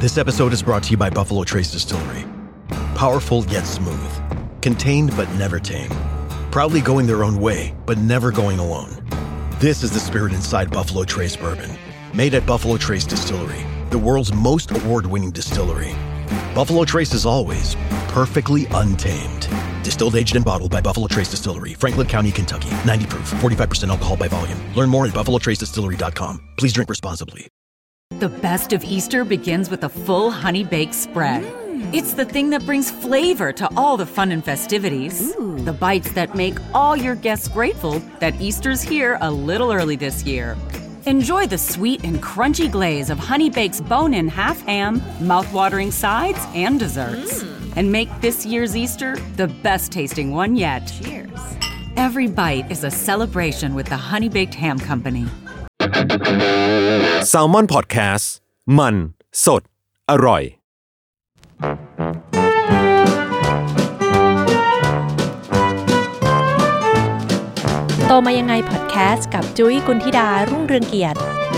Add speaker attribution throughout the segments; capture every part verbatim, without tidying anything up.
Speaker 1: This episode is brought to you by Buffalo Trace Distillery. Powerful yet smooth. Contained but never tame. Proudly going their own way, but never going alone. This is the spirit inside Buffalo Trace Bourbon. Made at Buffalo Trace Distillery, the world's most award-winning distillery. Buffalo Trace is always perfectly untamed. Distilled, aged, and bottled by Buffalo Trace Distillery, Franklin County, Kentucky. ninety proof, forty-five percent alcohol by volume. Learn more at buffalo trace distillery dot com. Please drink responsibly.
Speaker 2: The best of Easter begins with a full honey-baked spread. Mm. It's the thing that brings flavor to all the fun and festivities. Ooh. The bites that make all your guests grateful that Easter's here a little early this year. Enjoy the sweet and crunchy glaze of Honey Bake's bone-in half ham, mouth-watering sides, and desserts. Mm. And make this year's Easter the best-tasting one yet. Cheers. Every bite is a celebration with the Honey Baked Ham Company.
Speaker 3: Salmon Podcast มันสดอร่อย
Speaker 4: โตมายังไงพอดแคสต์กับจุ้ยกุลธิดารุ่งเรืองเกียรติ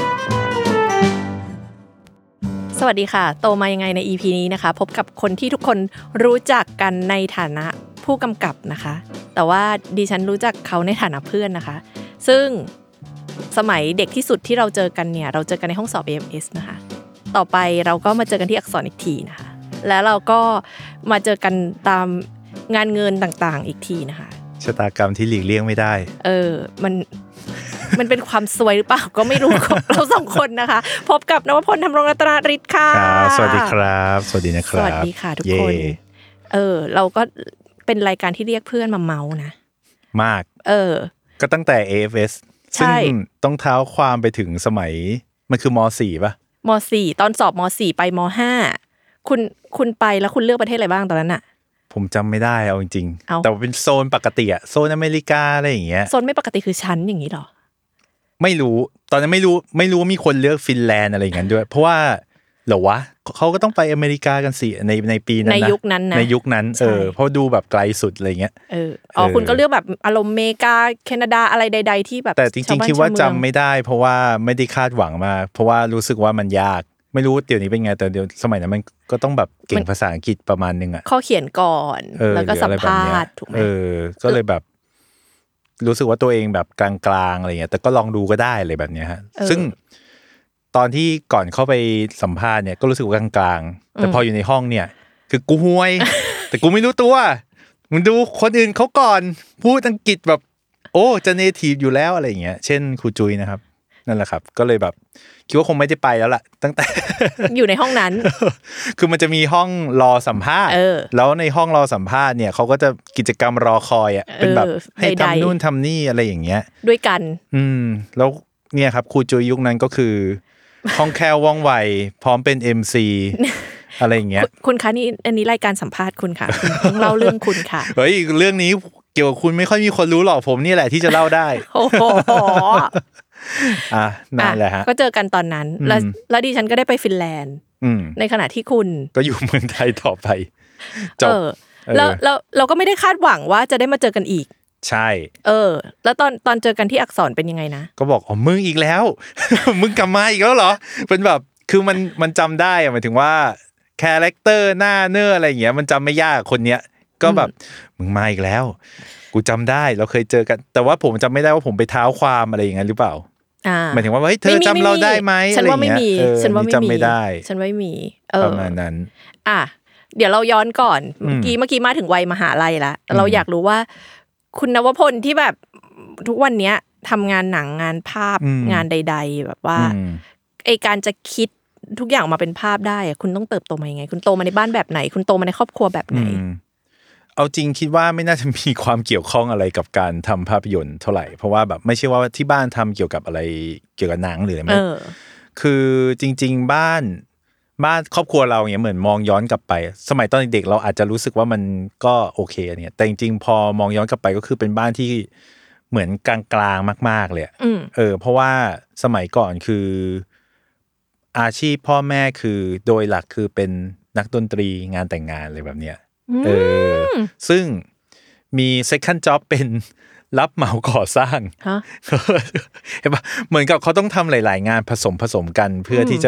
Speaker 4: สวัสดีค่ะโตมายังไงใน อี พี นี้นะคะพบกับคนที่ทุกคนรู้จักกันในฐานะผู้กำกับนะคะแต่ว่าดิฉันรู้จักเขาในฐานะเพื่อนนะคะซึ่งสมัยเด็กที่สุดที่เราเจอกันเนี่ยเราเจอกันในห้องสอบ เอ เอ็ม เอส นะคะต่อไปเราก็มาเจอกันที่อักษรอีกทีนะคะแล้วเราก็มาเจอกันตามงานเงินต่างๆอีกทีนะคะ
Speaker 5: ชะตากรรมที่หลีกเลี่ยงไม่ได้
Speaker 4: เออมันมันเป็นความซวยหรือเปล่าก็ไม่รู้ของเราสองคนนะคะพบกับนวพลธำรงรัตนฤทธิ์ค่ะ
Speaker 5: สวัสดีครับสวัสดีนะครับ
Speaker 4: สวัสดีค่ะทุกคนเออเราก็เป็นรายการที่เรียกเพื่อนมาเมานะ
Speaker 5: มาก
Speaker 4: เออ
Speaker 5: ก็ตั้งแต่ เอ เอฟ เอส ซึ่งต้องเท้าความไปถึงสมัยมันคือม.สี่ ป่ะ
Speaker 4: ม.สี่ ตอนสอบม.สี่ ไปม.ห้า คุณคุณไปแล้วคุณเลือกประเทศอะไรบ้างตอนนั้นน่ะ
Speaker 5: ผมจำไม่ได้เอาจริงๆแต่ว่าเป็นโซนปกติอะโซนอเมริกาอะไรอย่างเงี้ย
Speaker 4: โซนไม่ปกติคือชั้นอย่างงี้หรอ
Speaker 5: ไม่รู้ตอนนั้นไม่รู้ไม่รู้ว่ามีคนเลือกฟินแลนด์อะไรอย่างงั้นด้วยเพราะว่าเหรอวะเขาก็ต้องไปอเมริกากันสิในในปีนั้นนะ
Speaker 4: ในยุคนั้นนะ
Speaker 5: ในยุคนั้นเออเพราะดูแบบไกลสุดอะไรเงี้ย
Speaker 4: เอออ๋อคุณก็เลือกแบบอารมณ์อเมริกาแคนาดาอะไรใดๆที่แบบ
Speaker 5: แต่จริงๆคิดว่าจำไม่ได้เพราะว่าไม่ได้คาดหวังมาเพราะว่ารู้สึกว่ามันยากไม่รู้เดี๋ยวนี้เป็นไงแต่เดี๋ยวสมัยนั้นมันก็ต้องแบบเก่งภาษาอังกฤษประมาณนึงอ่ะ
Speaker 4: ข้อเขียนก่อนแล้วก็สัมภาษณ์ถูกมั้ย
Speaker 5: เออก็เลยแบบรู้สึกว่าตัวเองแบบกลางๆอะไรเงี้ยแต่ก็ลองดูก็ได้เลยแบบเนี้ยฮะซึ่งตอนที่ก่อนเข้าไปสัมภาษณ์เนี่ยก็รู้สึกว่ากลางๆแต่พออยู่ในห้องเนี่ยคือกูห่วยแต่กูไม่รู้ตัวมึงดูคนอื่นเขาก่อนพูดอังกฤษแบบโอ้จะเนทีฟอยู่แล้วอะไรอย่างเงี้ยเช่นครูจุ้ยนะครับนั่นแหละครับก็เลยแบบคิดว่าคงไม่ได้ไปแล้วล่ะตั้งแต่
Speaker 4: อยู่ในห้องนั้น
Speaker 5: คือมันจะมีห้องรอสัมภาษณ์แล้วในห้องรอสัมภาษณ์เนี่ยเขาก็จะกิจกรรมรอคอยอ่ะเป็นแบบให้ทำนู่นทำนี่อะไรอย่างเงี้ย
Speaker 4: ด้วยกัน
Speaker 5: อืมแล้วเนี่ยครับครูจุ้ยยุคนั้นก็คือคล่องแคล่วว่องไวพร้อมเป็น เอ็ม ซี อะไรอย่างเงี้ย
Speaker 4: คุณคะนี่อันนี้รายการสัมภาษณ์คุณค่ะคุณต้องเล่าเรื่องคุณค่ะ
Speaker 5: เฮ้ยเรื่องนี้เกี่ยวกับคุณไม่ค่อยมีคนรู้หรอกผมนี่แหละที่จะเล่าได้
Speaker 4: โอ้โห
Speaker 5: อ่ะนั่นแหละฮะ
Speaker 4: ก็เจอกันตอนนั้นแล้วแล้วดิฉันก็ได้ไปฟินแลนด์ในขณะที่คุณ
Speaker 5: ก็อยู่เมืองไทยต่อไป
Speaker 4: จบแล้วแล้วเราก็ไม่ได้คาดหวังว่าจะได้มาเจอกันอีก
Speaker 5: ใช่
Speaker 4: เออแล้วตอนตอนเจอกันที่อักษรเป็นยังไงนะ
Speaker 5: ก็บอกอ๋อมึงอีกแล้ว มึงกลับมาอีกแล้วเหรอเป็นแบบคือมันมันจำได้อะหมายถึงว่าคาแรคเตอร์หน้าเนื้ออะไรอย่างเงี้ยมันจำไม่ยากคนเนี้ยก็แบบมึงมาอีกแล้วกูจำได้เราเคยเจอกันแต่ว่าผมจำไม่ได้ว่าผมไปเท้าความอะไรอย่างเงี้ยหรือเปล่าหมายถึงว่าเฮ้ยเธอจำเราได้ไหม
Speaker 4: ฉันว่าไม่มีฉันว่าไม่มีฉันไม่มี
Speaker 5: ประมาณนั้น
Speaker 4: อ่ะเดี๋ยวเราย้อนก่อนเมื่อกี้เมื่อกี้มาถึงวัยมหาลัยละเราอยากรู้ว่าคุณนวพลที่แบบทุกวันนี้ทำงานหนังงานภาพงานใดๆแบบว่าไอการจะคิดทุกอย่างมาเป็นภาพได้คุณต้องเติบโตมายังไงคุณโตมาในบ้านแบบไหนคุณโตมาในครอบครัวแบบไหน
Speaker 5: เอาจริงคิดว่าไม่น่าจะมีความเกี่ยวข้องอะไรกับการทำภาพยนตร์เท่าไหร่เพราะว่าแบบไม่ใช่ว่าที่บ้านทำเกี่ยวกับอะไรเกี่ยวกับหนังหรืออะไรไม่คือจริงๆบ้านบ้านครอบครัวเราเนี่ยเหมือนมองย้อนกลับไปสมัยตอนเด็กเราอาจจะรู้สึกว่ามันก็โอเคเนี่ยแต่จริงๆพอมองย้อนกลับไปก็คือเป็นบ้านที่เหมือนกลางๆมากๆเลยเออเพราะว่าสมัยก่อนคืออาชีพพ่อแม่คือโดยหลักคือเป็นนักดนตรีงานแต่งงานอะไรแบบเนี้ยเออซึ่งมี second job เป็นรับเหมาก่อสร้างเห็นป่ะเหมือนกับเขาต้องทำหลายๆงานผสมผสมกันเพื่อที่จะแบบ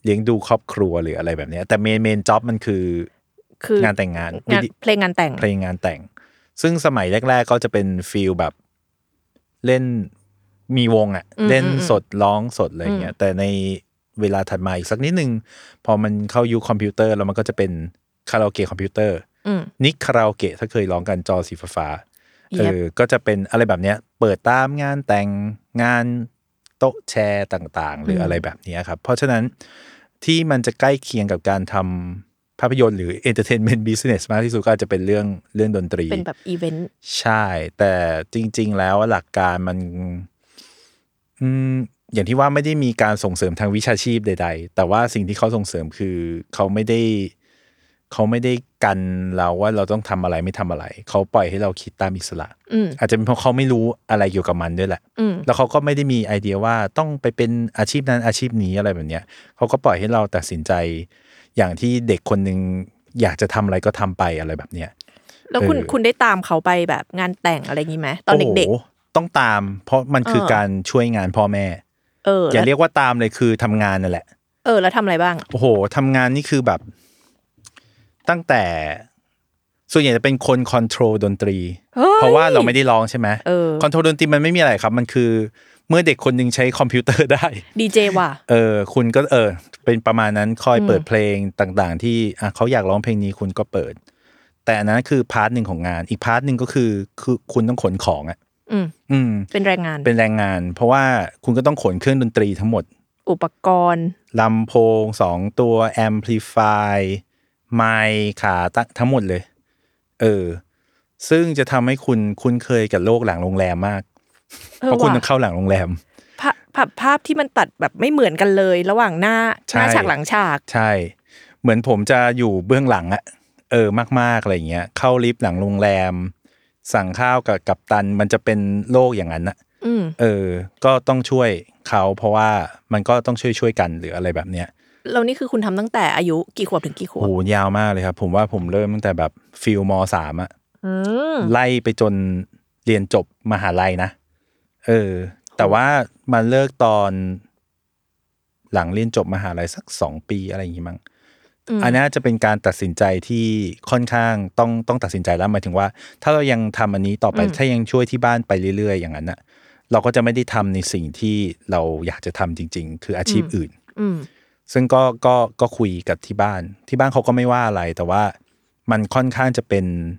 Speaker 5: เลี้ยงดูครอบครัวหรืออะไรแบบนี้แต่เมนเมนจ็อบมันคือคืองานแต่งงาน
Speaker 4: งานเพลงงานแต่ง
Speaker 5: เพลงงานแต่งซึ่งสมัยแรกๆก็จะเป็นฟีลแบบเล่นมีวงอ่ะเล่นสดร้องสดอะไรเงี้ยแต่ในเวลาถัดมาอีกสักนิดนึงพอมันเข้ายุคคอมพิวเตอร์แล้วมันก็จะเป็นคาราโอเกะคอมพิวเตอร์นิกคาราโอเกะถ้าเคยร้องกันจอสีฟ้าเออก็จะเป็นอะไรแบบเนี้ยเปิดตามงานแต่งงานโต๊ะแชร์ต่างๆหรืออะไรแบบนี้ครับเพราะฉะนั้นที่มันจะใกล้เคียงกับการทำภาพยนตร์หรือ entertainment business มากที่สุดก็อาจจะเป็นเรื่องเรื่องดนตรี
Speaker 4: เป็นแบบอีเวนต์
Speaker 5: ใช่แต่จริงๆแล้วหลักการมันอืมอย่างที่ว่าไม่ได้มีการส่งเสริมทางวิชาชีพใดๆแต่ว่าสิ่งที่เขาส่งเสริมคือเขาไม่ได้เขาไม่ได้กันเราว่าเราต้องทำอะไรไม่ทำอะไรเขาปล่อยให้เราคิดตามอิสระอาจจะเป็นเพราะเขาไม่รู้อะไรเกี่ยวกับมันด้วยแหละแล้วเขาก็ไม่ได้มีไอเดียว่าต้องไปเป็นอาชีพนั้นอาชีพนี้อะไรแบบเนี้ยเขาก็ปล่อยให้เราตัดสินใจอย่างที่เด็กคนนึงอยากจะทำอะไรก็ทำไปอะไรแบบเนี้ย
Speaker 4: แล้วคุณคุณได้ตามเขาไปแบบงานแต่งอะไรงี้ไหมตอนเด็ก
Speaker 5: ๆต้องตามเพราะมันคือการช่วยงานพ่อแม่
Speaker 4: เออ
Speaker 5: อย่าเรียกว่าตามเลยคือทำงานนั่นแหละ
Speaker 4: เออแล้วทำอะไรบ้าง
Speaker 5: โอ้โหทำงานนี่คือแบบตั้งแต่ส่วนใหญ่จะเป็นคนคอนโทรลดนตรีเพราะว่าเราไม่ได้ร้องใช่ไหมคอนโทรลดนตรีมันไม่มีอะไรครับมันคือเมื่อเด็กคนนึงใช้คอมพิวเตอร์ได้
Speaker 4: ดีเจว่ะ
Speaker 5: เออคุณก็เออเป็นประมาณนั้นคอยเปิดเพลงต่างๆที่อ่ะเขาอยากร้องเพลงนี้คุณก็เปิดแต่อันนั้นคือพาร์ทหนึ่งของงานอีกพาร์ทหนึ่งก็คือคือคุณต้องขนของอ่ะ
Speaker 4: อืมอืมเป็นแรงงาน
Speaker 5: เป็นแรงงานเพราะว่าคุณก็ต้องขนเครื่องดนตรีทั้งหมด
Speaker 4: อุปกรณ์
Speaker 5: ลำโพงสองตัวแอมพลิฟายไมค์ขาทั้งหมดเลยเออซึ่งจะทำให้คุณคุ้นเคยกับโลกหลังโรงแรมมากเพราะคุณต้องเข้าหลังโรงแรม
Speaker 4: ภาพภาพที่มันตัดแบบไม่เหมือนกันเลยระหว่างหน้าหน้าฉากหลังฉาก
Speaker 5: ใช่เหมือนผมจะอยู่เบื้องหลังอะเออมากๆอะไรเงี้ยเข้าลิฟต์หลังโรงแรมสั่งข้าวกับกัปตันมันจะเป็นโลกอย่างนั้นนะเออก็ต้องช่วยเขาเพราะว่ามันก็ต้องช่วยช่วยกันหรืออะไรแบบเนี้ย
Speaker 4: แล้วนี่คือคุณทำตั้งแต่อายุกี่ขวบถึงกี่ขวบ
Speaker 5: โอ้ยาวมากเลยครับผมว่าผมเริ่มตั้งแต่แบบฟิลม.สาม อ่ะไล่ไปจนเรียนจบมหาลัยนะเออแต่ว่ามาเลิกตอนหลังเรียนจบมหาลัยสักสองปีอะไรอย่างงี้มั้งอันนี้จะเป็นการตัดสินใจที่ค่อนข้างต้องต้องตัดสินใจแล้วหมายถึงว่าถ้าเรายังทำอันนี้ต่อไปถ้ายังช่วยที่บ้านไปเรื่อยๆอย่างนั้นน่ะเราก็จะไม่ได้ทำในสิ่งที่เราอยากจะทำจริงๆคืออาชีพอื่นซึ่งก็ก็ก็คุยกับที่บ้านที่บ้านเขาก็ไม่ว่าอะไรแต่ว่ามันค่อนข้างจะเป็น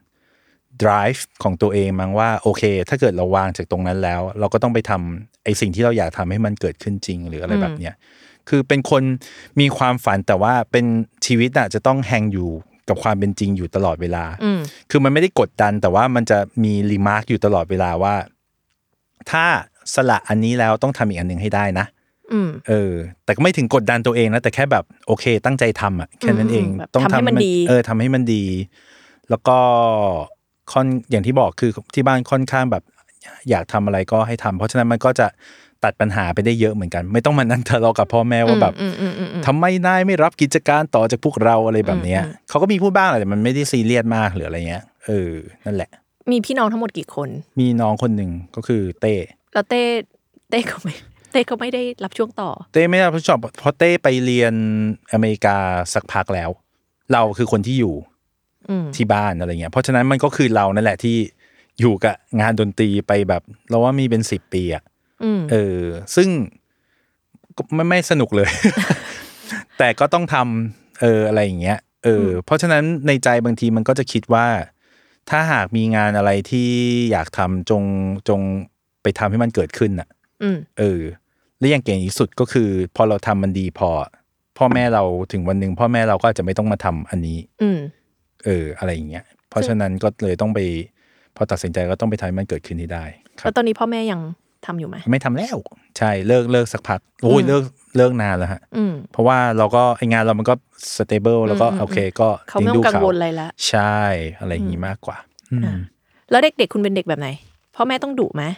Speaker 5: drive ของตัวเองมั้งว่าโอเคถ้าเกิดเราวางจากตรงนั้นแล้วเราก็ต้องไปทำไอ้สิ่งที่เราอยากทำให้มันเกิดขึ้นจริงหรืออะไรแบบเนี้ยคือเป็นคนมีความฝันแต่ว่าเป็นชีวิตอะจะต้องแฮงอยู่กับความเป็นจริงอยู่ตลอดเวลาคือมันไม่ได้กดดันแต่ว่ามันจะมีรีมาร์คอยู่ตลอดเวลาว่าถ้าสละอันนี้แล้วต้องทำอีกอันนึงให้ได้นะเออแต่ก็ไม่ถึงกดดันตัวเองนะแต่แค่แบบโอเคตั้งใจทำอ่ะแค่นั้นเอง
Speaker 4: ต้องทำให้มันดี
Speaker 5: เออทำให้มันดีแล้วก็ค่อนอย่างที่บอกคือที่บ้านค่อนข้างแบบอยากทำอะไรก็ให้ทำเพราะฉะนั้นมันก็จะตัดปัญหาไปได้เยอะเหมือนกันไม่ต้องมานั่งทะเลาะกับพ่อแม่ว่าแบบทำไมนายไม่รับกิจการต่อจากพวกเราอะไรแบบนี้เขาก็มีพูดบ้างแหละแต่มันไม่ได้ซีเรียสมากหรืออะไรเงี้ยเออนั่นแหละ
Speaker 4: มีพี่น้องทั้งหมดกี่คน
Speaker 5: มีน้องคนหนึ่งก็คือเต้
Speaker 4: แล้วเต้เต้เขาไม่เต้ก็ไม่ได้รับช่วงต่อ
Speaker 5: เต้ไม่ได้รับช่วงต่อเพราะเต้ไปเรียนอเมริกาสักพักแล้วเราคือคนที่อยู่ที่บ้านอะไรเงี้ยเพราะฉะนั้นมันก็คือเรานั่นแหละที่อยู่กับงานดนตรีไปแบบเราว่ามีเป็นสิบปีอ่ะเออซึ่งไม่ไม่สนุกเลย แต่ก็ต้องทำเอออะไรอย่างเงี้ยเออเพราะฉะนั้นในใจบางทีมันก็จะคิดว่าถ้าหากมีงานอะไรที่อยากทำจงจงไปทำให้มันเกิดขึ้นอ่ะเออและอย่างเก่งที่สุดก็คือพอเราทำมันดีพอพ่อแม่เราถึงวันหนึ่งพ่อแม่เราก็อาจจะไม่ต้องมาทำอันนี้เอออะไรอย่างเงี้ยเพราะฉะนั้นก็เลยต้องไปพอตัดสินใจก็ต้องไปทำให้มันเกิดขึ้นให้ได้
Speaker 4: แล้วตอนนี้พ่อแม่ยังทำอยู่ไหม
Speaker 5: ไม่ทำแล้วใช่เลิกเลิกสักพักโอ้ยเลิกเลิกนานแล้วฮะเพราะว่าเราก็ไองานเรามันก็สเตเบิลแล้วก็โอเคก็
Speaker 4: เขาไม่ต้องกังวลอะไรละ
Speaker 5: ใช่อะไรอย่างงี้มากกว่า
Speaker 4: แล้วเด็กๆคุณเป็นเด็กแบบไหนพ่อแม่ต้องดุไหม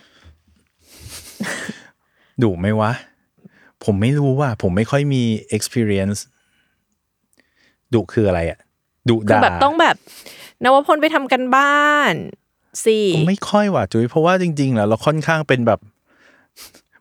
Speaker 5: ดุไหมวะผมไม่รู้ว่าผมไม่ค่อยมี experience ดุคืออะไรอ่ะดุด่า
Speaker 4: คือแบบต้องแบบนวพลไปทำกันบ้านสิ
Speaker 5: ไม่ค่อยว่ะจุ๊ยเพราะว่าจริงๆแล้วเราค่อนข้างเป็นแบบ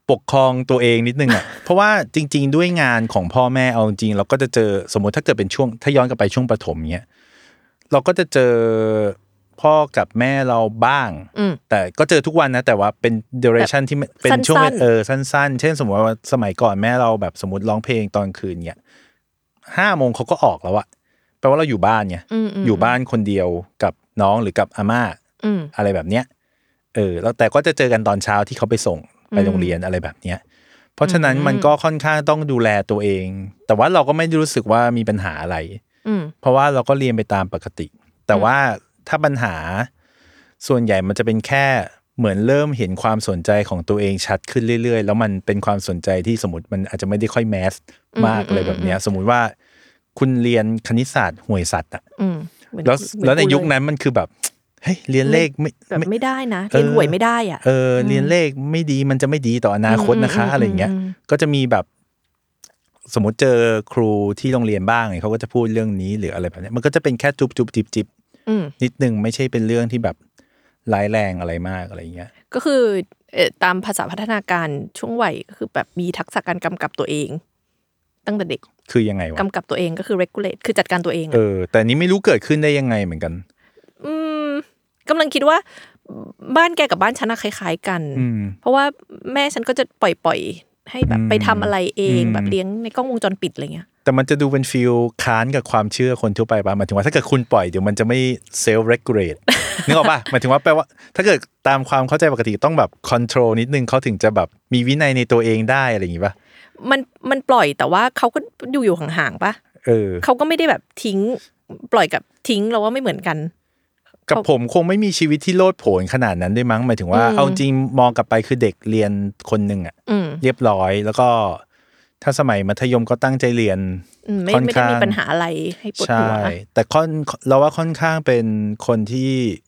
Speaker 5: ปกครองตัวเองนิดนึงอ่ะ เพราะว่าจริงๆด้วยงานของพ่อแม่เอาจริงเราก็จะเจอสมมติถ้าเกิดเป็นช่วงถ้าย้อนกลับไปช่วงประถมเงี้ยเราก็จะเจอพ่อกับแม่เราบ้างแต่ก็เจอทุกวันนะแต่ว่าเป็น duration ที่เป็นช่วงเออสั้นๆเช่นสมมติว่าสมัยก่อนแม่เราแบบสมมติร้องเพลงตอนคืนเงี้ยห้าโมงเขาก็ออกแล้วอะแปลว่าเราอยู่บ้านไงอยู่บ้านคนเดียวกับน้องหรือกับอาม่าอะไรแบบเนี้ยเออแล้วแต่ก็จะเจอกันตอนเช้าที่เขาไปส่งไปโรงเรียนอะไรแบบเนี้ยเพราะฉะนั้นมันก็ค่อนข้างต้องดูแลตัวเองแต่ว่าเราก็ไม่ได้รู้สึกว่ามีปัญหาอะไรเพราะว่าเราก็เรียนไปตามปกติแต่ว่าถ้าปัญหาส่วนใหญ่มันจะเป็นแค่เหมือนเริ่มเห็นความสนใจของตัวเองชัดขึ้นเรื่อยๆแล้วมันเป็นความสนใจที่สมมติมันอาจจะไม่ได้ค่อยแมสมากเลยแบบเนี้ยสมมุติว่าคุณเรียนคณิตศาสตร์ห่วยสัตว์อ่ะแล้วแล้วในยุคนั้นมันคือแบบเฮ้ยเรียนเลขไม่
Speaker 4: แบบไม่ได้นะเรียนหวยไม่ได้อ่ะ
Speaker 5: เออเรียนเลขไม่ดีมันจะไม่ดีต่ออนาคตนะคะอะไรอย่างเงี้ยก็จะมีแบบสมมติเจอครูที่โรงเรียนบ้างเขาก็จะพูดเรื่องนี้หรืออะไรแบบนี้มันก็จะเป็นแค่จุบจุบจิบจิบนิดนึงไม่ใช่เป็นเรื่องที่แบบร้ายแรงอะไรมากอะไรเงี้ย
Speaker 4: ก็คือตามภาษาพัฒนาการช่วงวัยก็คือแบบมีทักษะการกำกับตัวเองตั้งแต่เด็ก
Speaker 5: คือยังไงวะ
Speaker 4: กำกับตัวเองก็คือ regulate คือจัดการตัวเอง
Speaker 5: เออแต่นี้ไม่รู้เกิดขึ้นได้ยังไงเหมือนกัน
Speaker 4: อืมกำลังคิดว่าบ้านแกกับบ้านฉันคล้ายๆกันเพราะว่าแม่ฉันก็จะปล่อยๆให้แบบไปทำอะไรเองแบบเลี้ยงในกล้องวงจรปิดอะไรเงี้ย
Speaker 5: แต่มันจะดูเป็นฟีลค้านกับความเชื่อคนทั่วไปป่ะหมายถึงว่าถ้าเกิดคุณปล่อยเดี๋ยวมันจะไม่เซลฟ์เรกูเลตนึกออกป่ะหมายถึงว่าแปลว่าถ้าเกิดตามความเข้าใจปกติต้องแบบคอนโทรลนิดนึงเขาถึงจะแบบมีวินัยในตัวเองได้อะไรอย่างงี้ป่ะ
Speaker 4: มันมันปล่อยแต่ว่าเขาก็อยู่อยู่ห่างๆป่ะ
Speaker 5: เออ
Speaker 4: เขาก็ไม่ได้แบบทิ้งปล่อยกับทิ้งเราว่าไม่เหมือนกัน
Speaker 5: กับผมคงไม่มีชีวิตที่โลดโผนขนาดนั้นด้วยมั้งหมายถึงว่าเอาจริงมองกลับไปคือเด็กเรียนคนนึงอ่ะเรียบร้อยแล้วก็ถ้าสมัยมัธยมก็ตั้งใจเรียน
Speaker 4: ค่อนข้างไม่ได้มีปัญหาอะไรให้ปวดหัว
Speaker 5: ใช่แต่ค่อนเราว่าค่อนข้างเป็นคนที่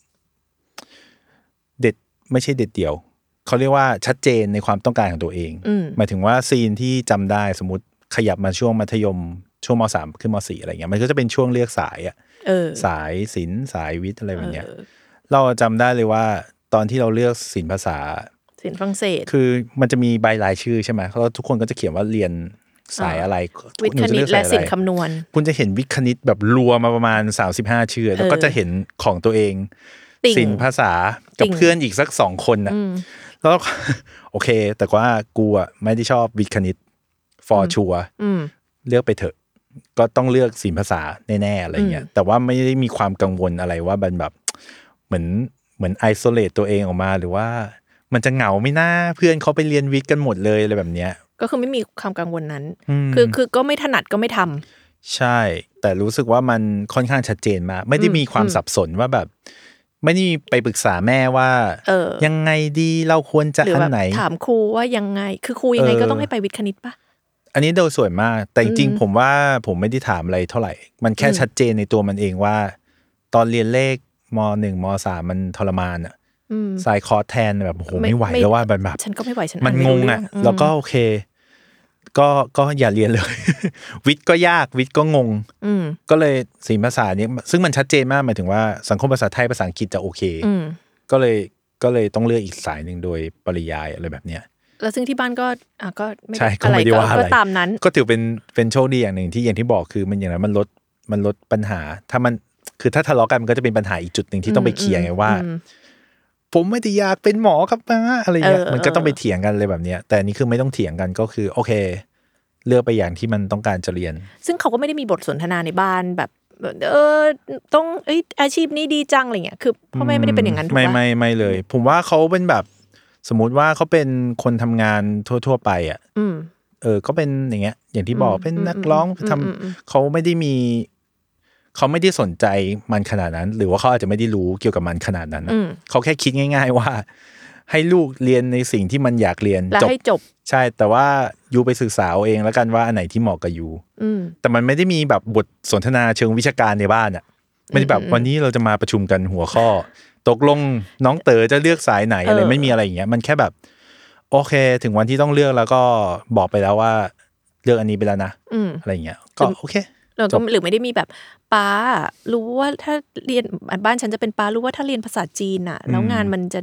Speaker 5: เด็ดไม่ใช่เด็ดเดี่ยวเขาเรียกว่าชัดเจนในความต้องการของตัวเองหมายถึงว่าซีนที่จำได้สมมติขยับมาช่วงมัธยมช่วงม.สาม ขึ้นม.สี่ อะไรเงี้ยมันก็จะเป็นช่วงเลือกสายอ่ะสายศิลป์สายวิทย์อะไรแบบเนี้ยเราจำได้เลยว่าตอนที่เราเลือกศิลป์ภาษา
Speaker 4: ศิลป์ฝรั่งเศส
Speaker 5: คือมันจะมีใบรายชื่อใช่ไหมแล้วทุกคนก็จะเขียนว่าเรียนสายอะไร
Speaker 4: วิทย์คณิตและศิลป์คำนวณ
Speaker 5: คุณจะเห็นวิทย์คณิตแบบรัวมาประมาณสามสิบห้าชื่อแล้วก็จะเห็นของตัวเองศิลป์ภาษากับเพื่อนอีกสักสองคนน่ะแล้วโอเคแต่ว่ากูอ่ะไม่ได้ชอบวิทย์คณิตฟอร์ชัวเลือกไปเถอะก็ต้องเลือกศิลป์ภาษาแน่ๆอะไรเงี้ยแต่ว่าไม่ได้มีความกังวลอะไรว่ามันแบบเหมือนเหมือนไอโซเลตตัวเองออกมาหรือว่ามันจะเหงาไม่น่าเพื่อนเขาไปเรียนวิทย์กันหมดเลยอะไรแบบเนี้ย
Speaker 4: ก็คือไม่มีความกังวลนั้นคือคือก็ไม่ถนัดก็ไม่ท
Speaker 5: ำใช่แต่รู้สึกว่ามันค่อนข้างชัดเจนมากไม่ได้มีความสับสนว่าแบบไม่ได้ไปปรึกษาแม่ว่ายังไงดีเราควรจะอันไหน
Speaker 4: ถามครูว่ายังไงคือครูยังไงก็ต้องให้ไปวิทย์คณิตป่ะ
Speaker 5: อันนี้โดยส่วนมากแต่จริงๆผมว่าผมไม่ได้ถามอะไรเท่าไหร่มันแค่ชัดเจนในตัวมันเองว่าตอนเรียนเลขม.หนึ่ง ม.สาม มันทรมานอ่ะสายคอร์สแทนแบบโหไม่ไหวแล้วว่าแบบ
Speaker 4: ฉันก็ไม่ไหวฉัน
Speaker 5: มันงงอ่ะแล้วก็โอเคก็ก็อย่าเรียนเลย วิทย์ก็ยากวิทย์ก็งงก็เลยศิลป์ภาษาเนี้ยซึ่งมันชัดเจนมากหมายถึงว่าสังคมภาษาไทยภาษาอังกฤษจะโอเคก็เลยก็เลยต้องเลือกอีกสายนึงโดยปริยายอะไรแบบเนี้ย
Speaker 4: แล้วซึ่งที่บ้านก็อ่ะก็
Speaker 5: ไม่ได้ว่าอะไร
Speaker 4: ก็ตามนั้น
Speaker 5: ก็ถือเป็นเป็นโชคดีอย่างหนึ่งที่อย่างที่บอกคือมันอย่างนั้นมันลดมันลดปัญหาถ้ามันคือถ้าทะเลาะกันมันก็จะเป็นปัญหาอีกจุดหนึ่งที่ต้องไปเคลียร์ไงว่าผมไม่ได้อยากเป็นหมอครับนะอะไรเงี้ยมันก็ต้องไปเถียงกันเลยแบบเนี้ยแต่นี่คือไม่ต้องเถียงกันก็คือโอเคเลือกไปอย่างที่มันต้องการจะเรียน
Speaker 4: ซึ่งเขาก็ไม่ได้มีบทสนทนาในบ้านแบบเออต้องเอ้ยอาชีพนี้ดีจังอะไรเงี้ยคือพ่อแม่ไม่ได้เป็นอย่างนั้นถูก
Speaker 5: ป่ะไม่ไม่ไม่เลยผมว่าเขาเป็นแบบสมมุติว่าเขาเป็นคนทำงานทั่วๆไปอ่ะเออก็เป็นอย่างเงี้ยอย่างที่บอกเป็นนักร้องทำเขาไม่ได้มีเขาไม่ได้สนใจมันขนาดนั้นหรือว่าเขาอาจจะไม่ได้รู้เกี่ยวกับมันขนาดนั้นเขาแค่คิดง่ายๆว่าให้ลูกเรียนในสิ่งที่มันอยากเรียน
Speaker 4: จบให้จบ
Speaker 5: ใช่แต่ว่ายูไปศึกษาเอาเองแล้วกันว่าอันไหนที่เหมาะกับยูแต่มันไม่ได้มีแบบบทสนทนาเชิงวิชาการในบ้านอ่ะไม่ได้แบบวันนี้เราจะมาประชุมกันหัวข้อตกลงน้องเต๋อจะเลือกสายไหนอะไรไม่มีอะไรอย่างเงี้ยมันแค่แบบโอเคถึงวันที่ต้องเลือกแล้วก็บอกไปแล้วว่าเลือกอันนี้ไปแล้วนะอะไรอย่างเงี้ยก็โอเค
Speaker 4: เราก็หรือไม่ได้มีแบบป้ารู้ว่าถ้าเรียนบ้านฉันจะเป็นป้ารู้ว่าถ้าเรียนภาษาจีนอ่ะแล้วงานมันจะ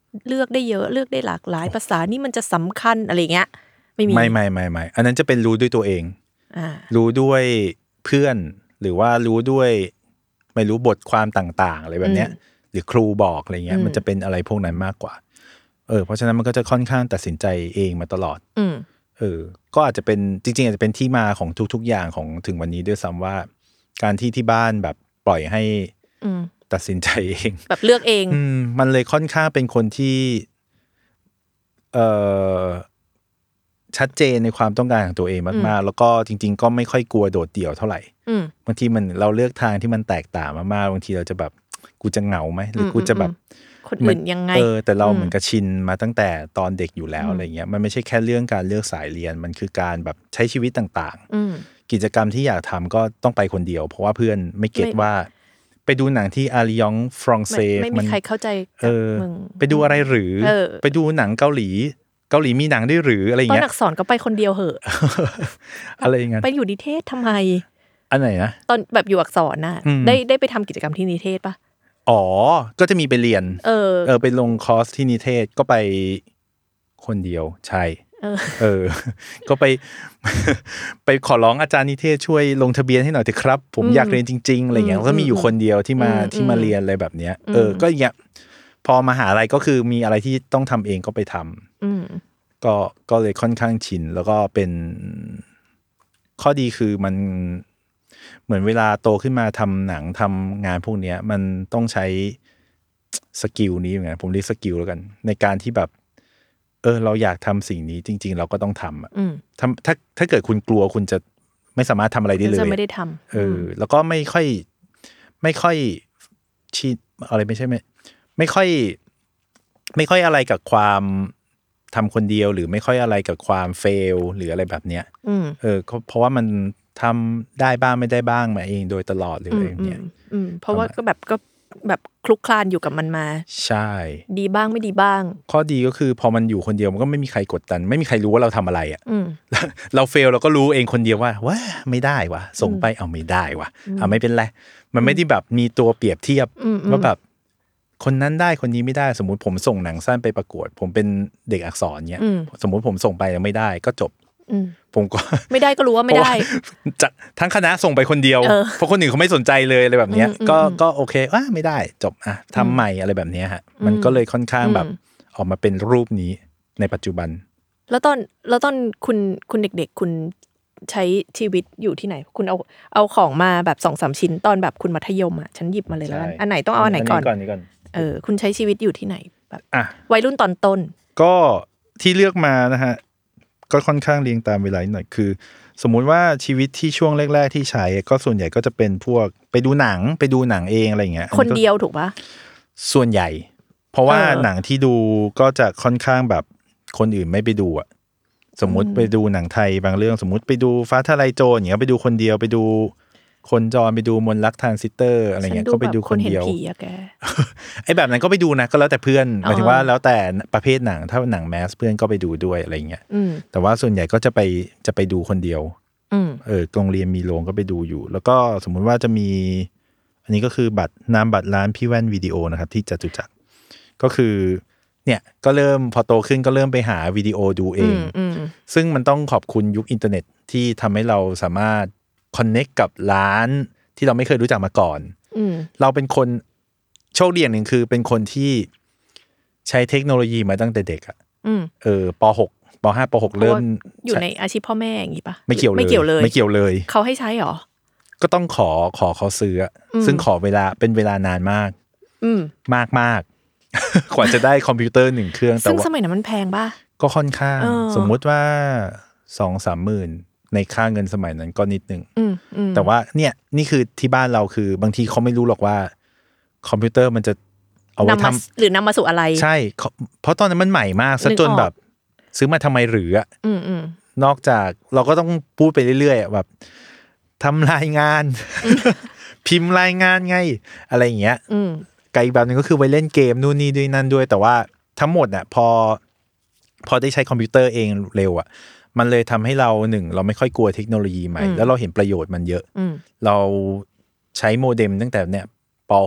Speaker 4: เลือกได้เยอะเลือกได้หลากหลายภาษานี่มันจะสำคัญอะไรเงี้ยไม่มี
Speaker 5: ไม่ไม่ไม่ไม่อันนั้นจะเป็นรู้ด้วยตัวเอง
Speaker 4: อ่า
Speaker 5: รู้ด้วยเพื่อนหรือว่ารู้ด้วยไม่รู้บทความต่างๆอะไรแบบเนี้ยหรือครูบอกอะไรเงี้ยมันจะเป็นอะไรพวกนั้นมากกว่าเออเพราะฉะนั้นมันก็จะค่อนข้างตัดสินใจเองมาตลอดเออก็อาจจะเป็นจริงๆอาจจะเป็นที่มาของทุกๆอย่างของถึงวันนี้ด้วยซ้ำว่าการที่ที่บ้านแบบปล่อยให้ตัดสินใจเอง
Speaker 4: แบบเลือกเอง
Speaker 5: อืมมันเลยค่อนข้างเป็นคนที่เอ่อชัดเจนในความต้องการของตัวเองมากๆแล้วก็จริงๆก็ไม่ค่อยกลัวโดดเดี่ยวเท่าไหร่บางทีมันเราเลือกทางที่มันแตกต่างมากๆบางทีเราจะแบบกูจะเหงาไหมหรือกูจะแบบ
Speaker 4: คนอื่นยังไง
Speaker 5: เออแต่เราเหมือนกับชินมาตั้งแต่ตอนเด็กอยู่แล้วอะไรเงี้ยมันไม่ใช่แค่เรื่องการเลือกสายเรียนมันคือการแบบใช้ชีวิตต่างๆกิจกรรมที่อยากทำก็ต้องไปคนเดียวเพราะว่าเพื่อนไม่เก็ตว่าไปดูหนังที่อาริยองฟรองเซ
Speaker 4: ไม่มีใครเข้าใจ
Speaker 5: กับมึงไปดูอะไรหรือไปดูหนังเกาหลีเกาหลีมีหนังด้วยหรืออะไรเงี้ย
Speaker 4: ตอนอักษรก็ไปคนเดียวเหอะ
Speaker 5: อะไรอย่างเงี้ย
Speaker 4: ไปอยู่นิเทศทำไม
Speaker 5: อันไหนนะ
Speaker 4: ตอนแบบอยู่อักษรน่ะได้ได้ไปทำกิจกรรมที่นิเทศปะ
Speaker 5: อ๋อก็จะมีไปเรียน
Speaker 4: เออ
Speaker 5: เออไปลงคอร์สที่นิเทศก็ไปคนเดียวใช่เออก็ไปไปขอร้องอาจารย์นิเทศช่วยลงทะเบียนให้หน่อยเถอะครับผมอยากเรียนจริงๆอะไรเงี้ยก็มีอยู่คนเดียวที่มาที่มาเรียนอะไรแบบเนี้ยเออก็อย่างเงี้ยพอมหาลัยก็คือมีอะไรที่ต้องทำเองก็ไปทำก็ก็เลยค่อนข้างชินแล้วก็เป็นข้อดีคือมันเหมือนเวลาโตขึ้นมาทำหนังทำงานพวกนี้มันต้องใช้สกิลนี้เหมือนกันผมเรียกสกิลแล้วกันในการที่แบบเออเราอยากทำสิ่งนี้จริงๆเราก็ต้องทำอ่ะทำถ้าถ้าเกิดคุณกลัวคุณจะไม่สามารถทำอะไรได้เลย
Speaker 4: จะไม่ได้ทำ
Speaker 5: เออแล้วก็ไม่ค่อยไม่ค่อยชีอะไรไม่ใช่ไหมไม่ค่อยไม่ค่อยอะไรกับความทำคนเดียวหรือไม่ค่อยอะไรกับความเฟลหรืออะไรแบบเนี้ยเออเพราะว่ามันทำได้บ้างไม่ได้บ้างมาเองโดยตลอดเลยอย่างเงี้ย
Speaker 4: เพราะว่าก็แบบก็แบบคลุกคลานอยู่กับมันมา
Speaker 5: ใช่
Speaker 4: ดีบ้างไม่ดีบ้าง
Speaker 5: ข้อดีก็คือพอมันอยู่คนเดียวมันก็ไม่มีใครกดดันไม่มีใครรู้ว่าเราทำอะไรอ่ะเราเฟลเราก็รู้เองคนเดียวว่าว้าไม่ได้วะส่งไปเอาไม่ได้วะเอาไม่เป็นไรมันไม่ได้แบบมีตัวเปรียบเทียบว่าแบบคนนั้นได้คนนี้ไม่ได้สมมุติผมส่งหนังสั้นไปประกวดผมเป็นเด็กอักษรเนี้ยสมมุติผมส่งไปแล้วไม่ได้ก็จบผมก็
Speaker 4: ไม่ได้ก็รู้ว่าไม่ได้
Speaker 5: จะทั้งคณะส่งไปคนเดียวเพราะคนอื่นเขาไม่สนใจเลยอะไรแบบเนี้ยก็ก็โอเคอ่ะไม่ได้จบอ่ะทำใหม่อะไรแบบเนี้ยฮะมันก็เลยค่อนข้างแบบออกมาเป็นรูปนี้ในปัจจุบัน
Speaker 4: แล้วตอนแล้วตอนคุณคุณเด็กๆคุณใช้ชีวิตอยู่ที่ไหนคุณเอาเอาของมาแบบ สองสาม ชิ้นตอนแบบคุณมัธยมอ่ะฉันหยิบมาเลยแล้วอันไหนต้องเอาอันไหนก่อนเออคุณใช้ชีวิตอยู่ที่ไหนแบบวัยรุ่นตอนต้น
Speaker 5: ก็ที่เลือกมานะฮะก็ค่อนข้างเรียงตามเวลาหน่อยคือสมมุติว่าชีวิตที่ช่วงแรกๆที่ใช้ก็ส่วนใหญ่ก็จะเป็นพวกไปดูหนังไปดูหนังเองอะไรอย่างเงี้ย
Speaker 4: คนเดียวถูกปะ
Speaker 5: ส่วนใหญ่เพราะว่าหนังที่ดูก็จะค่อนข้างแบบคนอื่นไม่ไปดูอ่ะสมมุติไปดูหนังไทยบางเรื่องสมมุติไปดูฟ้าทลายโจรอย่างเงี้ยไปดูคนเดียวไปดูคนจรไปดูมนต์รักทรานซิสเตอร์อะไรเงี้ยก็ไปดูคนเดียวไอ้แบบนั้นก็ไปดูนะก็แล้วแต่เพื่อนหมายถึงว่าแล้วแต่ประเภทหนังถ้าหนังแมสเพื่อนก็ไปดูด้วยอะไรเงี้ยแต่ว่าส่วนใหญ่ก็จะไปจะไปดูคนเดียวเออโรงเรียนมีโรงก็ไปดูอยู่แล้วก็สมมุติว่าจะมีอันนี้ก็คือบัตรนามบัตรร้านพี่แว่นวิดีโอนะครับที่จตุจักรก็คือเนี่ยก็เริ่มพอโตขึ้นก็เริ่มไปหาวิดีโอดูเองซึ่งมันต้องขอบคุณยุคอินเทอร์เน็ตที่ทำให้เราสามารถคอนเนคกับร้านที่เราไม่เคยรู้จักมาก่อนเราเป็นคนโชคดีอย่างหนึ่งคือเป็นคนที่ใช้เทคโนโลยีมาตั้งแต่เด็กอ่ะเออป.หก ป.ห้า ป.หก เริ่ม
Speaker 4: อยู่ในอาชีพพ่อแม่อย่างงี้ปะ
Speaker 5: ไม่เกี่ยวเลยไม่เกี่ยวเลยไม่เกี่ยวเลย
Speaker 4: เขาให้ใช้หรอ
Speaker 5: ก็ต้องขอขอเขาซื้อซึ่งขอเวลาเป็นเวลานานมากมากมากกว่าจะได้คอมพิวเตอร์หนึ่งเครื่อง
Speaker 4: แต่ว่าซึ่งสมัยนั้นมันแพงป่ะ
Speaker 5: ก็ค่อนข้างสมมุติว่า สองถึงสาม หมื่นในค่าเงินสมัยนั้นก็นิดนึงแต่ว่าเนี่ยนี่คือที่บ้านเราคือบางทีเขาไม่รู้หรอกว่าคอมพิวเตอร์มันจะเอาไว้ท
Speaker 4: ำหรือนำมาสู่อะไร
Speaker 5: ใช่เพราะตอนนั้นมันใหม่มากซะจนแบบซื้อมาทำไมหรืออ่ะนอกจากเราก็ต้องพูดไปเรื่อยๆแบบทำรายงาน พิมพ์รายงานไงอะไรอย่างเงี้ยไกลแบบนึงก็คือไว้เล่นเกมนู่นนี่ด้วยนั่นด้วยแต่ว่าทั้งหมดอ่ะพอพอได้ใช้คอมพิวเตอร์เองเร็วอ่ะมันเลยทำให้เราหนึ่งเราไม่ค่อยกลัวเทคโนโลยีใหม่แล้วเราเห็นประโยชน์มันเยอะเราใช้โมเด็มตั้งแต่เนี่ยป.หก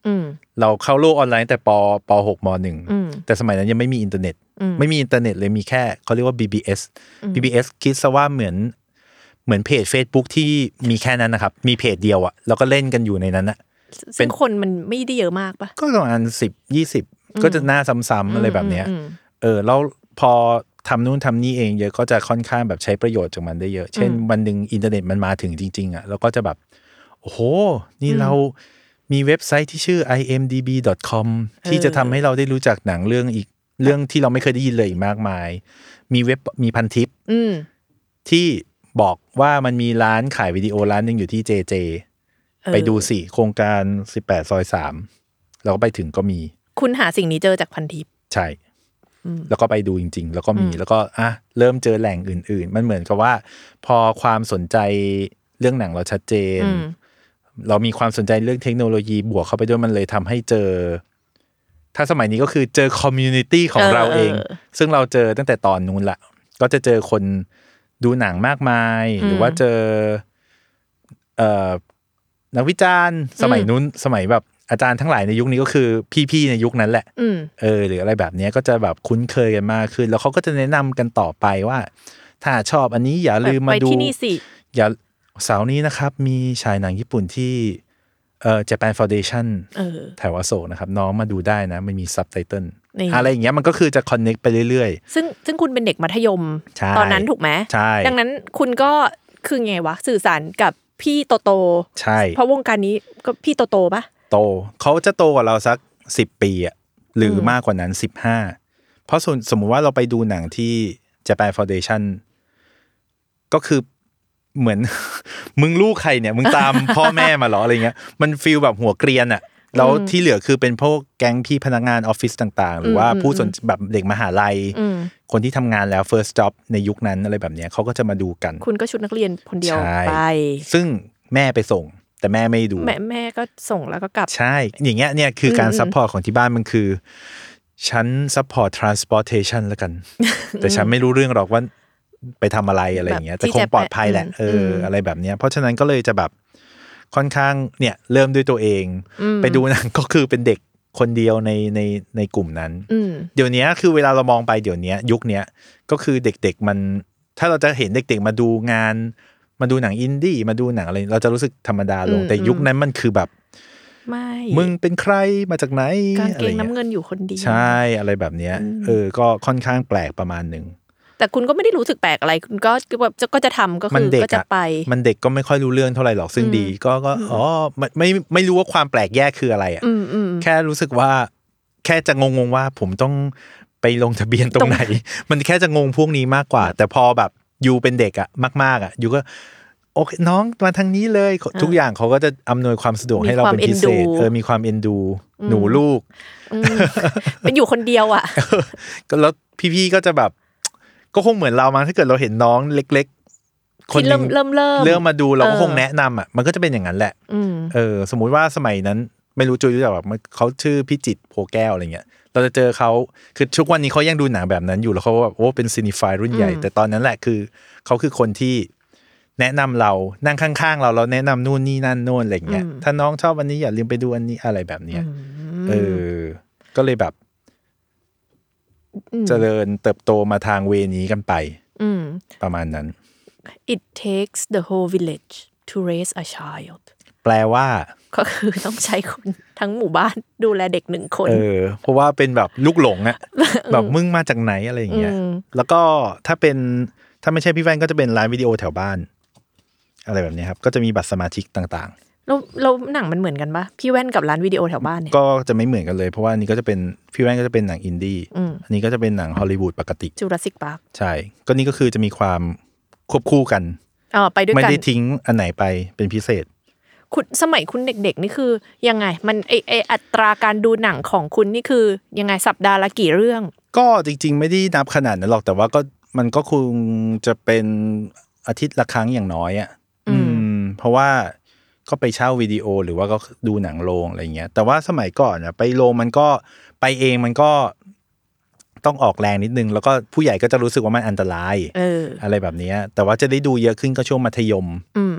Speaker 5: เราเข้าโลกออนไลน์แต่ปปหกมหนึ่งแต่สมัยนั้นยังไม่มีอินเทอร์เน็ตไม่มีอินเทอร์เน็ตเลยมีแค่เขาเรียกว่า บี บี เอส บี บี เอส คิดซะว่าเหมือนเหมือนเพจ Facebook ที่มีแค่นั้นนะครับมีเพจเดียวอ่ะแล้วก็เล่นกันอยู่ในนั้นอ่ะ
Speaker 4: เป็นคนมันไม่ได้เยอะมากปะ
Speaker 5: ก็ประมาณสิบ ยี่สิบก็จะหน้าซ้ำๆอะไรแบบเนี้ยเออแล้วพอทำนู่นทำนี่เองเยอะก็จะค่อนข้างแบบใช้ประโยชน์จากมันได้เยอะเช่นวันหนึ่งอินเทอร์เน็ตมันมาถึงจริงๆอ่ะแล้วก็จะแบบโอ้โหนี่เรามีเว็บไซต์ที่ชื่อ ไอ เอ็ม ดี บี ดอท คอม ที่จะทำให้เราได้รู้จักหนังเรื่องอีกเรื่องที่เราไม่เคยได้ยินเลยอีกมากมายมีเว็บมีพันทิปที่บอกว่ามันมีร้านขายวิดีโอร้านนึงอยู่ที่ เจ เจ ไปดูสิโครงการสิบแปดซอยสามเราก็ไปถึงก็มี
Speaker 4: คุณหาสิ่งนี้เจอจากพันทิป
Speaker 5: ใช่แล้วก็ไปดูจริงๆแล้วก็มีแล้วก็อ่ะเริ่มเจอแหล่งอื่นๆมันเหมือนกับว่าพอความสนใจเรื่องหนังเราชัดเจนเรามีความสนใจเรื่องเทคโนโลยีบวกเข้าไปด้วยมันเลยทำให้เจอถ้าสมัยนี้ก็คือเจอคอมมูนิตี้ของเราเองซึ่งเราเจอตั้งแต่ตอนนู้นละก็จะเจอคนดูหนังมากมายหรือว่าเจอเอ่อนักวิจารณ์สมัยนู้นสมัยแบบอาจารย์ทั้งหลายในยุคนี้ก็คือพี่ๆในยุคนั้นแหละเออหรืออะไรแบบนี้ก็จะแบบคุ้นเคยกันมากขึ้นแล้วเขาก็จะแนะนำกันต่อไปว่าถ้าชอบอันนี้อย่าลืมมาดูอย่าเสาร์นี้นะครับมีฉายหนังญี่ปุ่นที่เอ่อ Japan Foundation แถวอโศกนะครับน้องมาดูได้นะมันมีซับไตเติลอะไรอย่างเงี้ยมันก็คือจะคอนเนคไปเรื่อย
Speaker 4: ๆซึ่งซึ่งคุณเป็นเด็กมัธยมตอนนั้นถูกไหม
Speaker 5: ใช่
Speaker 4: ดังนั้นคุณก็คือไงวะสื่อสารกับพี่โตโต
Speaker 5: ใช่
Speaker 4: เพราะวงการนี้ก็พี่โตโตปะ
Speaker 5: โตเขาจะโตกว่าเราสักสิบปีอ่ะหรือมากกว่านั้นสิบห้าเพราะสมมุติว่าเราไปดูหนังที่ Japan Foundation ก็คือเหมือน มึงลูกใครเนี่ยมึงตาม พ่อแม่มาหรออะไรเงี้ยมันฟีลแบบหัวเกรียนอ่ะแล้วที่เหลือคือเป็นพวกแก๊งพี่พนักงานออฟฟิศต่างๆหรือว่าผู้สนแบบเด็กมหาลัยคนที่ทำงานแล้ว first job ในยุคนั้นอะไรแบบเนี้ยเขาก็จะมาดูกัน
Speaker 4: คุณก็ชุดนักเรียนคนเดียวไป
Speaker 5: ซึ่งแม่ไปส่งแต่แม่ไม่ดู
Speaker 4: แม่แม่ก็ส่งแล้วก็กลับ
Speaker 5: ใช่อย่างเงี้ยเนี่ยคือการซัพพอร์ตของที่บ้านมันคือฉันซัพพอร์ต transportation แล้วกัน แต่ฉันไม่รู้เรื่องหรอกว่าไปทำอะไรอะไรอย่างเงี้ยแต่คงปลอดภัยแหละเอออะไรแบบเนี้ยเพราะฉะนั้นก็เลยจะแบบค่อนข้างเนี่ยเริ่มด้วยตัวเองไปดูหนังก็คือเป็นเด็กคนเดียวในในในกลุ่มนั้นเดี๋ยวนี้คือเวลาเรามองไปเดี๋ยวนี้ยุคนี้ก็คือเด็กๆมันถ้าเราจะเห็นเด็กๆมาดูงานมาดูหนังอินดี้มาดูหนังอะไรเราจะรู้สึกธรรมดาลงแต่ยุคนั้นมันคือแบบ
Speaker 4: ไม่
Speaker 5: มึงเป็นใครมาจากไหน
Speaker 4: กางเกงน้ำเงินอยู่คนเดียว
Speaker 5: ใช่อะไรแบบนี้เออก็ค่อนข้างแปลกประมาณนึง
Speaker 4: แต่คุณก็ไม่ได้รู้สึกแปลกอะไรคุณก็แบบก็จะทำก็คือก็จะไป
Speaker 5: มันเด็กก็ไม่ค่อยรู้เรื่องเท่าไหร่หรอกซึ่งดีก็ก็อ๋อไม่ไม่ไม่รู้ว่าความแปลกแยกคืออะไรอ่ะแค่รู้สึกว่าแค่จะงงๆว่าผมต้องไปลงทะเบียนตรงไหนมันแค่จะงงพวกนี้มากกว่าแต่พอแบบยูเป็นเด็กอ่ะมากๆอ่ะยูก็โอเคน้องมาทางนี้เลยทุกอย่างเขาก็จะอำนวยความสะดวกให้เราเป็นพิเศษเออมีความเอ็นดูหนูลูก
Speaker 4: เป็นอยู่คนเดียวอ่ะ
Speaker 5: ก็แล้วพี่ๆก็จะแบบก็คงเหมือนเรามั้งถ้าเกิดเราเห็นน้องเล็กๆคนนึง
Speaker 4: เริ่มเริ่ม
Speaker 5: เริ่มมาดูเราก็คงแนะนำอ่ะมันก็จะเป็นอย่างนั้นแหละเออสมมุติว่าสมัยนั้นไม่รู้จุยรู้จักแบบเขาชื่อพี่จิตโพแก้วอะไรเงี้ยเราจะเจอเขาคือทุกวันนี้เขายังดูหนังแบบนั้นอยู่แล้วเขาแบบโอ้เป็นซีนิฟายรุ่นใหญ่แต่ตอนนั้นแหละคือเขาคือคนที่แนะนำเรานั่งข้างๆเราเราแนะนำนู่นนี่นั่นโน่นอะไรเงี้ยถ้าน้องชอบอันนี้อย่าลืมไปดูอันนี้อะไรแบบเนี้ยเออก็เลยแบบเจริญเติบโตมาทางเวนี้กันไปประมาณนั้น
Speaker 4: It takes the whole village to raise a child
Speaker 5: แปลว่า
Speaker 4: ก็คือต้องใช้คนทั้งหมู่บ้านดูแลเด็กหนึ่งคน
Speaker 5: เออเพราะว่าเป็นแบบลูกหลงอะแบบมึงมาจากไหนอะไรอย่างเงี้ยแล้วก็ถ้าเป็นถ้าไม่ใช่พี่แว่นก็จะเป็นร้านวิดีโอแถวบ้านอะไรแบบนี้ครับก็จะมีบัตรสมาชิกต่าง
Speaker 4: ๆแล้วเราหนังมันเหมือนกันปะพี่แว่นกับร้านวิดีโอแถวบ้านเนี่ย
Speaker 5: ก็จะไม่เหมือนกันเลยเพราะว่านี่ก็จะเป็นพี่แว่นก็จะเป็นหนังอินดี้อันนี้ก็จะเป็นหนังฮอลลีวูดปกติ
Speaker 4: จูราสสิคพาร์ค
Speaker 5: ใช่ก็นี่ก็คือจะมีความควบคู่กัน
Speaker 4: อ๋อไปด้วยกัน
Speaker 5: ไม่ได้ทิ้งอันไหนไปเป็นพิเศษ
Speaker 4: คุณสมัยคุณเด็กๆนี่คือยังไงมันไอไออัตราการดูหนังของคุณนี่คือยังไงสัปดาห์ละกี่เรื่อง
Speaker 5: ก็จริงๆไม่ได้นับขนาดนั้นหรอกแต่ว่าก็มันก็คงจะเป็นอาทิตย์ละครั้งอย่างน้อยอ่ะอืมเพราะว่าก็ไปเช่าวิดีโอหรือว่าก็ดูหนังโรงอะไรเงี้ยแต่ว่าสมัยก่อนอ่ะไปโรงมันก็ไปเองมันก็ต้องออกแรงนิดนึงแล้วก็ผู้ใหญ่ก็จะรู้สึกว่ามันอันตราย
Speaker 4: เออ
Speaker 5: อะไรแบบนี้แต่ว่าจะได้ดูเยอะขึ้นก็ช่วงมัธยม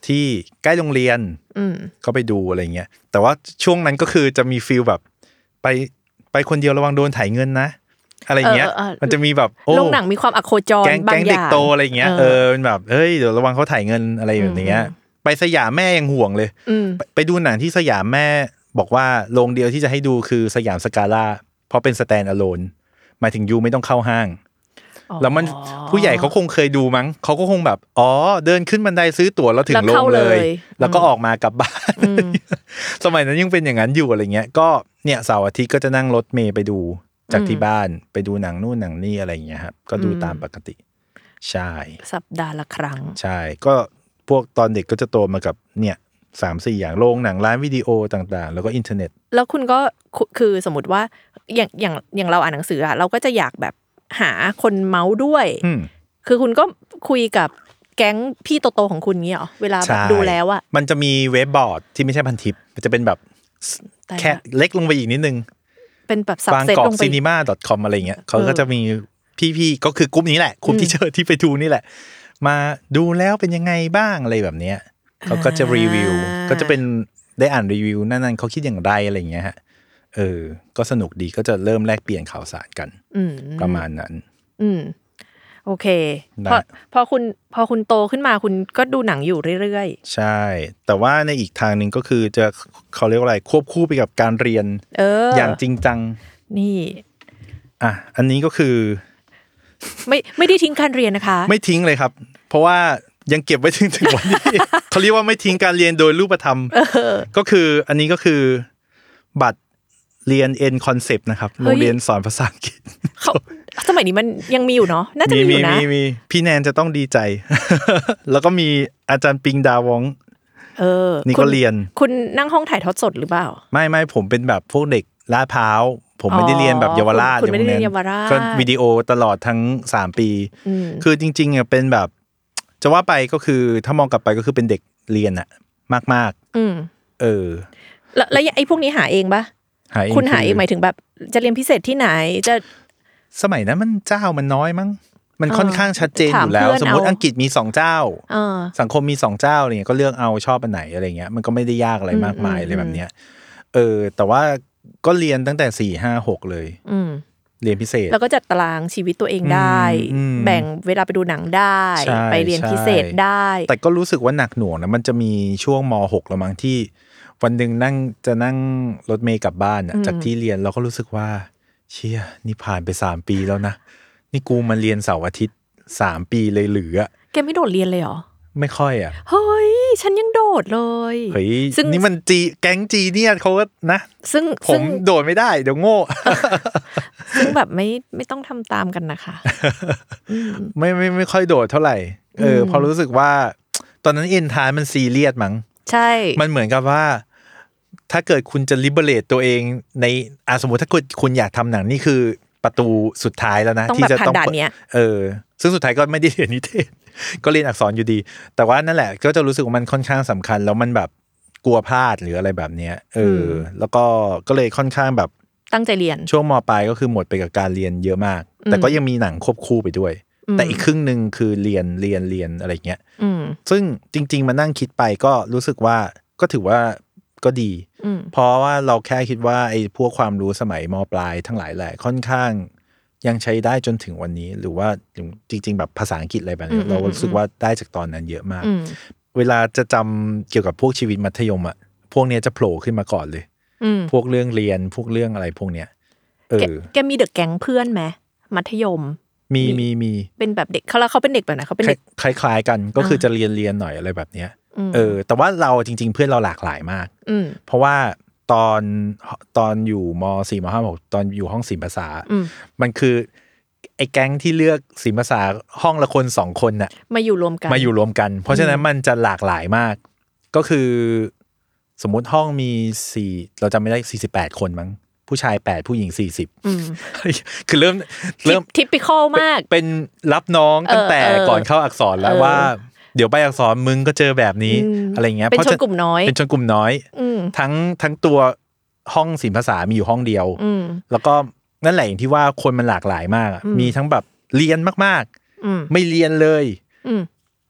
Speaker 5: ที่ใกล้โรงเรียนก็ไปดูอะไรเงี้ยแต่ว่าช่วงนั้นก็คือจะมีฟีลแบบไปไปคนเดียวระวังโดนถ่ายเงินนะอะไรเงี้ยมันจะมีแบบ
Speaker 4: โรงหนังมีความอโคจรบางอย่าง
Speaker 5: แก๊งเด็กโตอะไรเงี้ยเออเป็นแบบเฮ้ยเดี๋ยวระวังเขาถ่ายเงินอะไรแบบเนี้ยไปสยามแม่ยังห่วงเลยไปดูหนังที่สยามแม่บอกว่าโรงเดียวที่จะให้ดูคือสยามสกาล่าเพราะเป็นสแตนด์อะโลนหมายถึงยูไม่ต้องเข้าห้างแล้วมันผู้ใหญ่เขาคงเคยดูมั้งเขาก็คงแบบอ๋อเดินขึ้นบันไดซื้อตั๋วแล้วถึงโรงเลยแล้วก็ออกมากลับบ้านสมัยนั้นยังเป็นอย่างนั้นอยู่อะไรเงี้ยก็เนี่ยเสาร์อาทิตย์ก็จะนั่งรถเมล์ไปดูจากที่บ้านไปดูหนังนู่นหนังนี่อะไรเงี้ยครับก็ดูตามปกติใช่
Speaker 4: สัปดาห์ละครั้ง
Speaker 5: ใช่ก็พวกตอนเด็กก็จะโตมากับเนี่ยสามสี่อย่างโรงหนังร้านวิดีโอต่างๆแล้วก็อินเทอร์เน็ต
Speaker 4: แล้วคุณก็คือสมมติว่าอย่างอย่างอย่างเราอ่านหนังสืออะเราก็จะอยากแบบหาคนเมาส์ด้วยคือคุณก็คุยกับแก๊งพี่โตๆของคุณงี้เหรอเวลาแบบดูแล้วอะ
Speaker 5: มันจะมีเว็บบอร์ดที่ไม่ใช่พันทิปมันจะเป็นแบบแค่เล็กลงไปอีกนิดนึง
Speaker 4: เป็นแบบซับเซตลงไป
Speaker 5: บางกอก ซีนีมา ดอท คอม อะไรเงี้ยเขาก็จะมีพี่ๆก็คือกลุ่มนี้แหละกลุ่มที่เจอที่ไปดูนี่แหละมาดูแล้วเป็นยังไงบ้างอะไรแบบเนี้ยเขาก็จะรีวิวก็จะเป็นได้อ่านรีวิวนั่นๆเขาคิดอย่างไรอะไรเงี้ยฮะเออก็สนุกดีก็จะเริ่มแลกเปลี่ยนข่าวสารกันประมาณนั้น
Speaker 4: อืมโอเคพอพอคุณพอคุณโตขึ้นมาคุณก็ดูหนังอยู่เรื่อย
Speaker 5: ๆใช่แต่ว่าในอีกทางนึงก็คือจะเขาเรียกว่าอะไรควบคู่ไปกับการเรียน
Speaker 4: เออ
Speaker 5: อย่างจริงจัง
Speaker 4: นี่
Speaker 5: อ่ะอันนี้ก็คือ
Speaker 4: ไม่ไม่ได้ทิ้งการเรียนนะคะ
Speaker 5: ไม่ทิ้งเลยครับเพราะว่ายังเก็บไว้ถึงถึงวันนี้ เขาเรียกว่าไม่ทิ้งการเรียนโดยรูปธรรมก็คืออันนี้ก็คือบัตรเรียน N Concept นะครับโรงเรียนสอนภาษาอังกฤษ
Speaker 4: เขาสมัยนี้มันยังมีอยู่เนาะน่าจะมีอยู่นะ
Speaker 5: มีพี่แนนจะต้องดีใจ แล้วก็มีอาจารย์ปิงดาวง
Speaker 4: เออ
Speaker 5: นี่ก็เรียน
Speaker 4: คุณนั่งห้องถ่ายทอดสดหรือเปล่า
Speaker 5: ไม่ไม่ผมเป็นแบบพวกเด็กลาดพร้าวผมไม่ได้เรียนแบบเยาวราช
Speaker 4: คุณไม่ได้เรียนเยาวราช
Speaker 5: ก็วิดีโอตลอดทั้งสามปีคือจริงๆอ่ะเป็นแบบจะว่าไปก็คือถ้ามองกลับไปก็คือเป็นเด็กเรียนอะมากๆอืมเออ
Speaker 4: แล้วแล้วไอ้พวกนี้หาเองปะคุณหาเองหมายถึงแบบจะเรียนพิเศษที่ไหนจะ
Speaker 5: สมัยนั้นมันเจ้ามันน้อยมั้งมันค่อนข้างชัดเจนอยู่แล้วสมมติอังกฤษมีสองเจ้าสังคมมีสองเจ้าอะไรเงี้ยก็เลือกเอาชอบอันไหนอะไรเงี้ยมันก็ไม่ได้ยากอะไรมากมายอะไรแบบเนี้ยเออแต่ว่าก็เรียนตั้งแต่สี่ห้าหกเลยเรียนพิเศษ
Speaker 4: แล้วก็จัดตารางชีวิตตัวเองได้แบ่งเวลาไปดูหนังได้ไปเรียนพิเศษได้
Speaker 5: แต่ก็รู้สึกว่าหนักหน่วงนะมันจะมีช่วงม.หกแล้วมั้งที่วันนึงนั่งจะนั่งรถเมล์กลับบ้านจากที่เรียนเราก็รู้สึกว่าเชี่ยนี่ผ่านไปสามปีแล้วนะนี่กูมาเรียนเสาร์อาทิตย์สามปีเลยหรืออ่ะ
Speaker 4: แกไม่โดดเรียนเลยเหรอ
Speaker 5: ไม่ค่อยอ่ะ
Speaker 4: เฮ้ยฉันยังโดดเลย
Speaker 5: เฮ้ยซึ่งนี่มันจีแก๊งจีเนี่ยเขาก็นะ
Speaker 4: ซึ่ง
Speaker 5: ผมโดดไม่ได้เดี๋ยวโง่
Speaker 4: ซึ่งแบบไม่ไม่ต้องทำตามกันนะคะ
Speaker 5: ไม่ไม่ไม่ค่อยโดดเท่าไหร่เออพอรู้สึกว่าตอนนั้นเอ็นทายมันซีเรียสมั้ง
Speaker 4: ใช่
Speaker 5: มันเหมือนกับว่าถ้าเกิดคุณจะลิเบเรตตัวเองในอ่ะสมมติถ้าคุณคุณอยากทำหนังนี่คือประตูสุดท้ายแล้วนะ
Speaker 4: ที่จะต้อง
Speaker 5: เออซึ่งสุดท้ายก็ไม่ได้เรียนนิเทศก็เรียนอักษรอยู่ดีแต่ว่านั่นแหละก็จะรู้สึกว่ามันค่อนข้างสำคัญแล้วมันแบบกลัวพลาดหรืออะไรแบบเนี้ยเออแล้วก็ก็เลยค่อนข้างแบบ
Speaker 4: ตั้งใจเรียน
Speaker 5: ช่วงม.ปลายก็คือหมดไปกับการเรียนเยอะมากแต่ก็ยังมีหนังควบคู่ไปด้วยแต่อีกครึ่งนึงคือเรียนเรียนเรียนอะไรเงี้ยซึ่งจริงๆมานั่งคิดไปก็รู้สึกว่าก็ถือว่าก็ดีเพราะว่าเราแค่คิดว่าไอ้พวกความรู้สมัยม.ปลายทั้งหลายแหละค่อนข้างยังใช้ได้จนถึงวันนี้หรือว่าจริงๆแบบภาษาอังกฤษอะไรแบบนี้เรารู้สึกว่าได้จากตอนนั้นเยอะมากเวลาจะจำเกี่ยวกับพวกชีวิตมัธยมอ่ะพวกเนี้ยจะโผล่ขึ้นมาก่อนเลยพวกเรื่องเรียนพวกเรื่องอะไรพวกเนี้ยเออ
Speaker 4: แกมีเด็กแก๊งเพื่อนไหมมัธยม
Speaker 5: มีมีมี
Speaker 4: เป็นแบบเด็กเขาแล้วเขาเป็นเด็กแบบไหนเขาเป็นเด็ก
Speaker 5: คล้ายๆกันก็คือจะเรียนเรียนหน่อยอะไรแบบเนี้ยเออแต่ว่าเราจริงๆเพื่อนเราหลากหลายมากเพราะว่าตอนตอนอยู่ม.สี่ ม.ห้า ม.หกตอนอยู่ห้องศิลปภาษามันคือไอ้แก๊งที่เลือกศิลปภาษาห้องละคนสองคนน่ะ
Speaker 4: มาอยู่รวมกัน
Speaker 5: มาอยู่รวมกันเพราะฉะนั้นมันจะหลากหลายมากก็คือสมมุติห้องมีสี่เราจำไม่ได้สี่สิบแปดคนมั้งผู้ชายแปดผู้หญิงสี่สิบคือเริ่มเริ่ม
Speaker 4: ทิปิคอลมาก
Speaker 5: เป็นรับน้องตั้งแต่ก่อนเข้าอักษรแล้วว่าเดี๋ยวไปอักษรมึงก็เจอแบบนี้อะไรเงี้ย
Speaker 4: เป็นชนกลุ่มน้อย
Speaker 5: เป็นชนกลุ่มน้อยทั้งทั้งตัวห้องศิลปภาษามีอยู่ห้องเดียวแล้วก็นั่นแหละอย่างที่ว่าคนมันหลากหลายมากมีทั้งแบบเรียนมากๆไม่เรียนเลย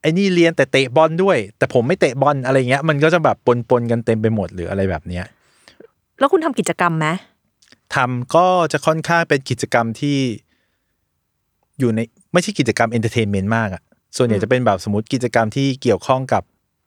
Speaker 5: ไอ้นี่เรียนแต่เตะบอลด้วยแต่ผมไม่เตะบอลอะไรเงี้ยมันก็จะแบบปนๆกันเต็มไปหมดหรืออะไรแบบเนี้ย
Speaker 4: แล้วคุณทำกิจกรรมไหม
Speaker 5: ทำก็จะค่อนข้างเป็นกิจกรรมที่อยู่ในไม่ใช่กิจกรรมเอนเตอร์เทนเมนต์มากอ่ะส่วนใหญ่จะเป็นแบบสมมติกิจกรรมที่เกี่ยวข้องกับ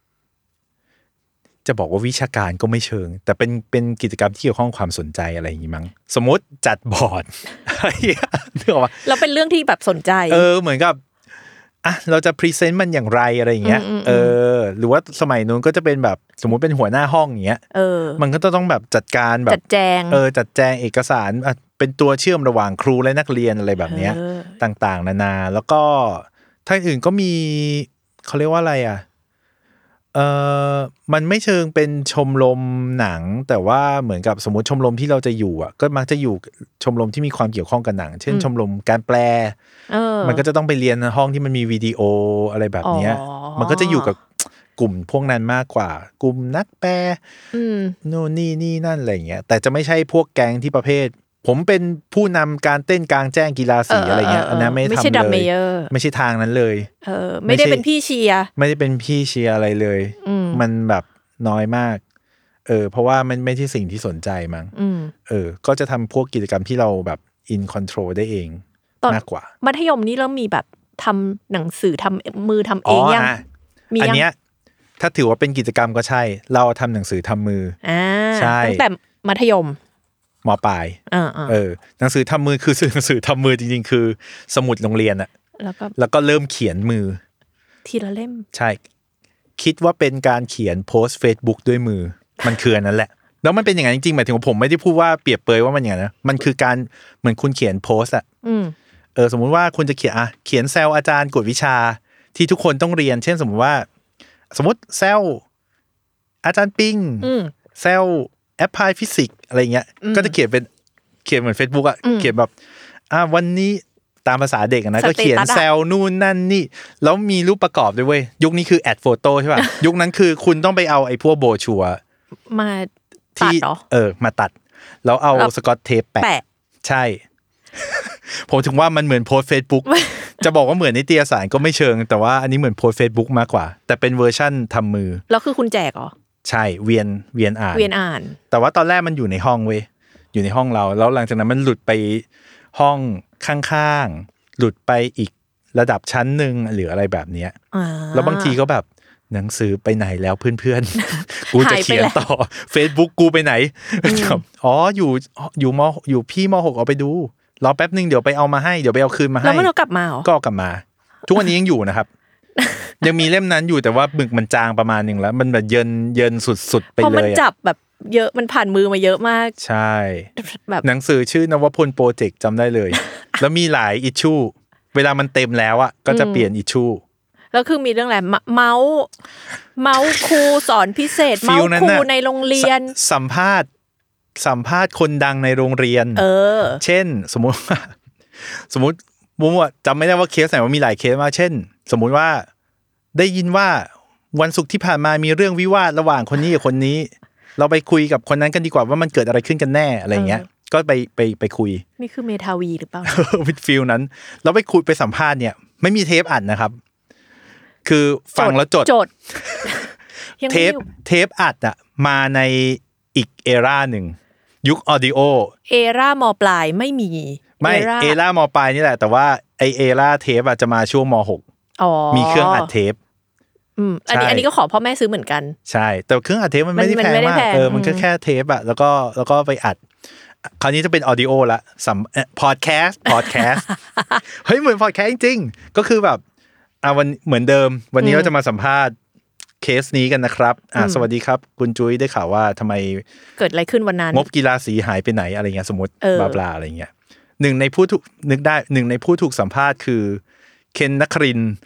Speaker 5: จะบอกว่าวิชาการก็ไม่เชิงแต่เป็นเป็นกิจกรรมที่เกี่ยวข้องความสนใจอะไรอย่างงี้มั้งสมมติจัดบอร์ดอะไรอย่างเงี้ยนึกออกป่ะ
Speaker 4: แล้วเป็นเรื่องที่แบบสนใจ
Speaker 5: เออเหมือนกับอ่ะเราจะพรีเซนต์มันอย่างไรอะไรอย่างเงี้ยเออหรือว่าสมัยนู้นก็จะเป็นแบบสมมุติเป็นหัวหน้าห้องอย่างเงี้ยเออมันก็ต้องแบบจัดการแบบ
Speaker 4: จัดแจง
Speaker 5: เออจัดแจงเอกสารอ่ะเป็นตัวเชื่อมระหว่างครูและนักเรียนอะไรแบบเนี้ยต่างๆนานาแล้วก็ทางอื่นก็มีเขาเรียกว่าอะไรอ่ะเออมันไม่เชิงเป็นชมรมหนังแต่ว่าเหมือนกับสมมติชมรมที่เราจะอยู่อ่ะก็มักจะอยู่ชมรมที่มีความเกี่ยวข้องกับหนังเช่นชมรมการแปลมันก็จะต้องไปเรียนห้องที่มันมีวิดีโออะไรแบบเนี้ยมันก็จะอยู่กับกลุ่มพวกนั้นมากกว่ากลุ่มนักแปลโน่นนี่นี่นั่นอะไรอย่างเงี้ยแต่จะไม่ใช่พวกแก๊งที่ประเภทผมเป็นผู้นำการเต้นกลางแจ้งกีฬาสีอะไรเงี้ยอันนั้นไม่ทำเลยไม่ใช่ดัมเมเยอร์ไม่ใช่ทางนั้นเลย
Speaker 4: เออไม่ได้เป็นพี่เชียร์
Speaker 5: ไม่ได้เป็นพี่เชียร์อะไรเลยมันแบบน้อยมากเออเพราะว่ามันไม่ใช่สิ่งที่สนใจมั้งเออก็จะทำพวกกิจกรรมที่เราแบบอินคอนโทรลได้เองมากกว่า
Speaker 4: มัธยมนี่เรามีแบบทำหนังสือทำมือทำเองยัง
Speaker 5: มีอันเนี้ยถ้าถือว่าเป็นกิจกรรมก็ใช่เราทำหนังสือทำมือ
Speaker 4: อ่าใช่ตั้งแต่มัธยม
Speaker 5: ม.ปลายเออหนังสือทำมือคือหนังสือทำมือจริงๆคือสมุดโรงเรียนอะแล้วก็แล้วก็เริ่มเขียนมือ
Speaker 4: ทีละเล่ม
Speaker 5: ใช่คิดว่าเป็นการเขียนโพสต์ Facebook ด้วยมือมันคืออันนั้นแหละแล้วมันเป็นอย่างนั้นจริงๆหมายถึงว่าผมไม่ได้พูดว่าเปรียบเปยว่ามันอย่างนั้นนะมันคือการเหมือนคุณเขียนโพสต์อะเออสมมุติว่าคุณจะเขียนอะเขียนแซวอาจารย์กวดวิชาที่ทุกคนต้องเรียนเช่นสมมติว่าสมมติแซวอาจารย์ปิงแซวแอปพลายฟิสิกส์อะไรเงี้ยก็จะเขียนเป็นเขียนเหมือน Facebook อ่ะเขียนแบบอ่ะวันนี้ตามภาษาเด็กนะก็เขียนแซวนู่นนั่นนี่แล้วมีรูปประกอบด้วยเว้ยยุคนี้คือแอดโฟโต้ใช่ป่ะ ยุคนั้นคือคุณต้องไปเอาไอ้พวกโบชัว
Speaker 4: มาตัดเหรอ
Speaker 5: เออมาตัดแล้วเอาสกอตเทปแปะใช่ ผมถึงว่ามันเหมือนโพสต์ Facebook จะบอกว่าเหมือนนิตยสารก็ไม่เชิงแต่ว่าอันนี้เหมือนโพสต์ Facebook มากกว่าแต่เป็นเวอร์ชั่นทำมือ
Speaker 4: แล้วคือคุณแจกเหรอ
Speaker 5: ใช่เวียนเวียนอ่าน
Speaker 4: เวียนอ่าน
Speaker 5: แต่ว่าตอนแรกมันอยู่ในห้องเว้ยอยู่ในห้องเราแล้วหลังจากนั้นมันหลุดไปห้องข้างๆหลุดไปอีกระดับชั้นนึงหรืออะไรแบบเนี้ยแล้วบางทีก็แบบหนังสือไปไหนแล้วเพื่อนๆกูจะเขียนต่อ Facebook กูไปไหนอ๋ออยู่อยู่มอยู่พี่ม.หกเอาไปดูรอแป๊บนึงเดี๋ยวไปเอามาให้เดี๋ยวไปเอาคืนมาให้
Speaker 4: แล้วมันเอากลับมาเหรอ
Speaker 5: ก็กลับมาทุกวันนี้ยังอยู่นะครับยังมีเล่มนั้นอยู่แต่ว่าบึกมันจางประมาณนึงแล้วมันแบบเยินเยินสุดๆไปเลยเพราะ
Speaker 4: มันจับแบบเยอะมันผ่านมือมาเยอะมาก
Speaker 5: ใช่แบบหนังสือชื่อนวพลโปรเจกต์จำได้เลยแล้วมีหลายอิชชูเวลามันเต็มแล้วอ่ะก็จะเปลี่ยนอิชชู
Speaker 4: แล้วคือมีเรื่องอะไรเมาส์เมาส์ครูสอนพิเศษเมาส์ครูในโรงเรียน
Speaker 5: สัมภาษณ์สัมภาษณ์คนดังในโรงเรียนเออเช่นสมมุติว่าสมมุติมุมว่าจำไม่ได้ว่าเคสไหนว่ามีหลายเคสมากเช่นสมมุติว่าได้ยินว่าวันศุกร์ที่ผ่านมามีเรื่องวิวาทระหว่างคนนี้กับคนนี้เราไปคุยกับคนนั้นกันดีกว่าว่ามันเกิดอะไรขึ้นกันแน่อะไรเงี้ยก็ไปไปไปคุย
Speaker 4: นี่คือเมทาวีหรือเปล่า
Speaker 5: วิดฟิลนั้นเราไปคุยไปสัมภาษณ์เนี่ยไม่มีเทปอัดนะครับคือฟังแล้วจด
Speaker 4: จด
Speaker 5: เทปเทปอัดอะมาในอีกเอราหนึ่งยุคออดิโอ
Speaker 4: เอรามอปลายไม่มี
Speaker 5: ไม่เอรามอปลายนี่แหละแต่ว่าไอเอราเทปอะจะมาช่วงม.หกมีเครื่องอัดเทป
Speaker 4: อืมอันนี้อันนี้ก็ขอพ่อแม่ซื้อเหมือนกัน
Speaker 5: ใช่แต่เครื่องอัดเทปมันไม่ได้แพงมากเออมันก็แค่เทปอะแล้วก็แล้วก็ไปอัดคราวนี้จะเป็นออดิโอละสัมพอดแคสต์พอดแคสต์เฮ้ยเหมือนพอดแคสต์จริงๆก็คือแบบอ่ะวันเหมือนเดิมวันนี้เราจะมาสัมภาษณ์เคสนี้กันนะครับอ่ะสวัสดีครับคุณจุ้ยได้ข่าวว่าทำไม
Speaker 4: เกิดอะไรขึ้นวันนั้น
Speaker 5: งบกีฬาสีหายไปไหนอะไรเงี้ยสมมติบลาบลาอะไรเงี้ยหนึ่งในผู้ถูกนึกได้หนึ่งในผู้ถูกสัมภาษณ์คือเคนนครินทร์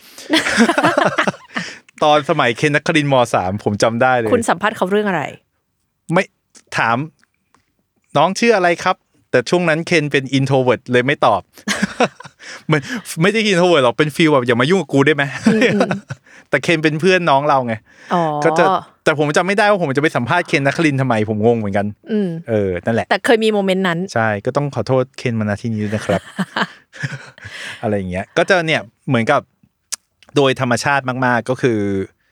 Speaker 5: ตอนสมัยเคนนครินทร์ม.สาม ผมจำได้เลย
Speaker 4: คุณสัมภาษณ์เขาเรื่องอะไร
Speaker 5: ไม่ถามน้องชื่ออะไรครับแต่ช่วงนั้นเคนเป็นอินโทรเวิร์ตเลยไม่ตอบมันไม่ได้อินโทรเวิร์ตหรอกเป็นฟีลแบบอย่ามายุ่งกับกูได้ไหมแต่เคนเป็นเพื่อนน้องเราไงก็จะแต่ผมจำไม่ได้ว่าผมจะไปสัมภาษณ์เคนนครินทร์ทำไมผมงงเหมือนกันเออนั่นแหละ
Speaker 4: แต่เคยมีโมเมนต์นั้น
Speaker 5: ใช่ก็ต้องขอโทษเคนมาณที่นี้ด้วยนะครับ อะไรอย่างเงี้ยก็จะเนี่ยเหมือนกับโดยธรรมชาติมากๆก็คือ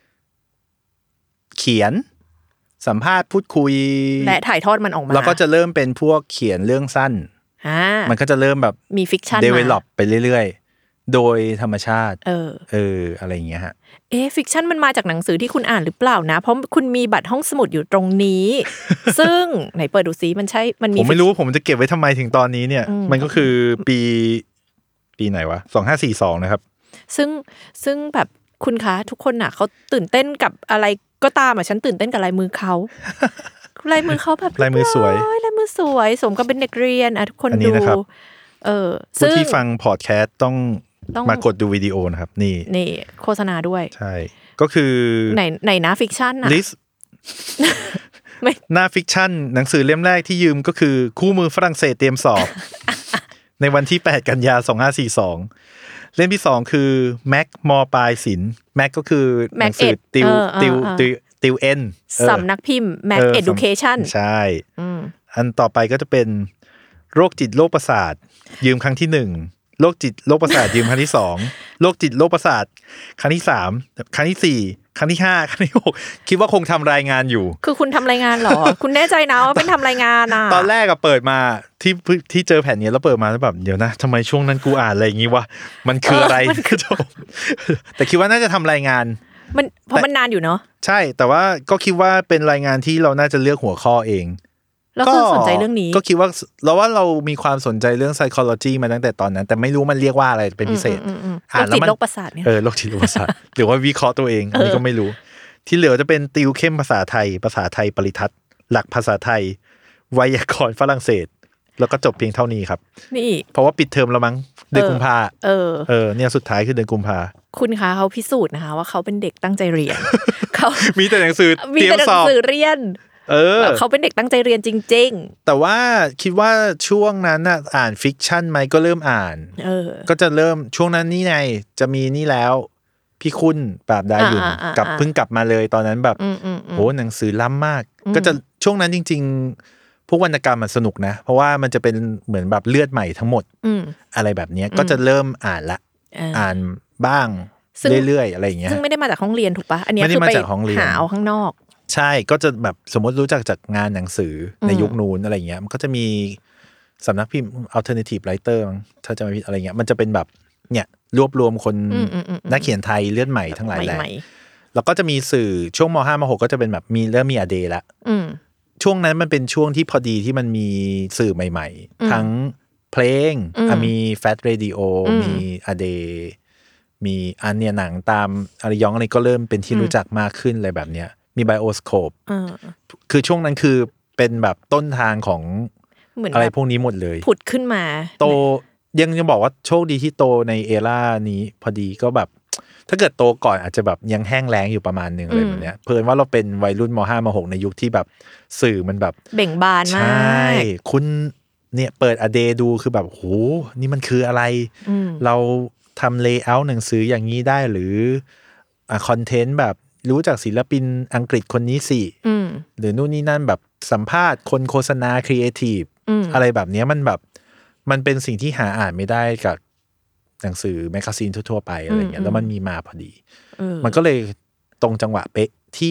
Speaker 5: เขียนสัมภาษณ์พูดคุย
Speaker 4: และถ่ายทอดมันออกมา
Speaker 5: แล้วก็จะเริ่มเป็นพวกเขียนเรื่องสั้นมันก็จะเริ่มแบบ
Speaker 4: มีฟิกชัน
Speaker 5: develop ไปเรื่อยๆโดยธรรมชาติ
Speaker 4: เออ
Speaker 5: เอออะไรอย่างเงี้ยฮะ
Speaker 4: เอ๊ะฟิกชันมันมาจากหนังสือที่คุณอ่านหรือเปล่านะเพราะคุณมีบัตรห้องสมุดอยู่ตรงนี้ ซึ่งไหนเปิดดูซิมันใช่มันมี
Speaker 5: ผมไม่รู้ผมจะเก็บไว้ทำไมถึงตอนนี้เนี่ยมันก็คือปีปีไหนวะสองพันห้าร้อยสี่สิบสองนะครับ
Speaker 4: ซึ่งซึ่งแบบคุณคะทุกคนน่ะเขาตื่นเต้นกับอะไรก็ตามอ่ะฉันตื่นเต้นกับลายมือเขาลายมือเขาแบบ
Speaker 5: ลายมือสวย
Speaker 4: ลายมือสวยสมกับเป็นเด็กเรียนอ่ะทุกคนดูเออ
Speaker 5: ผู้ที่ฟังพอดแคสต์ต้องมากดดูวิดีโอนะครับนี่
Speaker 4: นี่โฆษณาด้วย
Speaker 5: ใช่ก็คือ
Speaker 4: ไหนไหนนะฟิกชันน่ะ
Speaker 5: ลิสหน้าฟิกชันหนังสือเล่มแรกที่ยืมก็คือคู่มือฝรั่งเศสเตรียมสอบ ในวันที่แปดกันยายนสองพันห้าร้อยสี่สิบสองเล่มที่สองคือแม็กมอปลายศิลป์แม็กก็คือหนังสือติวติวติวติวเอ็น
Speaker 4: สำนักพิมพ์แม็กเอดูเคชั่น
Speaker 5: ใช่อันต่อไปก็จะเป็นโรคจิตโรคประสาทยืมครั้งที่หนึ่งโรคจิตโรคประสาทยืมครั้งที่สองโรคจิตโรคประสาทครั้งที่สามครั้งที่สี่ครั้งที่ห้าครั้งที่หกคิดว่าคงทำรายงานอยู่
Speaker 4: คือคุณทำรายงานเหรอ คุณแน่ใจนะว่าเป็นทำรายงานอ่ะ
Speaker 5: ตอนแรกอะเปิดมาที่ที่เจอแผ่นนี้แล้วเปิดมาแล้วแบบเดี๋ยวนะทำไมช่วงนั้นกูอ่านอะไรอย่างงี้วะมันคืออะไรแต่คิดว่าน่าจะทำรายงาน
Speaker 4: มันเพราะมันนานอยู่เนาะ
Speaker 5: ใช่แต่ว่าก็คิดว่าเป็นรายงานที่เราน่าจะเลือกหัวข้อเอง
Speaker 4: แล้วคือสนใจเรื่องนี้
Speaker 5: ก็คิดว่าเราว่าเรามีความสนใจเรื่อง psychology มาตั้งแต่ตอนนั้นแต่ไม่รู้มันเรียกว่าอะไรเป็นพิเศษ
Speaker 4: อ่านแล้วมันโรคประสาทเนี่ย
Speaker 5: เออโรคจิตโรคประสาทหรือว่าวิเคราะห์ตัวเองอันนี้ก็ไม่รู้ที่เหลือจะเป็นติวเข้มภาษาไทยภาษาไทยปริทัศน์หลักภาษาไทยไวยากรณ์ฝรั่งเศสแล้วก็จบเพียงเท่านี้ครับ
Speaker 4: นี่
Speaker 5: เพราะว่าปิดเทอมแล้วมั้งเดือนกุมภา
Speaker 4: เออ
Speaker 5: เออเนี่ยสุดท้ายคือเดือนกุมภา
Speaker 4: คุณคะเขาพิสูจน์นะคะว่าเขาเป็นเด็กตั้งใจเรียนเขา
Speaker 5: มีแต่หนังสือ
Speaker 4: มีแต่หนังสือเรียน
Speaker 5: เออ
Speaker 4: เขาเป็นเด็กตั้งใจเรียนจริง
Speaker 5: ๆแต่ว่าคิดว่าช่วงนั้นน่ะอ่านฟิกชันไหมก็เริ่มอ่าน
Speaker 4: เออ
Speaker 5: ก็จะเริ่มช่วงนั้นนี่ไงจะมีนี่แล้วพี่คุณปราบดาหยุ่นกลับเพิ่งกลับมาเลยตอนนั้นแบบโหหนังสือล้ำมากก็จะช่วงนั้นจริงๆพวกวรรณกรรมมันสนุกนะเพราะว่ามันจะเป็นเหมือนแบบเลือดใหม่ทั้งหมดอะไรแบบนี้ก็จะเริ่มอ่านละอ่านบ้างเรื่อยๆอะไรอย่างเงี้ย
Speaker 4: ซึ่งไม่ได้มาจากห้องเรียนถูกปะอันนี้คือไปหาเอาข้างนอก
Speaker 5: ใช่ก็จะแบบสมมติรู้จักจากงานหนังสือในยุคนู้นอะไรเงี้ยมันก็จะมีสำนักพิมพ์ alternative writer ถ้าจะไม่ผิดอะไรเงี้ยมันจะเป็นแบบเนี่ยรวบรวมคนนักเขียนไทยเลือดใหม่ทั้งหลายแหล่แล้วก็จะมีสื่อช่วงม.ห้า ม.หกก็จะเป็นแบบมีเริ่มมีอเดย์ละช่วงนั้นมันเป็นช่วงที่พอดีที่มันมีสื่อใหม่ๆทั้งเพลงมีแฟตเรดิโอมีอเดย์มีอันเนี้ยหนังตามอาริยองอะไรก็เริ่มเป็นที่รู้จักมากขึ้นอะไรแบบเนี้ยมีไบโอสโคปคือช่วงนั้นคือเป็นแบบต้นทางของอะไรพวกนี้หมดเลย
Speaker 4: ผุดขึ้นมา
Speaker 5: โตยังจะบอกว่าโชคดีที่โตในเอรานี้พอดีก็แบบถ้าเกิดโตก่อนอาจจะแบบยังแห้งแล้งอยู่ประมาณนึงอะไรแบบเนี้ยเพิ่นว่าเราเป็นวัยรุ่นม.ห้า ม.หกในยุคที่แบบสื่อมันแบบ
Speaker 4: เบ่งบานมาก
Speaker 5: ใช่คุณเนี่ยเปิดอเดดูคือแบบโหนี่มันคืออะไรเราทำเลเยอร์หนังสืออย่างนี้ได้หรืออ่ะคอนเทนต์แบบรู้จากศิลปินอังกฤษคนนี้สิหรือนู่นนี่นั่นแบบสัมภาษณ์คนโฆษณาครีเอทีฟอะไรแบบนี้มันแบบมันเป็นสิ่งที่หาอ่านไม่ได้กับหนังสือแมกกาซีนทั่วๆไปอะไรเงี้ยแล้วมันมีมาพอดีมันก็เลยตรงจังหวะเป๊ะที่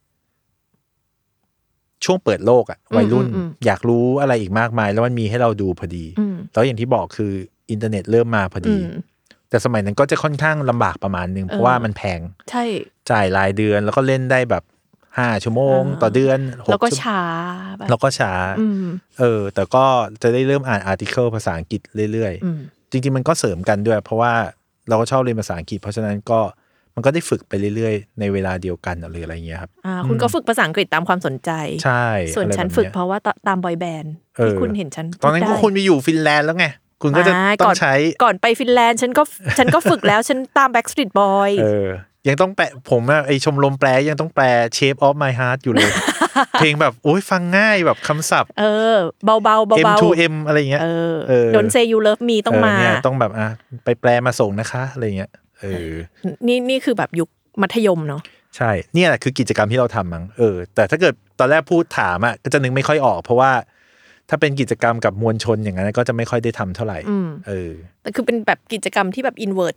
Speaker 5: ช่วงเปิดโลกอะวัยรุ่นอยากรู้อะไรอีกมากมายแล้วมันมีให้เราดูพอดีแล้วอย่างที่บอกคืออินเทอร์เน็ตเริ่มมาพอดีแต่สมัยนั้นก็จะค่อนข้างลำบากประมาณนึงเพราะว่ามันแพง
Speaker 4: ใช่
Speaker 5: จ่ายรายเดือนแล้วก็เล่นได้แบบห้าชั่วโมงต่อเดือน
Speaker 4: แล้วก็ช้า
Speaker 5: แล้วก็ช้าเออแต่ก็จะได้เริ่มอ่านอาร์ติเคิลภาษาอังกฤษเรื่อยๆจริงๆมันก็เสริมกันด้วยเพราะว่าเราก็ชอบเรียนภาษาอังกฤษเพราะฉะนั้นก็มันก็ได้ฝึกไปเรื่อยๆในเวลาเดียวกันหรืออะไรเงี้ยครับ
Speaker 4: อ่าคุณก็ฝึกภาษาอังกฤษตามความสนใจ
Speaker 5: ใช่
Speaker 4: ส่วนฉันฝึกเพราะว่าตามบอยแบนด์ที่คุณเห็นฉัน
Speaker 5: ตอนนั้นคุณไปอยู่ฟินแลนด์แล้วไงคุณก็จะต้องใช้
Speaker 4: ก่อนไปฟินแลนด์ฉันก็ฉันก็ฝึกแล้วฉันตาม Backstreet Boy
Speaker 5: เออยังต้องแปลผมอะไอชมรมแปลยังต้องแปล Shape of My Heart อยู่เลย เพลงแบบโอ้ยฟังง่ายแบบคำศัพท์
Speaker 4: เออเบาๆเบาๆ
Speaker 5: เอ็ม ทู เอ็ม อะไรเงี้ย
Speaker 4: เออ Don't say you love me ต้องมา
Speaker 5: เนี่ยต้องแบบอ่ะไปแปลมาส่งนะคะอะไรเงี้ยเออ
Speaker 4: นี่นี่คือแบบยุคมัธยมเนาะ
Speaker 5: ใช่เนี่ยแหละคือกิจกรรมที่เราทำมั้งเออแต่ถ้าเกิดตอนแรกพูดถามอ่ะก็จะนึกไม่ค่อยออกเพราะว่าถ้าเป็นกิจกรรมกับมวลชนอย่างนั้นก็จะไม่ค่อยได้ทำเท่าไหร่เออ
Speaker 4: แต่คือเป็นแบบกิจกรรมที่แบบอินเวิร์ต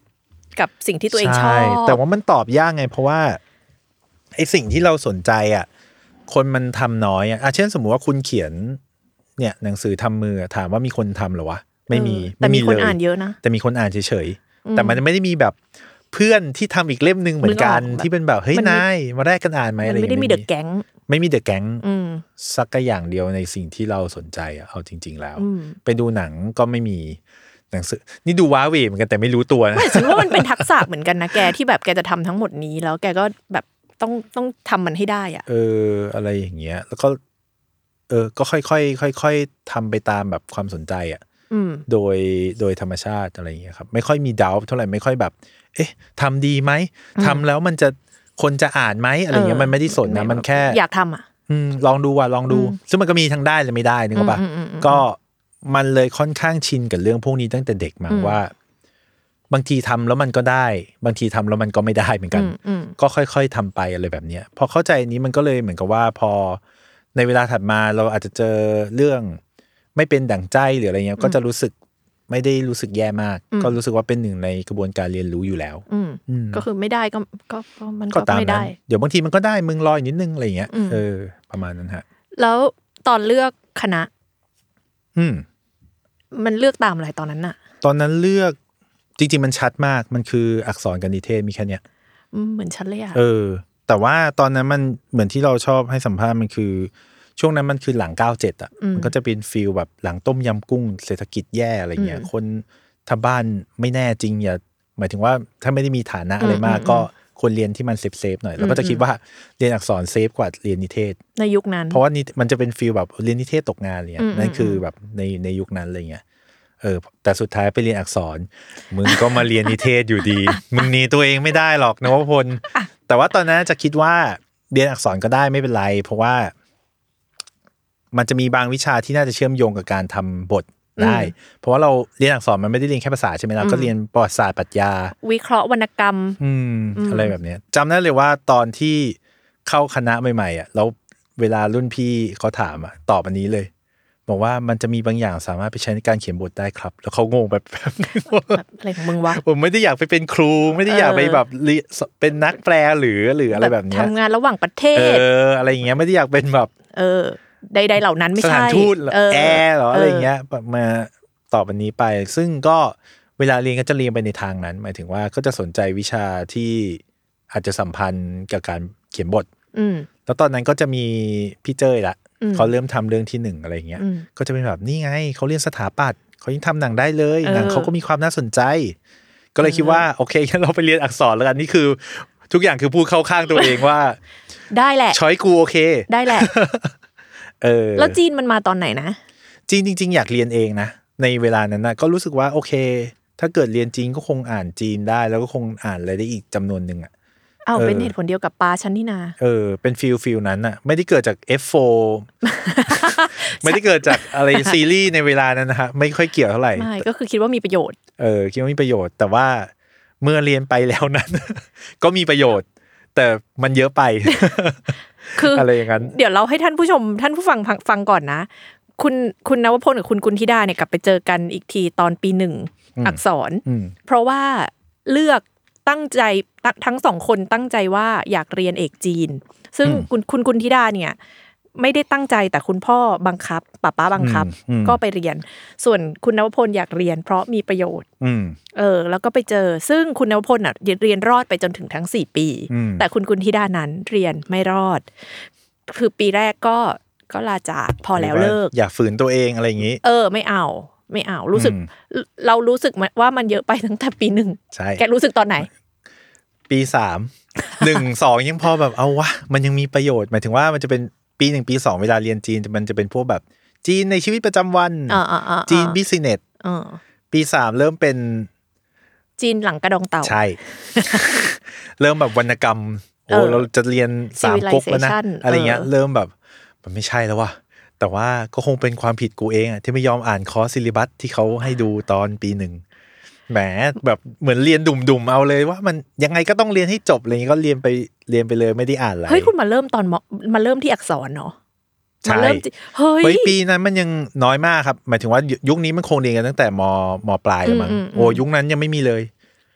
Speaker 4: กับสิ่งที่ตัวเองชอบ
Speaker 5: แต่ว่ามันตอบยากไงเพราะว่าไอ้สิ่งที่เราสนใจอ่ะคนมันทำน้อยอ่ะเช่นสมมุติว่าคุณเขียนเนี่ยหนังสือทำมือถามว่ามีคนทำหรอวะไม่มี
Speaker 4: แต่มีคนอ่านเยอะนะ
Speaker 5: แต่มีคนอ่านเฉยๆแต่มันไม่ได้มีแบบเพื่อนที่ทำอีกเล่มนึงเหมือนกันที่เป็นแบบเฮ้ยนายมาแลกกันอ่านไหมอะไรอย่างเงี้ย
Speaker 4: ไม่ได้มีเดอะแก๊ง
Speaker 5: ไม่มีเดอะแก๊งสักอย่างเดียวในสิ่งที่เราสนใจอ่ะเอาจริงๆแล้วไปดูหนังก็ไม่มีหนังสือนี่ดูว้าเหวเหมือนกันแต่ไม่รู้ตัวนะ
Speaker 4: ไม่ฉันว่ามันเป็นทักษะเหมือนกันนะแกที่แบบแกจะทำทั้งหมดนี้แล้วแกก็แบบต้องต้องทำมันให้ได้อ่ะ
Speaker 5: เอออะไรอย่างเงี้ยแล้วก็เออก็ค่อยๆค่อยๆทำไปตามแบบความสนใจอ่ะโดยโดยธรรมชาติอะไรอย่างเงี้ยครับไม่ค่อยมีดาวท์เท่าไหร่ไม่ค่อยแบบเอ๊ะทำดีไหมทำแล้วมันจะคนจะอ่านไหมอะไรเงี้ยมันไม่ได้สนนะมันแค่
Speaker 4: อยากทำอ่ะ
Speaker 5: ลองดูว่ะลองดูซึ่งมันก็มีทั้งได้และไม่ได้นึกออกปะก็มันเลยค่อนข้างชินกับเรื่องพวกนี้ตั้งแต่เด็กมั้งว่าบางทีทำแล้วมันก็ได้บางทีทำแล้วมันก็ไม่ได้เหมือนกันก็ค่อยๆทำไปอะไรแบบเนี้ยพอเข้าใจนี้มันก็เลยเหมือนกับว่าพอในเวลาถัดมาเราอาจจะเจอเรื่องไม่เป็นดั่งใจหรืออะไรเงี้ยก็จะรู้สึกไม่ได้รู้สึกแย่มากก็รู้สึกว่าเป็นหนึ่งในกระบวนการเรียนรู้อยู่แล้ว
Speaker 4: ก็คือไม่ได้ก็ก็มัน
Speaker 5: ก็ไม่ได้เดี๋ยวบางทีมันก็ได้มึงรออีกนิดนึงอะไรเงี้ยเออประมาณนั้นฮะ
Speaker 4: แล้วตอนเลือกคณะ
Speaker 5: อืม
Speaker 4: มันเลือกตามอะไรตอนนั้นน่ะ
Speaker 5: ตอนนั้นเลือกจริงๆมันชัดมากมันคืออักษรกับนิเทศมีแค่เนี้ย
Speaker 4: เหมือนชัดเลยอ่ะ
Speaker 5: เออแต่ว่าตอนนั้นมันเหมือนที่เราชอบให้สัมภาษณ์มันคือช่วงนั้นมันคือหลังเก้าสิบเจ็ดอ่ะมันก็จะเป็นฟีลแบบหลังต้มยำกุ้งเศรษฐกิจแย่อะไรเงี้ยคนถ้าบ้านไม่แน่จริงอย่าหมายถึงว่าถ้าไม่ได้มีฐานะอะไรมากก็ควรเรียนที่มันเซฟๆหน่อยแล้วก็จะคิดว่าเรียนอักษรเซฟกว่าเรียนนิเทศ
Speaker 4: ในยุคนั้น
Speaker 5: เพราะว่านี่มันจะเป็นฟีลแบบเรียนนิเทศตกงานอะไรเงี้ยนั่นคือแบบในในยุคนั้นอะไรเงี้ยเออแต่สุดท้ายไปเรียนอักษรมึงก็มาเรียนนิเทศอยู่ดีมึงหนีตัวเองไม่ได้หรอกนวพลแต่ว่าตอนนั้นจะคิดว่าเรียนอักษรก็ได้ไม่เป็นไรเพราะว่ามันจะมีบางวิชาที่น่าจะเชื่อมโยงกับการทำบทได้เพราะว่าเราเรียนอักษรมันไม่ได้เรียนแค่ภาษาใช่ไหมเราก็เรียนประวัติศาสตร์ปรัชญา
Speaker 4: วิเคราะห์วรรณกรรม
Speaker 5: อืมอะไรแบบนี้จำได้เลยว่าตอนที่เข้าคณะใหม่ๆอ่ะแล้วเวลารุ่นพี่เขาถามอ่ะตอบอันนี้เลยบอกว่ามันจะมีบางอย่างสามารถไปใช้ในการเขียนบทได้ครับแล้วเขางงแบบ
Speaker 4: อะไรของมึงวะ
Speaker 5: ผมไม่ได้อยากไปเป็นครูไม่ได้อยากไปแบบเป็นนักแปลหรือหรืออะไรแบบนี้
Speaker 4: ทำงานระหว่างประเทศ
Speaker 5: เอออะไรอย่างเงี้ยไม่ได้อยากเป็นแบบ
Speaker 4: เออใดๆเหล่านั้นไม่ใช่
Speaker 5: สถานทูตแอร์หรออะไรเงี้ยมาตอบอันนี้ไปซึ่งก็เวลาเรียนก็จะเรียนไปในทางนั้นหมายถึงว่าก็จะสนใจวิชาที่อาจจะสัมพันธ์กับการเขียนบทแล้วตอนนั้นก็จะมีพี่เจ้ยละเขาเริ่มทำเรื่องที่หนึ่งอะไรเงี้ยก็จะเป็นแบบนี่ไงเขาเรียนสถาปัตย์เขายังทำหนังได้เลยหนังเขาก็มีความน่าสนใจก็เลยคิดว่าโอเคงั้นเราไปเรียนอักษรแล้วกันนี่คือทุกอย่างคือพูดเข้าข้างตัวเองว่า
Speaker 4: ได้แหละ
Speaker 5: ช้อยกูโอเค
Speaker 4: ได้แหละ
Speaker 5: เออ
Speaker 4: แล้วจีนมันมาตอนไหนนะ
Speaker 5: จีนจริงๆอยากเรียนเองนะในเวลานั้นนะก็รู้สึกว่าโอเคถ้าเกิดเรียนจีนก็คงอ่านจีนได้แล้วก็คงอ่านอะไรได้อีกจำนวนหนึ่งอ่ะ
Speaker 4: อ้าวเป็นเหตุผลเดียวกับปาฉันนี่นา
Speaker 5: เออเป็นฟีลฟีลนั้นอ่ะไม่ได้เกิดจาก เอฟ โฟร์ ไม่ได้เกิดจากอะไรซีรีส์ในเวลานั้นนะฮะไม่ค่อยเกี่ยวเท่าไหร่
Speaker 4: ไม่ก็คือคิดว่ามีประโยชน์
Speaker 5: เออคิดว่ามีประโยชน์แต่ว่าเมื่อเรียนไปแล้วนั้น ก็มีประโยชน์แต่มันเยอะไป
Speaker 4: คืออะไร
Speaker 5: อย่างนั้น
Speaker 4: เดี๋ยวเราให้ท่านผู้ชมท่านผู้ฟังฟังก่อนนะคุณคุณนวพลกับคุณกุลธิดาเนี่ยกลับไปเจอกันอีกทีตอนปีหนึ่งอักษรเพราะว่าเลือกตั้งใจทั้งสองคนตั้งใจว่าอยากเรียนเอกจีนซึ่งคุณคุณกุลธิดาเนี่ยไม่ได้ตั้งใจแต่คุณพ่อบังคับป้าป้าบังคับก็ไปเรียนส่วนคุณนวพลอยากเรียนเพราะมีประโยชน์เออแล้วก็ไปเจอซึ่งคุณนวพลอ่ะเรียนรอดไปจนถึงทั้งสี่ปีแต่คุณกุลธิดานั้นเรียนไม่รอดคือปีแรกก็ก็ลาจากพอแล้วเลิก
Speaker 5: อยากฝืนตัวเองอะไรอย่างนี้
Speaker 4: เออไม่เอาไม่เอารู้สึกเรารู้สึกว่ามันเยอะไปตั้งแต่ปีหนึ่ง
Speaker 5: ใช่
Speaker 4: แกรู้สึกตอนไหน
Speaker 5: ปีสามหนึ่งสองยังพอแบบเอาวะมันยังมีประโยชน์หมายถึงว่ามันจะเป็นปีหนึ่งปีสองเวลาเรียนจีนมันจะเป็นพวกแบบจีนในชีวิตประจำวันจีนบิสเนสปีสามเริ่มเป็น
Speaker 4: จีนหลังกระดองเต่า
Speaker 5: ใช่ เริ่มแบบวรรณกรรมโอ้เราจะเรียนสามก๊กแล้วนะอะไรเงี้ยเริ่มแบบมันไม่ใช่แล้วว่ะแต่ว่าก็คงเป็นความผิดกูเองอ่ะที่ไม่ยอมอ่านคอร์สซิลิบัสที่เขาให้ดูตอนปีหนึ่งแหมแบบเหมือนเรียนดุ่มๆเอาเลยว่ามันยังไงก็ต้องเรียนให้จบอะไรเงี้ยก็เรียนไปเรียนไปเลยไม่ได้อ่านอะไร
Speaker 4: เฮ้ยคุณมาเริ่มตอนมาเริ่มที่อักษรเนาะ
Speaker 5: มาเริ่มเฮ้ยปีนั้นมันยังน้อยมากครับหมายถึงว่ายุคนี้มันคงเรียนกันตั้งแต่มมปลายแล้วมั้งโอ้ยุคนั้นยังไม่มีเลย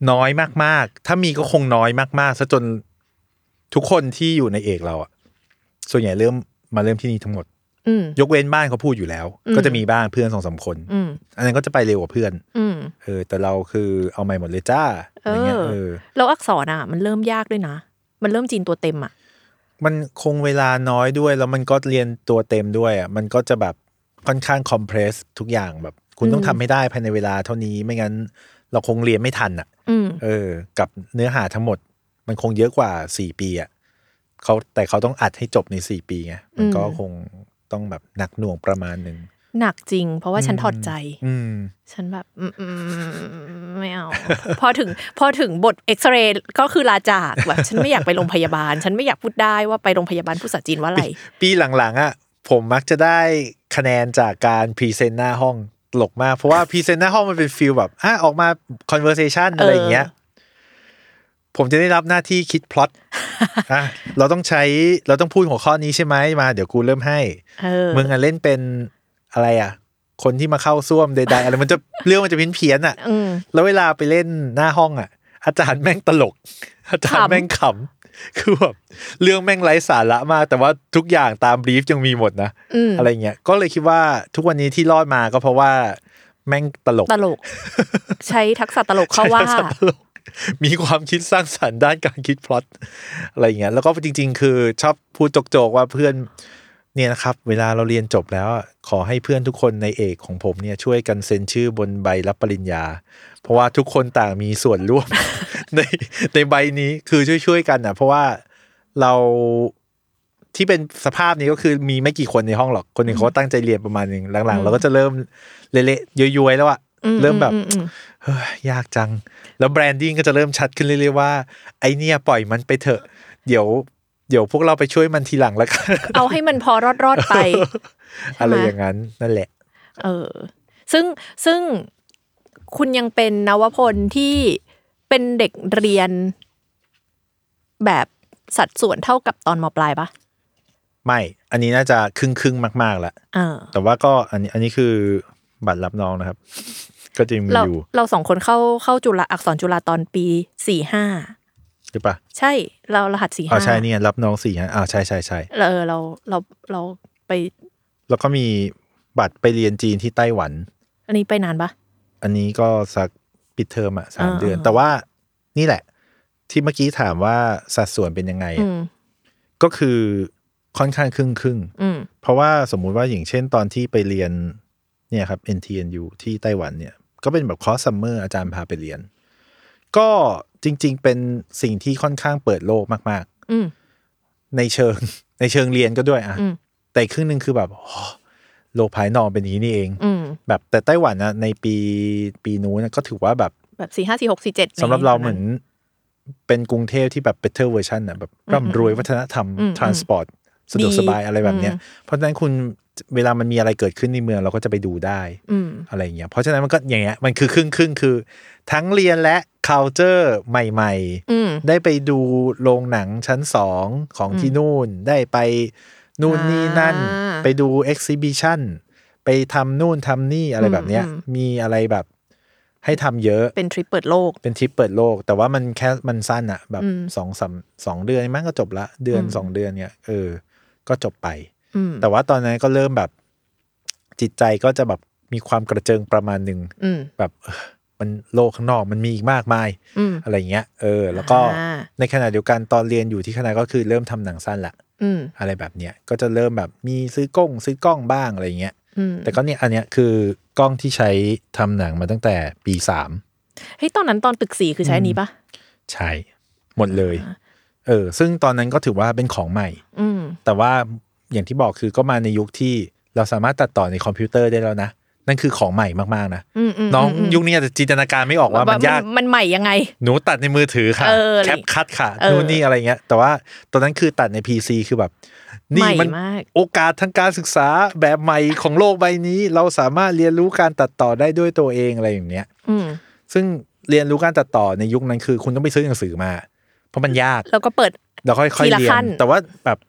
Speaker 5: น้อยมากๆถ้ามีก็คงน้อยมากๆซะจนทุกคนที่อยู่ในเอกเราอ่ะส่วนใหญ่เริ่มมาเริ่มที่นี่ทั้งหมดยกเว้นบ้านเขาพูดอยู่แล้วก็จะมีบ้านเพื่อน สองสาม คนอันนั้นก็จะไปเร็วกว่าเพื่อนเออแต่เราคือเอาใหม่หมดเลยจ้าอะไรเงี้ยเออ
Speaker 4: แล้วอักษรอ่ะมันเริ่มยากด้วยนะมันเริ่มจีนตัวเต็มอ่ะ
Speaker 5: มันคงเวลาน้อยด้วยแล้วมันก็เรียนตัวเต็มด้วยอ่ะมันก็จะแบบค่อนข้างคอมเพรสทุกอย่างแบบคุณต้องทำให้ได้ภายในเวลาเท่านี้ไม่งั้นเราคงเรียนไม่ทันอ่ะเออกับเนื้อหาทั้งหมดมันคงเยอะกว่าสี่ปีอ่ะเขาแต่เขาต้องอัดให้จบในสี่ปีไงมันก็คงต้องแบบหนักหน่วงประมาณนึง
Speaker 4: หนักจริงเพราะว่าฉันถอดใจฉันแบบไม่เอาพอถึงพอถึงบทเอ็กซเรย์ก็คือลาจากแบบฉันไม่อยากไปโรงพยาบาลฉันไม่อยากพูดได้ว่าไปโรงพยาบาลภาษาจีนว่าอะไร
Speaker 5: ปีหลังๆอ่ะผมมักจะได้คะแนนจากการพรีเซนต์หน้าห้องตลกมากเพราะว่าพรีเซนต์หน้าห้องมันเป็นฟีลแบบอ่ะออกมา conversation อะไรอย่างเงี้ยผมจะได้รับหน้าที่คิดพล็อตอ่ะเราต้องใช้เราต้องพูดหัวข้อนี้ใช่ไหมมาเดี๋ยวกูเริ่มให้มึงอ่ะเล่นเป็นอะไรอ่ะคนที่มาเข้าซ่วมใดๆอะไรมันจะเรื่องมันจะเพี้ยนๆอ่ะแล้วเวลาไปเล่นหน้าห้องอ่ะอาจารย์แม่งตลกอาจารย์แม่งขำคือแบบเรื่องแม่งไร้สาระมากแต่ว่าทุกอย่างตามบรีฟยังมีหมดนะอะไรเงี้ยก็เลยคิดว่าทุกวันนี้ที่รอดมาก็เพราะว่าแม่งตลก
Speaker 4: ตลกใช้ทักษะตลกเข้าว่า
Speaker 5: มีความคิดสร้างสรรค์ด้านการคิดพล็อตอะไรอย่างเงี้ยแล้วก็จริงๆคือชอบพูดโจกๆว่าเพื่อนเนี่ยนะครับเวลาเราเรียนจบแล้วขอให้เพื่อนทุกคนในเอกของผมเนี่ยช่วยกันเซ็นชื่อบนใบรับปริญญาเพราะว่าทุกคนต่างมีส่วนร่วม ในในใบนี้คือช่วยๆกันอ่ะเพราะว่าเราที่เป็นสภาพนี้ก็คือมีไม่กี่คนในห้องหรอกคนหนึ่งเขาตั้งใจเรียนประมาณนึงหลังๆเราก็จะเริ่มเละๆย้วยๆแล้วอ่ะเริ่มแบบเฮ้ยยากจังแล้วแบรนดิ้งก็จะเริ่มชัดขึ้นเรื่อยๆว่าไอเนี่ยปล่อยมันไปเถอะเดี๋ยวเดี๋ยวพวกเราไปช่วยมันทีหลังแล้วกัน
Speaker 4: เอาให้มันพอรอดๆไป
Speaker 5: อะไรอย่างนั้นนั่นแหละ
Speaker 4: เออซึ่งซึ่งคุณยังเป็นนวพลที่เป็นเด็กเรียนแบบสัดส่วนเท่ากับตอนม.ปลายปะ
Speaker 5: ไม่อันนี้น่าจะครึ่งๆมากๆแล้วแต่ว่าก็อันนี้อันนี้คือบัตรรับน้องนะครับก็จะมีอยู่
Speaker 4: เราสองคนเข้าเข้าจุฬาอักษรจุฬาตอนปีสี่ห้า
Speaker 5: ใช่ปะ
Speaker 4: ใช่เรารหัสสี่ห้า
Speaker 5: อ๋อใช่นี่รับน้องสี่ห้าอ่าใช่ใช่ใช่
Speaker 4: เออเราเราเราไป
Speaker 5: แล้วก็มีบัตรไปเรียนจีนที่ไต้หวัน
Speaker 4: อันนี้ไปนานปะ
Speaker 5: อันนี้ก็สักปิดเทอมอ่ะสามเดือนแต่ว่านี่แหละที่เมื่อกี้ถามว่าสัดส่วนเป็นยังไงก็คือค่อนข้างครึ่งครึ่งเพราะว่าสมมุติว่าอย่างเช่นตอนที่ไปเรียนเนี่ยครับ เอ็น ที เอ็น ยู ที่ไต้หวันเนี่ยก็เป็นแบบคอร์สซัมเมอร์อาจารย์พาไปเรียนก็จริงๆเป็นสิ่งที่ค่อนข้างเปิดโลกมากๆในเชิงในเชิงเรียนก็ด้วยอ่ะแต่ครึ่งนึงคือแบบโลกภายนอกเป็นอย่างนี้นี่เองแบบแต่ไต้หวันนะในปีปีนู้นก็ถือว่าแบบ
Speaker 4: แบบสี่ห้าสี่หกสี่เจ็ด
Speaker 5: สำหรับเราเหมือนเป็นกรุงเทพที่แบบ better version อ่ะแบบร่ำรวยวัฒนธรรม transport สะดวกสบายอะไรแบบเนี้ยเพราะฉะนั้นคุณเวลามันมีอะไรเกิดขึ้นในเมืองเราก็จะไปดูได้อะไรอย่างเงี้ยเพราะฉะนั้นมันก็อย่างเงี้ยมันคือครึ่งครึ่งคือทั้งเรียนและ culture ใหม่ๆได้ไปดูโรงหนังชั้นสองของที่นู่นได้ไปนู่นนี่นั่นไปดู exhibition ไปทำนู่นทำนี่อะไรแบบเนี้ยมีอะไรแบบให้ทำเยอะ
Speaker 4: เป็นทริปเปิดโลก
Speaker 5: เป็นทริปเปิดโลกแต่ว่ามันแค่มันสั้นอะแบบสองสามสองเดือนมั้งก็จบละเดือนสองเดือนเนี้ยเออก็จบไปแต่ว่าตอนนั้นก็เริ่มแบบจิตใจก็จะแบบมีความกระเจิงประมาณนึงแบบมันโลกข้างนอกมันมีอีกมากมายอะไรเงี้ยเออแล้วก็ในขณะเดียวกันตอนเรียนอยู่ที่คณะก็คือเริ่มทำหนังสั้นละอะไรแบบเนี้ยก็จะเริ่มแบบมีซื้อกล้องซื้อกล้องบ้างอะไรเงี้ยแต่ก็เนี่ยอันเนี้ยคือกล้องที่ใช้ทำหนังมาตั้งแต่ปีสาม
Speaker 4: เฮ้ยตอนนั้นตอนตึกสี่คือใช้อันนี้ปะ
Speaker 5: ใช่หมดเลยเออซึ่งตอนนั้นก็ถือว่าเป็นของใหม่แต่ว่าอย่างที่บอกคือก็มาในยุคที่เราสามารถตัดต่อในคอมพิวเตอร์ได้แล้วนะนั่นคือของใหม่มากๆนะน้องยุคนี้อาจจะจินตนาการไม่ออกว่ามันยาก
Speaker 4: มันใหม่ยังไง
Speaker 5: หนูตัดในมือถือค่ะแคปคัทค่ะนู่นนี่อะไรเงี้ยแต่ว่าตอนนั้นคือตัดใน พี ซี คือแบบนี่มันโอกาสทางการศึกษาแบบใหม่ของโลกใบนี้เราสามารถเรียนรู้การตัดต่อได้ด้วยตัวเองอะไรอย่างเนี้ยซึ่งเรียนรู้การตัดต่อในยุคนั้นคือคุณต้องไปซื้อหนังสือมาเพราะมันยาก
Speaker 4: แล้วก็เปิด
Speaker 5: แล้วค่อยๆเรียนแต่ว่าแบบ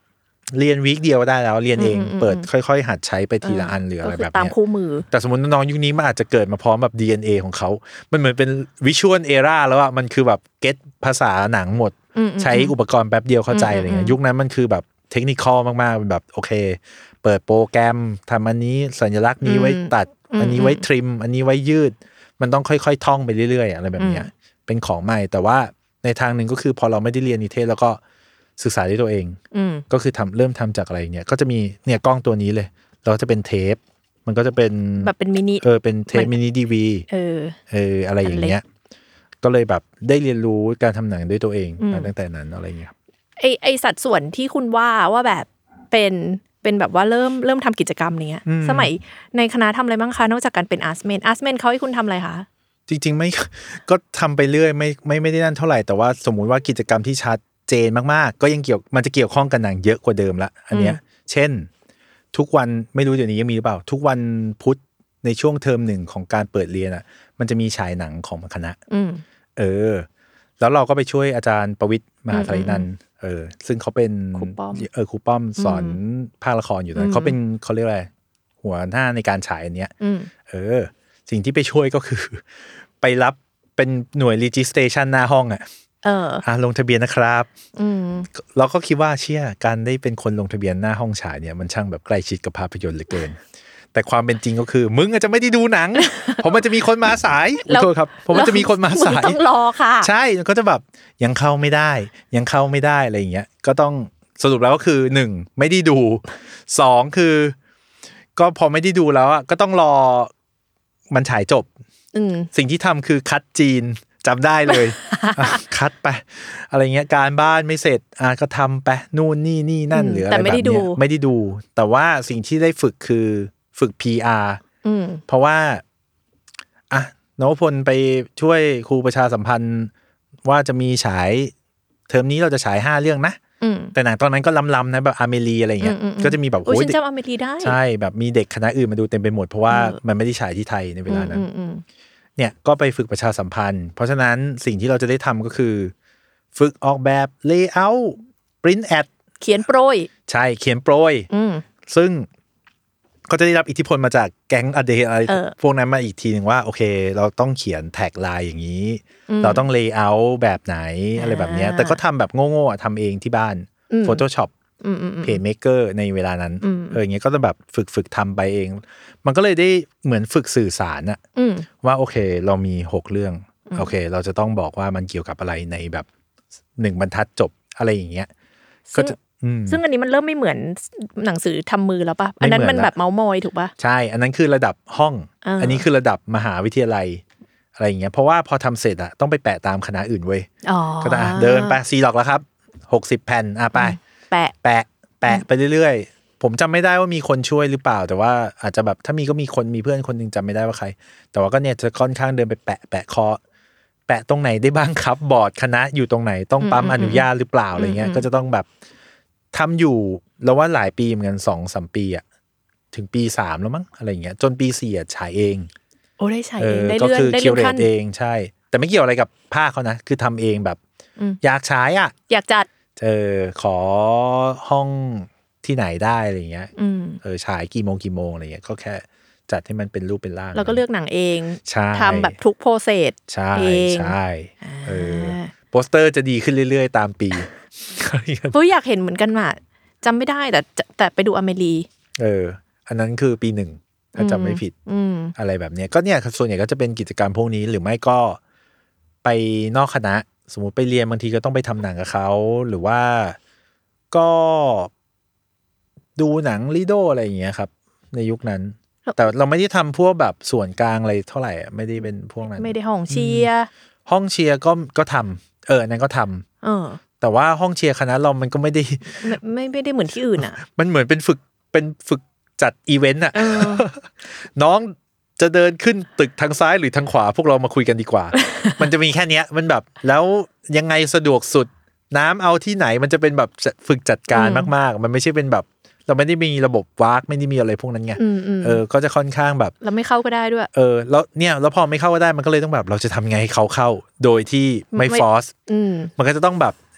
Speaker 5: เรียนวีคเดียวได้แล้วเรียนเองเปิดค่อยๆหัดใช้ไปทีละอันหรืออะไรแบบนี้
Speaker 4: ตามคู่มือ
Speaker 5: แต่สมมติน้องยุคนี้มันอาจจะเกิดมาพร้อมแบบ ดี เอ็น เอ ของเขามันเหมือนเป็นวิชวลเอราแล้วอ่ะมันคือแบบเก็ตภาษาหนังหมดใช้อุปกรณ์แป๊บเดียวเข้าใจอะไรเงี้ยยุคนั้นมันคือแบบเทคนิคอลมากๆเป็นแบบโอเคเปิดโปรแกรมทำอันนี้สัญลักษณ์นี้ไว้ตัดอันนี้ไว้ทริมอันนี้ไว้ยืดมันต้องค่อยๆท่องไปเรื่อยๆอะไรแบบเนี้ยเป็นของใหม่แต่ว่าในทางหนึ่งก็คือพอเราไม่ได้เรียนนิเทศแล้วก็ศึกษาด้วยตัวเองก็คือทำเริ่มทำจากอะไรเนี่ยก็จะมีเนี่ยกล้องตัวนี้เลยแล้วจะเป็นเทปมันก็จะเป็น
Speaker 4: แบบเป็นมินิ
Speaker 5: เออเป็นเทปมินิดีวีเออเอออะไรอย่างเงี้ยก็เลยแบบได้เรียนรู้การทำหนังด้วยตัวเองตั้งแต่นั้นอะไรเงี้ย
Speaker 4: ไอไอสัดส่วนที่คุณว่าว่าแบบเป็นเป็นแบบว่าเริ่มเริ่มทำกิจกรรมเนี้ยสมัยในคณะทำอะไรบ้างคะนอกจากการเป็นอาร์ตเมนอาร์ตเมนเขาให้คุณทำอะไรคะ
Speaker 5: จริงๆไม่ก็ทำไปเรื่อยไม่ไม่ไม่ได้นั่นเท่าไหร่แต่ว่าสมมุติว่ากิจกรรมที่ชัดเจนมากๆก็ยังเกี่ยวมันจะเกี่ยวข้องกับหนังเยอะกว่าเดิมละอันเนี้ยเช่นทุกวันไม่รู้เดี๋ยวนี้ยังมีหรือเปล่าทุกวันพุธในช่วงเทอมหนึ่งของการเปิดเรียนอ่ะมันจะมีฉายหนังของคณะเออแล้วเราก็ไปช่วยอาจารย์ประวิตรมหาไทยนันท์เออซึ่งเขาเป็นเออครูป้อมสอนภาคละครอยู่นะเขาเป็นเขาเรียกอะไรหัวหน้าในการฉายอันเนี้ยเออสิ่งที่ไปช่วยก็คือไปรับเป็นหน่วย registration หน้าห้องอ่ะเอออ่ะลงทะเบียนนะครับอืมเราก็คิดว่าเชี่ยการได้เป็นคนลงทะเบียนหน้าห้องฉายเนี่ยมันช่างแบบใกล้ชิดกับภาพยนตร์เหลือเกินแต่ความเป็นจริงก็คือมึงอาจจะไม่ได้ดูหนังเพราะมันจะมีคนมาสายขอโทษครับเพราะมันจะมีคนมาสาย
Speaker 4: ต้องรอค่ะ
Speaker 5: ใช่มันก็จะแบบยังเข้าไม่ได้ยังเข้าไม่ได้อะไรอย่างเงี้ยก็ต้องสรุปแล้วก็คือหนึ่งไม่ได้ดูสองคือก็พอไม่ได้ดูแล้วอ่ะก็ต้องรอมันฉายจบสิ่งที่ทำคือคัดจีนจำได้เลยคัดไปอะไรเงี้ยการบ้านไม่เสร็จอ่ะก็ทำไปนู่นนี่นี่นั่นหรืออะไรแบบนี้ไม่ได้ดูแต่ว่าสิ่งที่ได้ฝึกคือฝึก พี อาร์ เพราะว่าอ่ะนวพลไปช่วยครูประชาสัมพันธ์ว่าจะมีฉายเทอมนี้เราจะฉายห้าเรื่องนะแต่หนังตอนนั้นก็ล้ำๆนะแบบอเมรีอะไรเงี้ยก็จะมีแบบ
Speaker 4: โอ้ยฉันจำอเมรีได้
Speaker 5: ใช่แบบมีเด็กคณะอื่นมาดูเต็มไปหมดเพราะว่ามันไม่ได้ฉายที่ไทยในเวลานั้นเนี่ยก็ไปฝึกประชาสัมพันธ์เพราะฉะนั้นสิ่งที่เราจะได้ทำก็คือฝึกออกแบบ layout print ad
Speaker 4: เขียนโปรย
Speaker 5: ใช่เขียนโปรยซึ่งก็จะได้รับอิทธิพลมาจากแก๊งอเดย์อะไรพวกนั้นมาอีกทีหนึ่งว่าโอเคเราต้องเขียนแท็กไลน์อย่างนี้เราต้อง layout แบบไหนอะไรแบบนี้แต่ก็ทำแบบโง่ๆทำเองที่บ้าน Photoshop PageMaker ในเวลานั้นเอออย่างเงี้ยก็จะแบบฝึกฝึกทำไปเองมันก็เลยได้เหมือนฝึกสื่อสารอะว่าโอเคเรามีหกเรื่องโอเคเราจะต้องบอกว่ามันเกี่ยวกับอะไรในแบบหนึ่งบรรทัดจบอะไรอย่างเงี้ยก็จะ
Speaker 4: ซึ่งอันนี้มันเริ่มไม่เหมือนหนังสือทำมือแล้วป่ะอันนั้นมันแบบเมาส์มอยถูกป่ะ
Speaker 5: ใช่อันนั้นคือระดับห้องอันนี้คือระดับมหาวิทยาลัยอะไรอย่างเงี้ยเพราะว่าพอทำเสร็จอะต้องไปแปะตามคณะอื่นเว้ยก็จะเดินไปซีล็อกแล้วครับหกสิบแผ่นอ่ะไป
Speaker 4: แปะ
Speaker 5: แปะแปะไปเรื่อยๆผมจำไม่ได้ว่ามีคนช่วยหรือเปล่าแต่ว่าอาจจะแบบถ้ามีก็มีคนมีเพื่อนคนนึงจำไม่ได้ว่าใครแต่ว่าก็เนี่ยจะค่อนข้างเดินไปแปะแปะคอแปะตรงไหนได้บ้างครับบอร์ดคณะอยู่ตรงไหนต้องปั๊มอนุญาตหรือเปล่าอะไรเงี้ยก็จะต้องแบบทำอยู่แล้วว่าหลายปีเหมือนกันสองสามปีอะถึงปีสามแล้วมั้งอะไรเงี้ยจนปีสี่อะฉายเอง
Speaker 4: โอ้ได้ฉายเองได้เลื่อน
Speaker 5: ก็คือคิวเรตเองใช่แต่ไม่เกี่ยวอะไรกับภาคเขานะคือทำเองแบบอยากฉายอะ
Speaker 4: อยากจัด
Speaker 5: เออขอห้องที่ไหนได้อะไรเงี้ยเออฉายกี่โมงกี่โมงอะไรเงี้ยก็แค่จัดให้มันเป็นรูปเป็นร่าง
Speaker 4: แล้วก็เลือกหนังเองทำแบบทุกโปรเซส
Speaker 5: ใช่ใช่เออโปสเตอร์จะดีขึ้นเรื่อยๆตามปี
Speaker 4: เฮ้ยอยากเห็นเหมือนกันว่ะจำไม่ได้แต่แต่ไปดูอเมรี
Speaker 5: เอออันนั้นคือปีหนึ่งถ้าจำไม่ผิดอะไรแบบเนี้ยก็เนี่ยส่วนใหญ่ก็จะเป็นกิจกรรมพวกนี้หรือไม่ก็ไปนอกคณะสมมุติไปเรียนบางทีก็ต้องไปทำหนังกับเขาหรือว่าก็ดูหนังลีโดอะไรอย่างเงี้ยครับในยุคนั้นแต่เราไม่ได้ทำพวกแบบส่วนกลางอะไรเท่าไหร่ไม่ได้เป็นพวกนั้น
Speaker 4: ไม่ได้ห้องเชียร์
Speaker 5: ห้องเชียร์ก็ก็ทำเออนั้นก็ทำเออแต่ว่าห้องเชียร์คณะเรามันก็ไม่ได้
Speaker 4: ไม่ไม่ได้เหมือนที่อื่นอ่ะ
Speaker 5: มันเหมือนเป็นฝึกเป็นฝึกจัดอีเวนต์อ่ะน้องจะเดินขึ้นตึกทางซ้ายหรือทางขวาพวกเรามาคุยกันดีกว่า มันจะมีแค่เนี้ยมันแบบแล้วยังไงสะดวกสุดน้ำเอาที่ไหนมันจะเป็นแบบฝึกจัดการมากๆมันไม่ใช่เป็นแบบเราไม่ได้มีระบบวากไม่ได้มีอะไรพวกนั้นไงเออก็จะค่อนข้างแบบ
Speaker 4: เราไม่เข้าก็ได้ด้วย
Speaker 5: เออแล้วเนี่ยแล้วพอไม่เข้าก็ได้มันก็เลยต้องแบบเราจะทำไงให้เขาเข้าโดยที่ไม่ฟอร์สมันก็จะต้องแบบ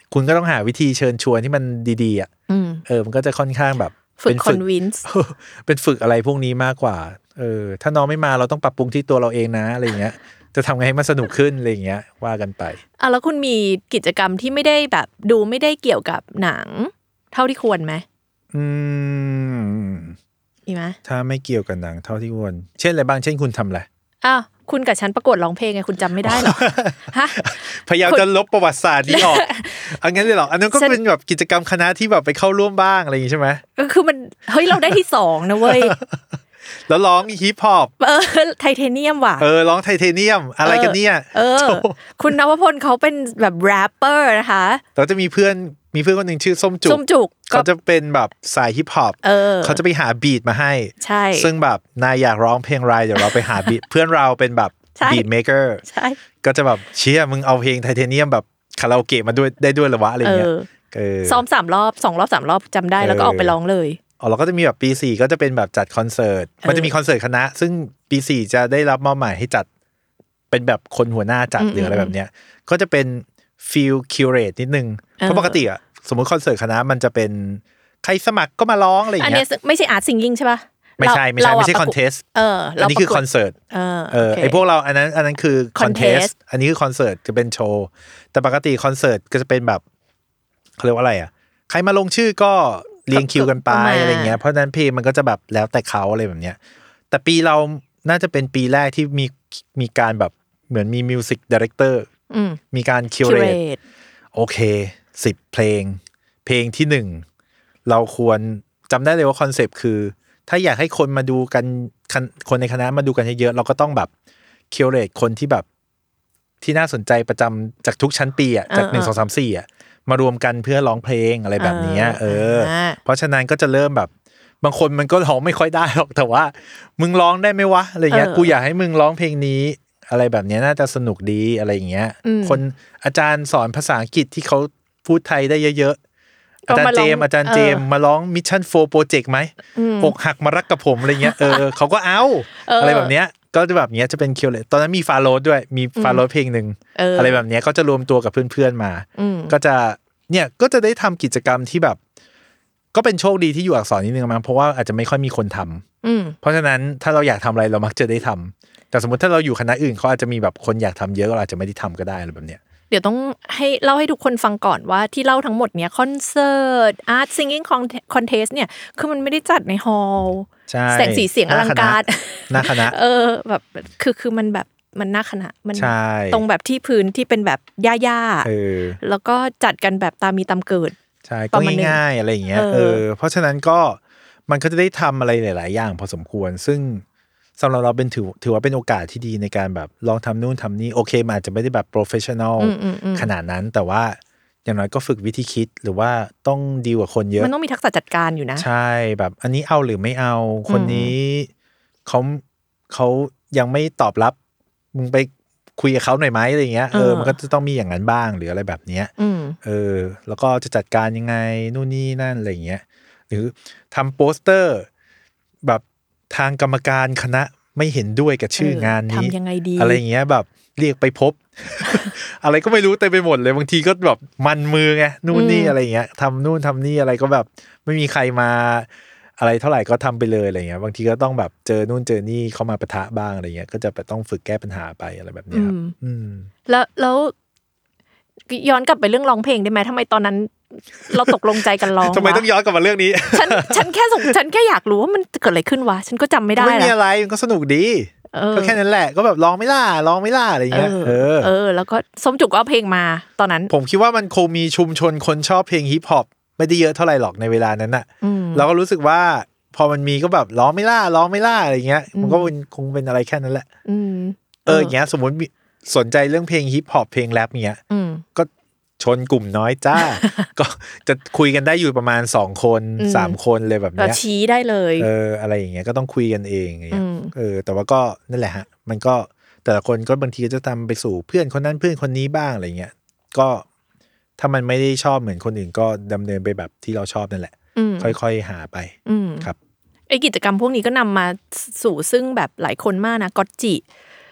Speaker 5: คุณก็ต้องหาวิธีเชิญชวนที่มันดีๆอ่ะเออมันก็จะค่อนข้างแบบ
Speaker 4: ฝึกคอนวินส์
Speaker 5: เป็นฝึกอะไรพวกนี้มากกว่าเออถ้าน้องไม่มาเราต้องปรับปรุงที่ตัวเราเองนะอะไรเงี้ยจะทำไงให้มันสนุกขึ้นอะไรเงี้ยว่ากันไป
Speaker 4: อ่ะแล้วคุณมีกิจกรรมที่ไม่ได้แบบดูไม่ได้เกี่ยวกับหนังเท่าที่ควรไหม
Speaker 5: อืม
Speaker 4: มีไหม
Speaker 5: ถ้าไม่เกี่ยวกับหนังเท่าที่ควรเช่นอะไรบ้างเช่นคุณทำอะไร
Speaker 4: อ้าวคุณกับฉันประกวดร้องเพลงไงคุณจำไม่ได้หรอฮะ
Speaker 5: พยายามจะลบประวัติศาสตร์นี้ออกอันนั้นเลยหรออันนั้นก็เป็นแบบกิจกรรมคณะที่แบบไปเข้าร่วมบ้างอะไรอย่างงี้ใช่ไหม
Speaker 4: ก็คือมันเฮ้ยเราได้ที่สองนะเว้ย
Speaker 5: แล้วร้องฮิปฮอป
Speaker 4: เออไทเทเนียมว่ะ
Speaker 5: เออร้องไทเทเนียมอะไรกันเนี่ย
Speaker 4: เออคุณนวพลเขาเป็นแบบแรปเปอร์นะคะ
Speaker 5: แล้วจะมีเพื่อนมีเพื่อนคนนึงชื่อส้มจุก
Speaker 4: ส้มจุก
Speaker 5: เขาจะเป็นแบบสายฮิปฮอปเขาจะไปหาบีทมาให้
Speaker 4: ใช่
Speaker 5: ซึ่งแบบนายอยากร้องเพลงอะไรเดี๋ยวเราไปหาบีทเพื่อนเราเป็นแบบบีทเมคเกอร์
Speaker 4: ใช่
Speaker 5: ก็จะแบบเชี่ยมึงเอาเพลงไทเทเนียมแบบคาราโอเกะมาด้วยได้ด้วยเหรอวะอะไรเงี้ย
Speaker 4: เออซ้อมสามรอบสองรอบสามรอบจำได้แล้วก็ออกไปร้องเลย
Speaker 5: อ๋อเราก็จะมีแบบปีสี่ก็จะเป็นแบบจัดคอนเสิร์ตมันจะมีคอนเสิร์ตคณะซึ่งปีสี่จะได้รับมอบหมายให้จัดเป็นแบบคนหัวหน้าจัดหรืออะไรแบบเนี้ยก็จะเป็นฟีลคิวเรตนิดนึงเพราะปกติอะสมมติคอนเสิร์ตคณะมันจะเป็นใครสมัครก็มาร้องอะไรอย่างเงี้ย
Speaker 4: อันนี้ไม่ใช่อาร์ตซิงกิ้งใช่ป่ะ
Speaker 5: ไม่ใช่ไม่ใช่ไม่ใช่คอนเทสต์
Speaker 4: เออ
Speaker 5: อันนี้คือคอนเสิร์ต
Speaker 4: เออ
Speaker 5: เออไอพวกเราอันนั้นอันนั้นคือคอนเทสต์อันนี้คือคอนเสิร์ตจะเป็นโชว์แต่ปกติคอนเสิร์ตก็จะเป็นแบบเขาเรียกว่าอะไรอ่ะใครมาลงชื่อก็เรียงคิวกันไปอะไรเงี้ยเพราะฉะนั้นเพลงมันก็จะแบบแล้วแต่เขาอะไรแบบเนี้ยแต่ปีเราน่าจะเป็นปีแรกที่มีมีการแบบเหมือนมีมิวสิกดีเรคเตอร์มีการคิวเรตโอเคสิบเพลงเพลงที่หนึ่งเราควรจำได้เลยว่าคอนเซปต์คือถ้าอยากให้คนมาดูกันคนในคณะมาดูกันเยอะๆเราก็ต้องแบบคิวเรตคนที่แบบที่น่าสนใจประจำจากทุกชั้นปีอ่ะจากหนึ่งสองสามสี่อ่ะมารวมกันเพื่อร้องเพลงอะไรแบบนี้เออเพราะฉะนั้นก็จะเริ่มแบบบางคนมันก็ร้องไม่ค่อยได้หรอกแต่ว่ามึงร้องได้ไหมวะอะไรเงี้ยกูอยากให้มึงร้องเพลงนี้อะไรแบบนี้น่าจะสนุกดีอะไรอย่างเงี้ยคนอาจารย์สอนภาษาอังกฤษที่เขาพูดไทยได้เยอะๆอาจารย์เจมอาจารย์เจมมาร้องมิชชั่นโฟร์โปรเจกต์ไหมอกหักมารักกับผมอะไรเงี้ยเออเขาก็เอาอะไรแบบเนี้ยก็จะแบบเนี้ยจะเป็นคิวเลยตอนนั้นมีฟาโรสด้วยมีฟาโรสเพลงหนึ่งอะไรแบบเนี้ยก็จะรวมตัวกับเพื่อนๆมาก็จะเนี่ยก็จะได้ทำกิจกรรมที่แบบก็เป็นโชคดีที่อยู่อักษรนิดนึงมั้งเพราะว่าอาจจะไม่ค่อยมีคนทำเพราะฉะนั้นถ้าเราอยากทำอะไรเรามักจะได้ทำแต่สมมติถ้าเราอยู่คณะอื่นเขาอาจจะมีแบบคนอยากทำเยอะเราอาจจะไม่ได้ทำก็ได้อะไรแบบเนี้ย
Speaker 4: เดี๋ยวต้องให้เล่าให้ทุกคนฟังก่อนว่าที่เล่าทั้งหมดเนี้ยคอนเสิร์ตอาร์ตซิงกิ้งคอนเทสต์เนี่ยคือมันไม่ได้จัดในฮอลล์แสงสีเสียงอลังการ
Speaker 5: หน้าคณะ
Speaker 4: เออแบบคือคือมันแบบมันหน้าคณะมันตรงแบบที่พื้นที่เป็นแบบหญ้าๆแล้วก็จัดกันแบบตามมีตามเกิด
Speaker 5: ใช่ก็ง่ายๆอะไรอย่างเงี้ยเออเพราะฉะนั้นก็มันก็จะได้ทำอะไรหลายๆอย่างพอสมควรซึ่งสำหรับเราเป็นถือถือว่าเป็นโอกาสที่ดีในการแบบลองทำนู่นทำนี่โอเคมันอาจจะไม่ได้แบบโปรเฟชชั่นอลขนาดนั้นแต่ว่าอย่างน้อยก็ฝึกวิธีคิดหรือว่าต้องดีลกับคนเยอะ
Speaker 4: มันต้องมีทักษะจัดการอยู่นะ
Speaker 5: ใช่แบบอันนี้เอาหรือไม่เอาคนนี้เขาเขายังไม่ตอบรับมึงไปคุยกับเขาหน่อยไหมอะไรเงี้ยเออมันก็จะต้องมีอย่างนั้นบ้างหรืออะไรแบบเนี้ยเออแล้วก็จะจัดการยังไงนู่นนี่นั่นอะไรเงี้ยหรือทำโปสเตอร์แบบทางกรรมการคณะไม่เห็นด้วยกับชื่องานนี้
Speaker 4: ทำยังไงดี
Speaker 5: อะไรเงี้ยแบบเรียกไปพบ อะไรก็ไม่รู้เต็มไปหมดเลยบางทีก็แบบมันมือไงนู่นนี่อะไรเงี้ยทำนู่นทำนี่อะไรก็แบบไม่มีใครมาอะไรเท่าไหร่ก็ทำไปเลยอะไรเงี้ยบางทีก็ต้องแบบเจอนู่นเจอนี่เข้ามาปะทะบ้างอะไรเงี้ยก็จะต้องฝึกแก้ปัญหาไปอะไรแบบนี้ครับ
Speaker 4: แล้วแล้วย้อนกลับไปเรื่องร้องเพลงได้ไหมทำไมตอนนั้นเราตกลงใจกันร้อง
Speaker 5: ทำไมต้องย้อนกลับมาเรื่องนี้
Speaker 4: ฉันฉันแค่สงฉันแค่อยากรู้ว่ามันเกิดอะไรขึ้นวะฉันก็จำไม่ได้
Speaker 5: ไม่มีอะไรมันก็สนุกดีก็แค่นั้นแหละก็แบบร้องไม่ล่าร้องไม่ล่าอะไรเงี้ยเออ
Speaker 4: เออแล้วก็ส้มจุกก็เอาเพลงมาตอนนั้น
Speaker 5: ผมคิดว่ามันคงมีชุมชนคนชอบเพลงฮิปฮอปไม่ได้เยอะเท่าไหร่หรอกในเวลานั้นน่ะเราก็รู้สึกว่าพอมันมีก็แบบร้องไม่ล่าร้องไม่ล่าอะไรเงี้ยมันก็คงเป็นอะไรแค่นั้นแหละเอออย่างเงี้ยสมมติสนใจเรื่องเพลงฮิปฮอปเพลงแรปเงี้ยก็ชนกลุ่มน้อยจ้าก็จะคุยกันได้อยู่ประมาณสองคนสามคนเลยแบบเนี้ย
Speaker 4: ชี้ได้เลย
Speaker 5: เอออะไรอย่างเงี้ยก็ต้องคุยกันเองอย่างเงี้ยเออแต่ว่าก็นั่นแหละฮะมันก็แต่ละคนก็บางทีก็จะทำไปสู่เพื่อนคนนั้นเพื่อนคนนี้บ้างอะไรเงี้ยก็ถ้ามันไม่ได้ชอบเหมือนคนอื่นก็ดำเนินไปแบบที่เราชอบนั่นแหละค่อยๆหาไปครับ
Speaker 4: ไอกิจกรรมพวกนี้ก็นำมาสู่ซึ่งแบบหลายคนมากนะก็อตจิ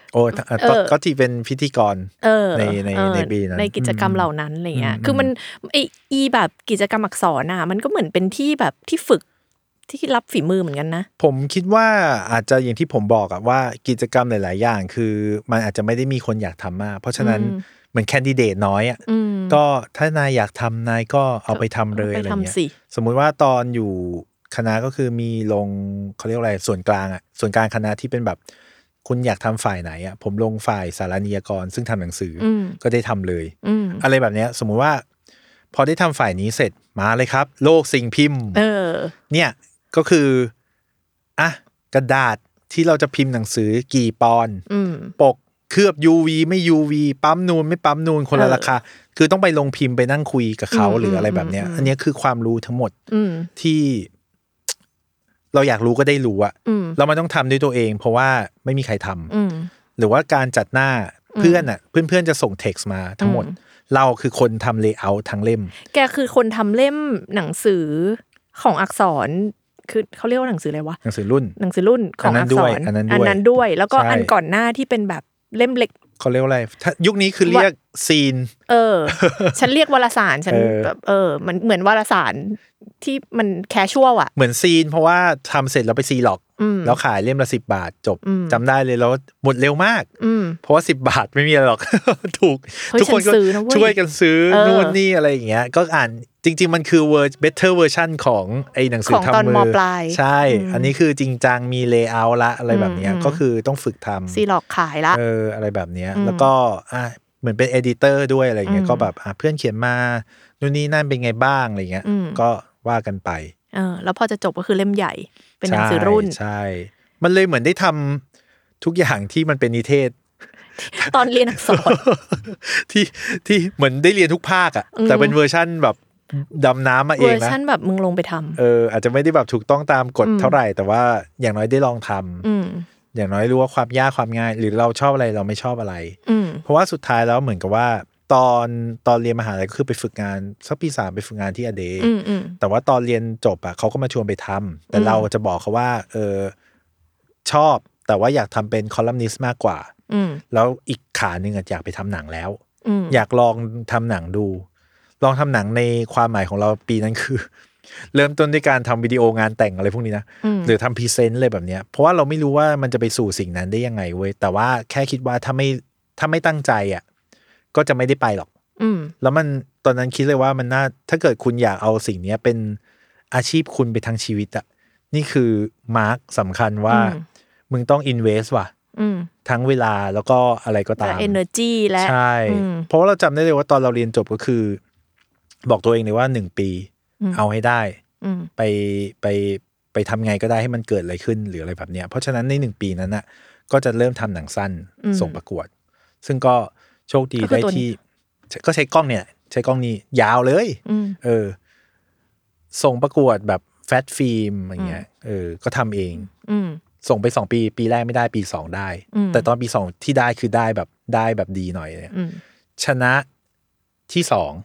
Speaker 5: โอ้ก็ที่เป็นพิธีกรในในในปีนั้น
Speaker 4: ในกิจกรรมเหล่านั้นอะไรเงี้ยคือมันไออีแบบกิจกรรมอักษรน่ะมันก็เหมือนเป็นที่แบบที่ฝึกที่รับฝีมือเหมือนกันนะ
Speaker 5: ผมคิดว่าอาจจะอย่างที่ผมบอกอะว่ากิจกรรมหลายๆอย่างคือมันอาจจะไม่ได้มีคนอยากทำมากเพราะฉะนั้นเหมือนแคนดิเดตน้อยอะก็ถ้านายอยากทำนายก็เอาไปทำเลยอะไรเงี้ยสมมุติว่าตอนอยู่คณะก็คือมีลงเขาเรียกอะไรส่วนกลางอะส่วนกลางคณะที่เป็นแบบคุณอยากทำฝ่ายไหนอะผมลงฝ่ายสารนิยกรซึ่งทำหนังสือก็ได้ทำเลยอะไรแบบเนี้ยสมมุติว่าพอได้ทำฝ่ายนี้เสร็จมาเลยครับโลกสิ่งพิมพ์เนี่ยก็คืออ่ะกระดาษที่เราจะพิมพ์หนังสือกี่ปอนด์ปกเคลือบ ยู วี ไม่ ยู วี ปั๊มนูนไม่ปั๊มนูนคนละราคาคือต้องไปลงพิมพ์ไปนั่งคุยกับเขาหรืออะไรแบบเนี้ยอันนี้คือความรู้ทั้งหมดที่เราอยากรู้ก็ได้รู้อะเราไม่ต้องทำด้วยตัวเองเพราะว่าไม่มีใครทำหรือว่าการจัดหน้าเพื่อนอะเพื่อนๆจะส่งเท็กซ์มาทั้งหมดเราคือคนทำเลเยอร์ทั้งเล่ม
Speaker 4: แกคือคนทำเล่มหนังสือของอักษรคือเขาเรียกว่าหนังสืออะไรวะ
Speaker 5: หนังสือรุ่น
Speaker 4: หนังสือรุ่นของอักษรอันนั้นด้วยแล้วก็อันก่อนหน้าที่เป็นแบบเล่มเล็ก
Speaker 5: เขาเรียกว่าอะไรยุคนี้คือเรียกซีน
Speaker 4: เออฉันเรียกวารสารฉันแบบเออมันเหมือนวารสารที่มันแคชชวลอ่ะ
Speaker 5: เหมือนซีนเพราะว่าทำเสร็จแล้วไปซีล็อกแล้วขายเล่มละสิบบาทจบจำได้เลยแล้วหมดเร็วมากเพราะว่าสิบบาทไม่มีอะไรหรอกถูกทุกคนก็ช่วยกันซื้อนู่นนี่อะไรอย่างเงี้ยก็อ่านจริงๆมันคือเวอร์ better version ของไอ้หนังสือทำมือใช่อันนี้คือจริงจังมี layout ละอะไรแบบเนี้ยก็คือต้องฝึกทำ
Speaker 4: ซีล็อกขายละ
Speaker 5: เอออะไรแบบเนี้ยแล้วก็อ่ะเหมือนเป็น editor ด้วยอะไรเงี้ยก็แบบอ่ะเพื่อนเขียนมานู่นนี่นั่นเป็นไงบ้างอะไรเงี้ยก็ว่ากันไป
Speaker 4: เออแล้วพอจะจบก็คือเล่มใหญ่เป็นหนังสือรุ่น
Speaker 5: ใช่มันเลยเหมือนได้ทำทุกอย่างที่มันเป็นนิเทศ
Speaker 4: ตอนเรียนอักษร
Speaker 5: ที่ที่เหมือนได้เรียนทุกภาคอ่ะแต่เป็นเวอร์ชั่นแบบดำน้ำมาเองนะเวอร์
Speaker 4: ชันแบบมึงลงไปทำ
Speaker 5: เอออาจจะไม่ได้แบบถูกต้องตามกฎเท่าไหร่แต่ว่าอย่างน้อยได้ลองทำอย่างน้อยรู้ว่าความยากความง่ายหรือเราชอบอะไรเราไม่ชอบอะไรเพราะว่าสุดท้ายแล้วเหมือนกับว่าตอนตอนเรียนมหาลัยก็คือไปฝึกงานสักปีสามไปฝึกงานที่อเดย์แต่ว่าตอนเรียนจบอ่ะเขาก็มาชวนไปทำแต่เราจะบอกเขาว่าเออชอบแต่ว่าอยากทำเป็นคอลัมนิสต์มากกว่าแล้วอีกขาหนึ่งอยากไปทำหนังแล้วอยากลองทำหนังดูลองทำหนังในความหมายของเราปีนั้นคือเริ่มต้นด้วยการทำวิดีโองานแต่งอะไรพวกนี้นะหรือทำพรีเซนต์อะไรแบบนี้เพราะว่าเราไม่รู้ว่ามันจะไปสู่สิ่งนั้นได้ยังไงเว้ยแต่ว่าแค่คิดว่าถ้าไม่ถ้าไม่ตั้งใจอ่ะก็จะไม่ได้ไปหรอกแล้วมันตอนนั้นคิดเลยว่ามันน่าถ้าเกิดคุณอยากเอาสิ่งนี้เป็นอาชีพคุณไปทั้งชีวิตอ่ะนี่คือมาร์กสำคัญว่ามึงต้องอินเวสต์ว่ะทั้งเวลาแล้วก็อะไรก็ตาม
Speaker 4: energy และ
Speaker 5: ใช่เพราะว่าเราจำได้เลยว่าตอนเราเรียนจบก็คือบอกตัวเองเลยว่าหนึ่งปีเอาให้ได้ไปไปไปทำไงก็ได้ให้มันเกิดอะไรขึ้นหรืออะไรแบบเนี้ยเพราะฉะนั้นในหนึ่งปีนั้นน่ะก็จะเริ่มทำหนังสั้นส่งประกวดซึ่งก็โชคดีได้ที่ก็ใช้กล้องเนี่ยใช้กล้องนี้ยาวเลยเออส่งประกวดแบบแฟตฟิล์มอย่างเงี้ยเออก็ทำเองส่งไปสองปีปีแรกไม่ได้ปีสองได้แต่ตอนปีสองที่ได้คือได้แบบได้แบบดีหน่อยเนี่ยชนะที่สอง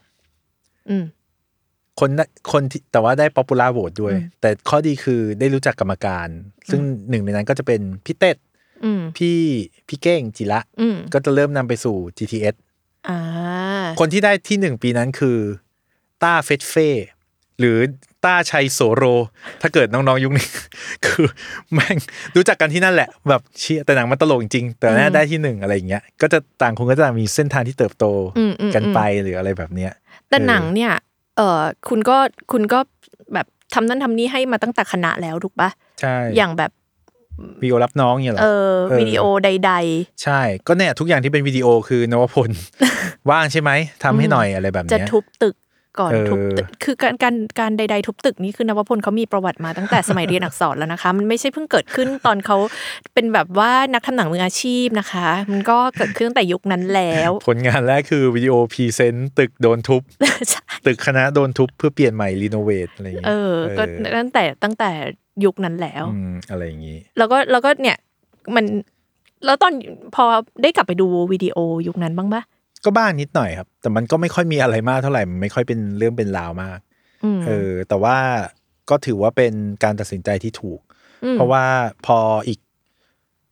Speaker 5: คนคนที่แต่ว่าได้ popular vote ด้วยแต่ข้อดีคือได้รู้จักกรรมการซึ่งหนึ่งในนั้นก็จะเป็นพี่เต้พี่พี่เก้งจิระก็จะเริ่มนำไปสู่ จี ที เอส คนที่ได้ที่หนึ่งปีนั้นคือต้าเฟสเฟ่หรือต้าชัยโสโรถ้าเกิดน้องๆยุคนี้คือแม่งรู้จักกันที่นั่นแหละแบบเชี่ยแต่หนังมันตลกจริงๆแต่น่าได้ที่หนึ่งอะไรอย่างเงี้ยก็จะต่างคนก็จะมีเส้นทางที่เติบโตกันไปหรืออะไรแบบเนี้ย
Speaker 4: แต่หนังเนี่ยเออคุณก็คุณก็แบบทำนั่นทำนี่ให้มาตั้งแต่คณะแล้วถูกปะ
Speaker 5: ใช่
Speaker 4: อย่างแบบ
Speaker 5: วิดีโอรับน้องเนี่ยหรอ
Speaker 4: เออวิดีโอใด
Speaker 5: ๆใช่ก็เนี่ยทุกอย่างที่เป็นวิดีโอคือนวพล ว่างใช่ไหมทำให้หน่อยอะไรแบบนี้
Speaker 4: จะทุบตึกก่อนทุบคือการการการใดๆทุบตึกนี่คือนวพลเขามีประวัติมาตั้งแต่สมัยเรียนอักษรแล้วนะคะมันไม่ใช่เพิ่งเกิดขึ้นตอนเขาเป็นแบบว่านักทำหนังมืออาชีพนะคะมันก็เกิดขึ้นตั้งแต่ยุคนั้นแล้ว
Speaker 5: ผลงานแรกคือวิดีโอพรีเซนต์ตึกโดนทุบ ตึกคณะโดนทุบเพื่อเปลี่ยนใหม่รีโนเวทอะไรอย่างเงี้ย
Speaker 4: เออก็ตั้งแต่ตั้งแต่ยุคนั้นแล้ว
Speaker 5: อะไรอย่างงี้
Speaker 4: แล้วก็แล้วก็เนี่ยมันแล้วตอนพอได้กลับไปดูวิดีโอยุคนั้นบ้างปะ
Speaker 5: ก็บ้างนิดหน่อยครับแต่มันก็ไม่ค่อยมีอะไรมากเท่าไหร่มันไม่ค่อยเป็นเรื่องเป็นราวมากเออแต่ว่าก็ถือว่าเป็นการตัดสินใจที่ถูกเพราะว่าพออีกสัก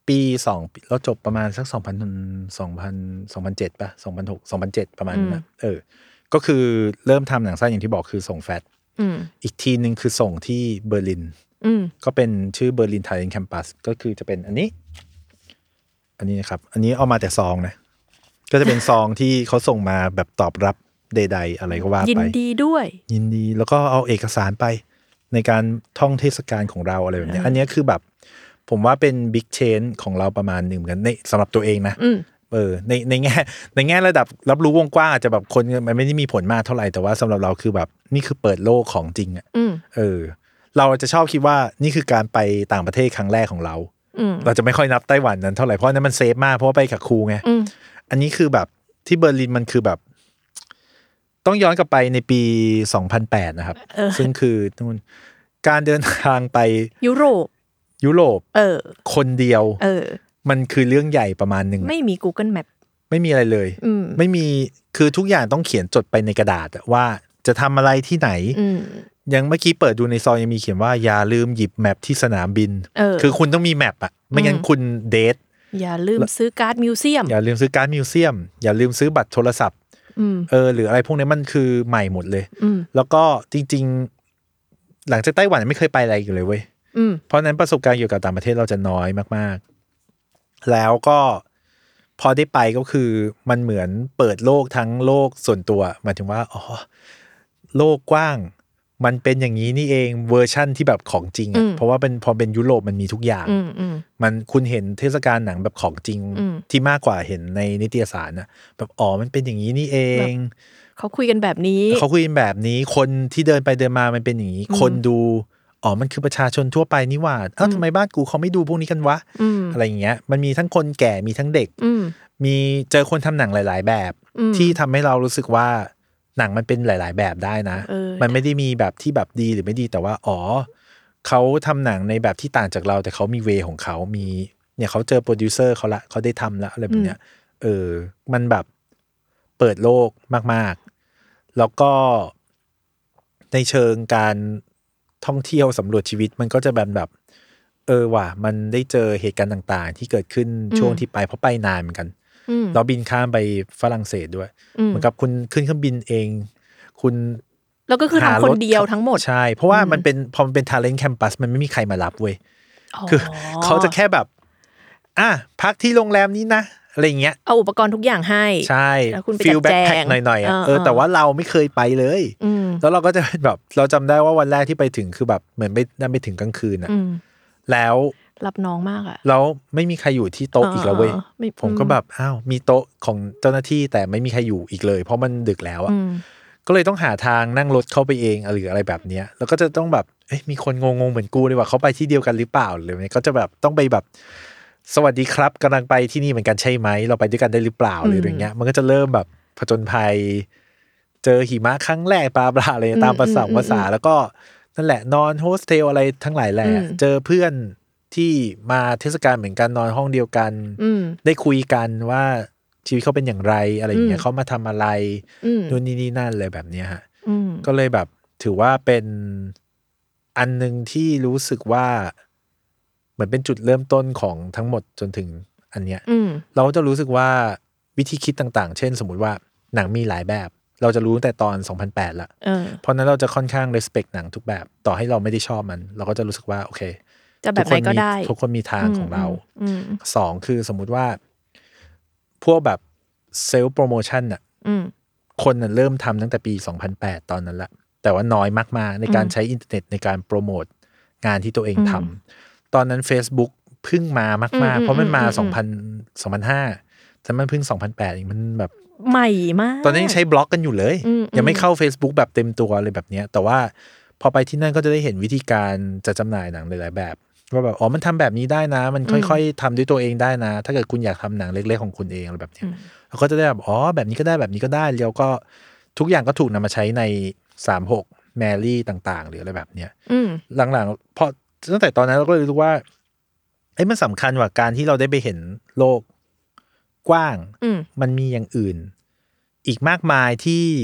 Speaker 5: ปีสองเราจบประมาณสักสองพันสองพันสองพันเจ็ดป่ะสองพันหกสองพันเจ็ดประมาณนั้นเออก็คือเริ่มทำหนังสั้นอย่างที่บอกคือส่งแฟตอีกทีนึงคือส่งที่เบอร์ลินก็เป็นชื่อเบอร์ลินไทเลนแคมปัสก็คือจะเป็นอันนี้อันนี้นะครับอันนี้เอามาแต่ซองนะก็จะเป็นซองที่เขาส่งมาแบบตอบรับใดๆอะไรก็ว่าไปยิน
Speaker 4: ดีด้วย
Speaker 5: ยินดีแล้วก็เอาเอกสารไปในการท่องเทศกาลของเราอะไรแบบนี้อันนี้คือแบบผมว่าเป็นบิ๊กเชนของเราประมาณหนึ่งเหมือนกันในสำหรับตัวเองนะเออในในแง่ในแง่ระดับรับรู้วงกว้างอาจจะแบบคนมันไม่ได้มีผลมากเท่าไหร่แต่ว่าสำหรับเราคือแบบนี่คือเปิดโลกของจริงอ่ะเออเราจะชอบคิดว่านี่คือการไปต่างประเทศครั้งแรกของเราเราจะไม่ค่อยนับไต้หวันนั้นเท่าไหร่เพราะนั้นมันเซฟมากเพราะว่าไปกับครูไงอันนี้คือแบบที่เบอร์ลินมันคือแบบต้องย้อนกลับไปในปีสองพันแปดนะครับซึ่งคือการเดินทางไป
Speaker 4: ยุโรป
Speaker 5: ยุโรป
Speaker 4: เออ
Speaker 5: คนเดียว
Speaker 4: เออ
Speaker 5: มันคือเรื่องใหญ่ประมาณนึง
Speaker 4: ไม่มี Google Map
Speaker 5: ไม่มีอะไรเลยไม่มีคือทุกอย่างต้องเขียนจดไปในกระดาษว่าจะทำอะไรที่ไหนยังเมื่อกี้เปิดดูในซองยังมีเขียนว่าอย่าลืมหยิบแมปที่สนามบินคือคุณต้องมีแมปอ่ะไม่งั้นคุณเดท
Speaker 4: อย่าลืมซื้อการ์ดมิวเซียม
Speaker 5: อย่าลืมซื้อการ์ดมิวเซียมอย่าลืมซื้อบัตรโทรศัพท์เออหรืออะไรพวกนี้มันคือใหม่หมดเลยแล้วก็จริงๆหลังจากไต้หวันไม่เคยไปอะไรอยู่เลยเว้ยเพราะนั้นประสบการณ์เกี่ยวกับต่างประเทศเราจะน้อยมากๆแล้วก็พอได้ไปก็คือมันเหมือนเปิดโลกทั้งโลกส่วนตัวหมายถึงว่าอ๋อโลกกว้างมันเป็นอย่างนี้นี่เองเวอร์ชั่นที่แบบของจริงอ่ะเพราะว่าเป็นพอเป็นยุโรปมันมีทุกอย่างมันคุณเห็นเทศกาลหนังแบบของจริงที่มากกว่าเห็นในนิตยสารนะแบบอ๋อมันเป็นอย่างนี้นี่เอง
Speaker 4: เขาคุยกันแบบนี้
Speaker 5: เขาคุยกันแบบนี้คนที่เดินไปเดินมามันเป็นอย่างนี้คนดูอ๋อมันคือประชาชนทั่วไปนี่หว่าเอ้าทำไมบ้านกูเขาไม่ดูพวกนี้กันวะอะไรอย่างเงี้ยมันมีทั้งคนแก่มีทั้งเด็กมีเจอคนทำหนังหลายๆแบบที่ทำให้เรารู้สึกว่าหนังมันเป็นหลายๆแบบได้นะมันไม่ได้มีแบบที่แบบดีหรือไม่ดีแต่ว่าอ๋อเขาทำหนังในแบบที่ต่างจากเราแต่เขามีเวของเขามีเนี่ยเขาเจอโปรดิวเซอร์เขาละเขาได้ทำละอะไรแบบเนี้ยเออมันแบบเปิดโลกมากๆแล้วก็ในเชิงการท่องเที่ยวสำรวจชีวิตมันก็จะแบบแบบเออว่ะมันได้เจอเหตุการณ์ต่างๆที่เกิดขึ้นช่วงที่ไปเพราะไปนานเหมือนกันเราบินข้ามไปฝรั่งเศสด้วยเหมือนกับคุณขึ้นเครื่องบินเองคุณ
Speaker 4: แล้วก็คือทำคนเดียวทั้งหมด
Speaker 5: ใช่เพราะว่ามันเป็นพอมันเป็น talent campus มันไม่มีใครมารับเว้ยคือเขาจะแค่แบบอ่ะพักที่โรงแรมนี้นะอะไรเงี้ย
Speaker 4: เอาอุปกรณ์ทุกอย่างให้
Speaker 5: ใช่ฟิลแบ็คแพ็คหน่อยๆอ่ะเออแต่ว่าเราไม่เคยไปเลยแล้วเราก็จะเป็นแบบเราจำได้ว่าวันแรกที่ไปถึงคือแบบเหมือนไปนั่นไปถึงกลางคืนอ่ะแล้ว
Speaker 4: รับน้องมากอ่ะ
Speaker 5: แล้วไม่มีใครอยู่ที่โต๊ะอีกแล้วเว้ยผมก็แบบอ้าวมีโต๊ะของเจ้าหน้าที่แต่ไม่มีใครอยู่อีกเลยเพราะมันดึกแล้วอ่ะก็เลยต้องหาทางนั่งรถเข้าไปเองหรืออะไรแบบเนี้ยแล้วก็จะต้องแบบเอ้ยมีคนงงๆเหมือนกูเลยว่าเขาไปที่เดียวกันหรือเปล่าหรือไงก็จะแบบต้องไปแบบสวัสดีครับกำลังไปที่นี่เหมือนกันใช่ไหมเราไปด้วยกันได้หรือเปล่าหรืออย่างเงี้ยมันก็จะเริ่มแบบผจญภัยเจอหิมะครั้งแรกปลาปลาอะไรตามภาษาภาษาแล้วก็นั่นแหละนอนโฮสเทลอะไรทั้งหลายแหละเจอเพื่อนที่มาเทศกาลเหมือนกันนอนห้องเดียวกันได้คุยกันว่าชีวิตเขาเป็นอย่างไรอะไรอย่างเงี้ยเขามาทำอะไรนู่นนี่นี่นั่นเลยแบบเนี้ยฮะก็เลยแบบถือว่าเป็นอันนึงที่รู้สึกว่าเหมือนเป็นจุดเริ่มต้นของทั้งหมดจนถึงอันเนี้ยเราจะรู้สึกว่าวิธีคิดต่างๆเช่นสมมุติว่าหนังมีหลายแบบเราจะรู้ตั้งแต่ตอนสองพันแปดละเพราะนั้นเราจะค่อนข้าง respect หนังทุกแบบต่อให้เราไม่ได้ชอบมันเราก็จะรู้สึกว่าโอเค
Speaker 4: จะแบบไหนก็ได้
Speaker 5: ทุกคนมีทางของเราสองคือสมมุติว่าพวกแบบเซลฟ์โปรโมชั่นน่ะคนน่ะเริ่มทำตั้งแต่ปีสองพันแปดตอนนั้นละแต่ว่าน้อยมากๆในการใช้อินเทอร์เน็ตในการโปรโมทงานที่ตัวเองทำตอนนั้น Facebook เพิ่งมามากๆเพราะมันมาสองพัน สองพันห้าแต่มันเพิ่งสองพันแปดเองมันแบบ
Speaker 4: ใหม่มาก
Speaker 5: ตอนนั้นยังใช้บล็อกกันอยู่เลยยังไม่เข้า Facebook แบบเต็มตัวเลยแบบนี้แต่ว่าพอไปที่นั่นก็จะได้เห็นวิธีการจะจำหน่ายหนังหลายๆแบบว่าแบบอ๋อมันทำแบบนี้ได้นะมันค่อยๆทำด้วยตัวเองได้นะถ้าเกิดคุณอยากทำหนังเล็กๆของคุณเองอะไรแบบนี้เราก็จะได้แบบอ๋อแบบนี้ก็ได้แบบนี้ก็ได้แล้วก็ทุกอย่างก็ถูกนำมาใช้ในสามสิบหกแมรี่ต่างๆหรืออะไรแบบเนี้ยหลังๆพอตั้งแต่ตอนนั้นเราก็เลยรู้ว่าไอ้มันสำคัญว่าการที่เราได้ไปเห็นโลกกว้างมันมีอย่างอื่นอีกมากมายที่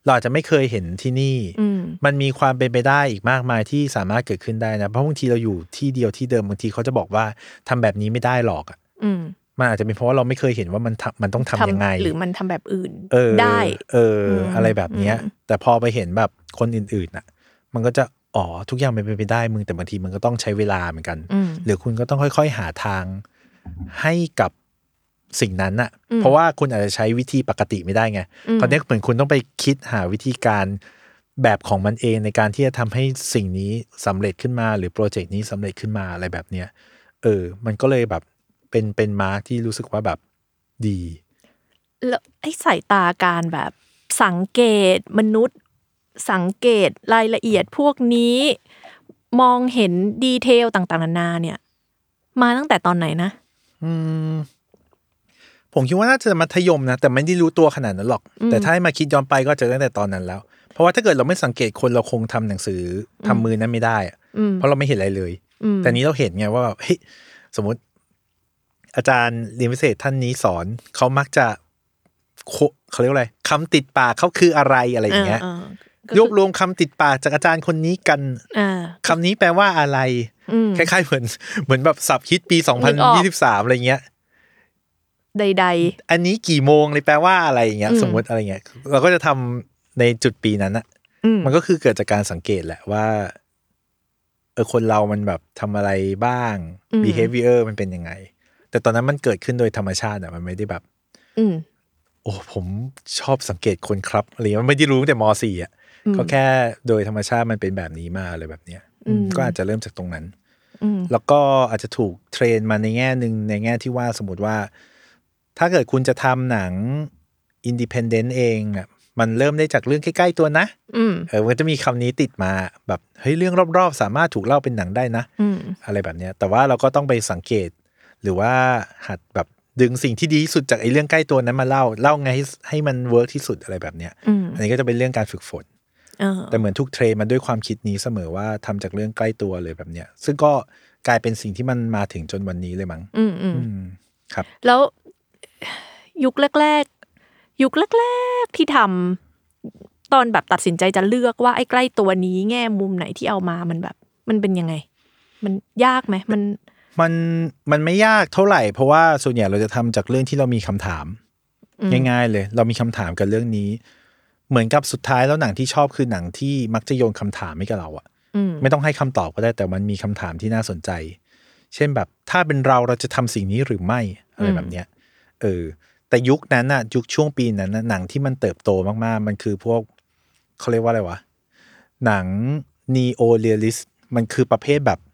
Speaker 5: เราอาจจะไม่เคยเห็นที่นี่มันมีความเป็นไปได้อีกมากมายที่สามารถเกิดขึ้นได้นะเพราะบางทีเราอยู่ที่เดียวที่เดิมบางทีเขาจะบอกว่าทำแบบนี้ไม่ได้หรอกอ่ะมันอาจจะเป็นเพราะว่าเราไม่เคยเห็นว่ามันมันต้องทำยังไง
Speaker 4: หรือมันทำแบบอื่น
Speaker 5: ได้เอออะไรแบบเนี้ยแต่พอไปเห็นแบบคนอื่นๆน่ะมันก็จะอ๋อทุกอย่างเป็นไปได้มึงแต่บางทีมันก็ต้องใช้เวลาเหมือนกันหรือคุณก็ต้องค่อยๆหาทางให้กับสิ่งนั้นน่ะเพราะว่าคุณอาจจะใช้วิธีปกติไม่ได้ไงตอนนี้เหมือนคุณต้องไปคิดหาวิธีการแบบของมันเองในการที่จะทำให้สิ่งนี้สำเร็จขึ้นมาหรือโปรเจกต์นี้สำเร็จขึ้นมาอะไรแบบเนี้ยเออมันก็เลยแบบเป็นเป็นมาร์คที่รู้สึกว่าแบบดี
Speaker 4: แล้วไอ้สายตาการแบบสังเกตมนุษย์สังเกตรายละเอียดพวกนี้มองเห็นดีเทลต่างๆนานาเนี่ยมาตั้งแต่ตอนไหนนะ
Speaker 5: อืมผมคิดว่าน่าจะมัธยมนะแต่ไม่ได้รู้ตัวขนาดนั้นหรอกแต่ถ้าให้มาคิดย้อนไปก็จะตั้งแต่ตอนนั้นแล้วเพราะว่าถ้าเกิดเราไม่สังเกตคนเราคงทำหนังสือทำมือนั้นไม่ได้เพราะเราไม่เห็นอะไรเลยแต่นี้เราเห็นไงว่าเฮ้ยสมมติอาจารย์เรียนพิเศษท่านนี้สอนเขามักจะเขาเรียกว่าอะไรคำติดปากเขาคืออะไรอะไรอย่างเงี้ยรวบรวมคำติดปากจากอาจารย์คนนี้กันคำนี้แปลว่าอะไรคล้ายๆเหมือนเหมือนแบบศัพท์ฮิตปีสองพันยี่สิบสามอะไรเงี้ย
Speaker 4: ใด
Speaker 5: ๆอันนี้กี่โมงเลยแปลว่าอะไรอย่างเงี้ยสมมติอะไรเงี้ยเราก็จะทำในจุดปีนั้นอะมันก็คือเกิดจากการสังเกตแหละว่าเออคนเรามันแบบทำอะไรบ้าง behavior มันเป็นยังไงแต่ตอนนั้นมันเกิดขึ้นโดยธรรมชาติอะมันไม่ได้แบบโอ้ผมชอบสังเกตคนครับอะไรมันไม่ได้รู้แต่ม.สี่ อ่ะก็แค่โดยธรรมชาติมันเป็นแบบนี้มาอะไรแบบเนี้ยก็อาจจะเริ่มจากตรงนั้นแล้วก็อาจจะถูกเทรนมาในแง่นึงในแง่ที่ว่าสมมติว่าถ้าเกิดคุณจะทำหนังอินดิเพนเดนต์เองอ่ะมันเริ่มได้จากเรื่องใกล้ๆตัวนะเออมันจะมีคำนี้ติดมาแบบเฮ้ยเรื่องรอบๆสามารถถูกเล่าเป็นหนังได้นะอะไรแบบเนี้ยแต่ว่าเราก็ต้องไปสังเกตหรือว่าหัดแบบดึงสิ่งที่ดีที่สุดจากไอ้เรื่องใกล้ตัวนั้นมาเล่าเล่าไงให้ให้มันเวิร์กที่สุดอะไรแบบเนี้ย อ, อันนี้ก็จะเป็นเรื่องการฝึกฝนแต่เหมือนทุกเทรนมันด้วยความคิดนี้เสมอว่าทำจากเรื่องใกล้ตัวเลยแบบเนี้ยซึ่งก็กลายเป็นสิ่งที่มันมาถึงจนวันนี้เลยมั้งอืมอืมครับ
Speaker 4: แล้วยุคแรกๆยุคแรกๆที่ทำตอนแบบตัดสินใจจะเลือกว่าไอ้ใกล้ตัวนี้แง่มุมไหนที่เอามามันแบบมันเป็นยังไงมันยากไหมมัน
Speaker 5: มันมันไม่ยากเท่าไหร่เพราะว่าส่วนใหญ่เราจะทำจากเรื่องที่เรามีคำถามง่ายๆเลยเรามีคำถามกับเรื่องนี้เหมือนกับสุดท้ายแล้วหนังที่ชอบคือหนังที่มักจะโยนคำถามให้กับเราอะไม่ต้องให้คำตอบก็ได้แต่มันมีคำถามที่น่าสนใจเช่นแบบถ้าเป็นเราเราจะทำสิ่งนี้หรือไม่อะไรแบบเนี้ยเออแต่ยุคนั้นอะยุคช่วงปีนั้นนะหนังที่มันเติบโตมากๆมันคือพวกเขาเรียกว่าอะไรวะหนัง neo realist มันคือประเภทแบบ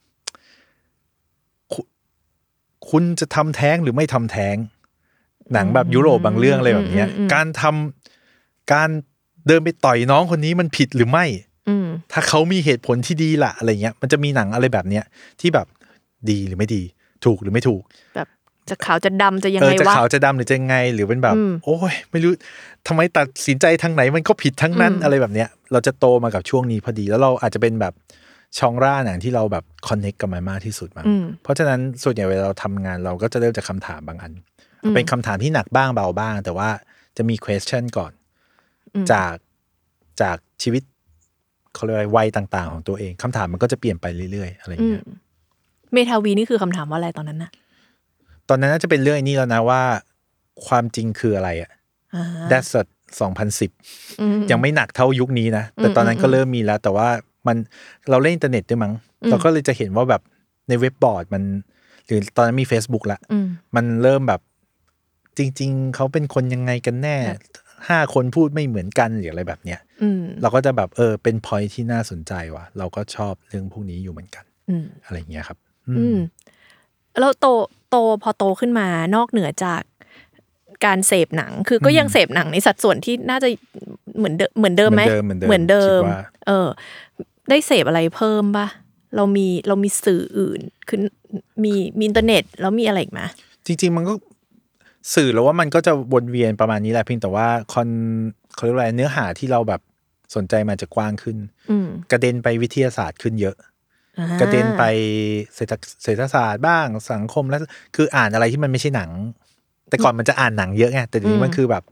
Speaker 5: คุณจะทำแท้งหรือไม่ทำแท้งหนังแบบยุโรปบางเรื่องอะไรแบบนี้การทำการเดินไปต่อยน้องคนนี้มันผิดหรือไม่ถ้าเขามีเหตุผลที่ดีล่ะอะไรเงี้ยมันจะมีหนังอะไรแบบเนี้ยที่แบบดีหรือไม่ดีถูกหรือไม่ถูก
Speaker 4: แบบจะขาวจะดำจะยังไงวะ
Speaker 5: จะขาวจะดำหรือจะยังไงหรือเป็นแบบโอ้ยไม่รู้ทำไมตัดสินใจทางไหนมันก็ผิดทั้งนั้นอะไรแบบเนี้ยเราจะโตมากับช่วงนี้พอดีแล้วเราอาจจะเป็นแบบช่องร่าหนังที่เราแบบคอนเนคกับมันมากที่สุดมั้งเพราะฉะนั้นส่วนใหญ่เวลาเราทำงานเราก็จะเริ่มจากคำถามบางอันเป็นคำถามที่หนักบ้างเบาบ้างแต่ว่าจะมี question ก่อนจากจากชีวิตเขาเรียกว่าวัยต่างๆของตัวเองคำถามมันก็จะเปลี่ยนไปเรื่อยๆอะไรอย่างเงี้ย
Speaker 4: เมทาวีนี่คือคำถามว่าอะไรตอนนั้นนะ
Speaker 5: ตอนนั้นน่าจะเป็นเรื่องนี้แล้วนะว่าความจริงคืออะไรอ่ะ That's a สองพันสิบยังไม่หนักเท่ายุคนี้นะแต่ตอนนั้นก็เริ่มมีแล้วแต่ว่ามันเราเล่นอินเทอร์เน็ตด้วยมั้งเราก็เลยจะเห็นว่าแบบในเว็บบอร์ดมันหรือตอนนั้นมี Facebook ละมันเริ่มแบบจริงๆเขาเป็นคนยังไงกันแน่ห้าคนพูดไม่เหมือนกันหรืออะไรแบบเนี้ยเราก็จะแบบเออเป็น point ที่น่าสนใจว่ะเราก็ชอบเรื่องพวกนี้อยู่เหมือนกันอะไรอย่างเงี้ยครับ
Speaker 4: แล้วโตโตพอโตขึ้นมานอกเหนือจากการเสพหนังคือก็ยังเสพหนังในสัดส่วนที่น่าจะเหมือนเดิมเหมือนเดิมไหมเหมือนเดิมเออได้เสพอะไรเพิ่มป่ะเรามีเรามีสื่ออื่นคือมีมีอินเทอร์เน็ตแล้วมีอะไรอีกไหม
Speaker 5: จริงๆมันก็สื่อแล้วว่ามันก็จะวนเวียนประมาณนี้แหละเพียงแต่ว่าคอนเขาเรียกอะไรเนื้อหาที่เราแบบสนใจมันจะกว้างขึ้นกระเด็นไปวิทยาศาสตร์ขึ้นเยอะกระเด็นไปเศรษฐเศรษฐศาสตร์บ้างสังคมแล้วคืออ่านอะไรที่มันไม่ใช่หนังแต่ก่อนมันจะอ่านหนังเยอะไงแต่ทีนี้มันคือแบบ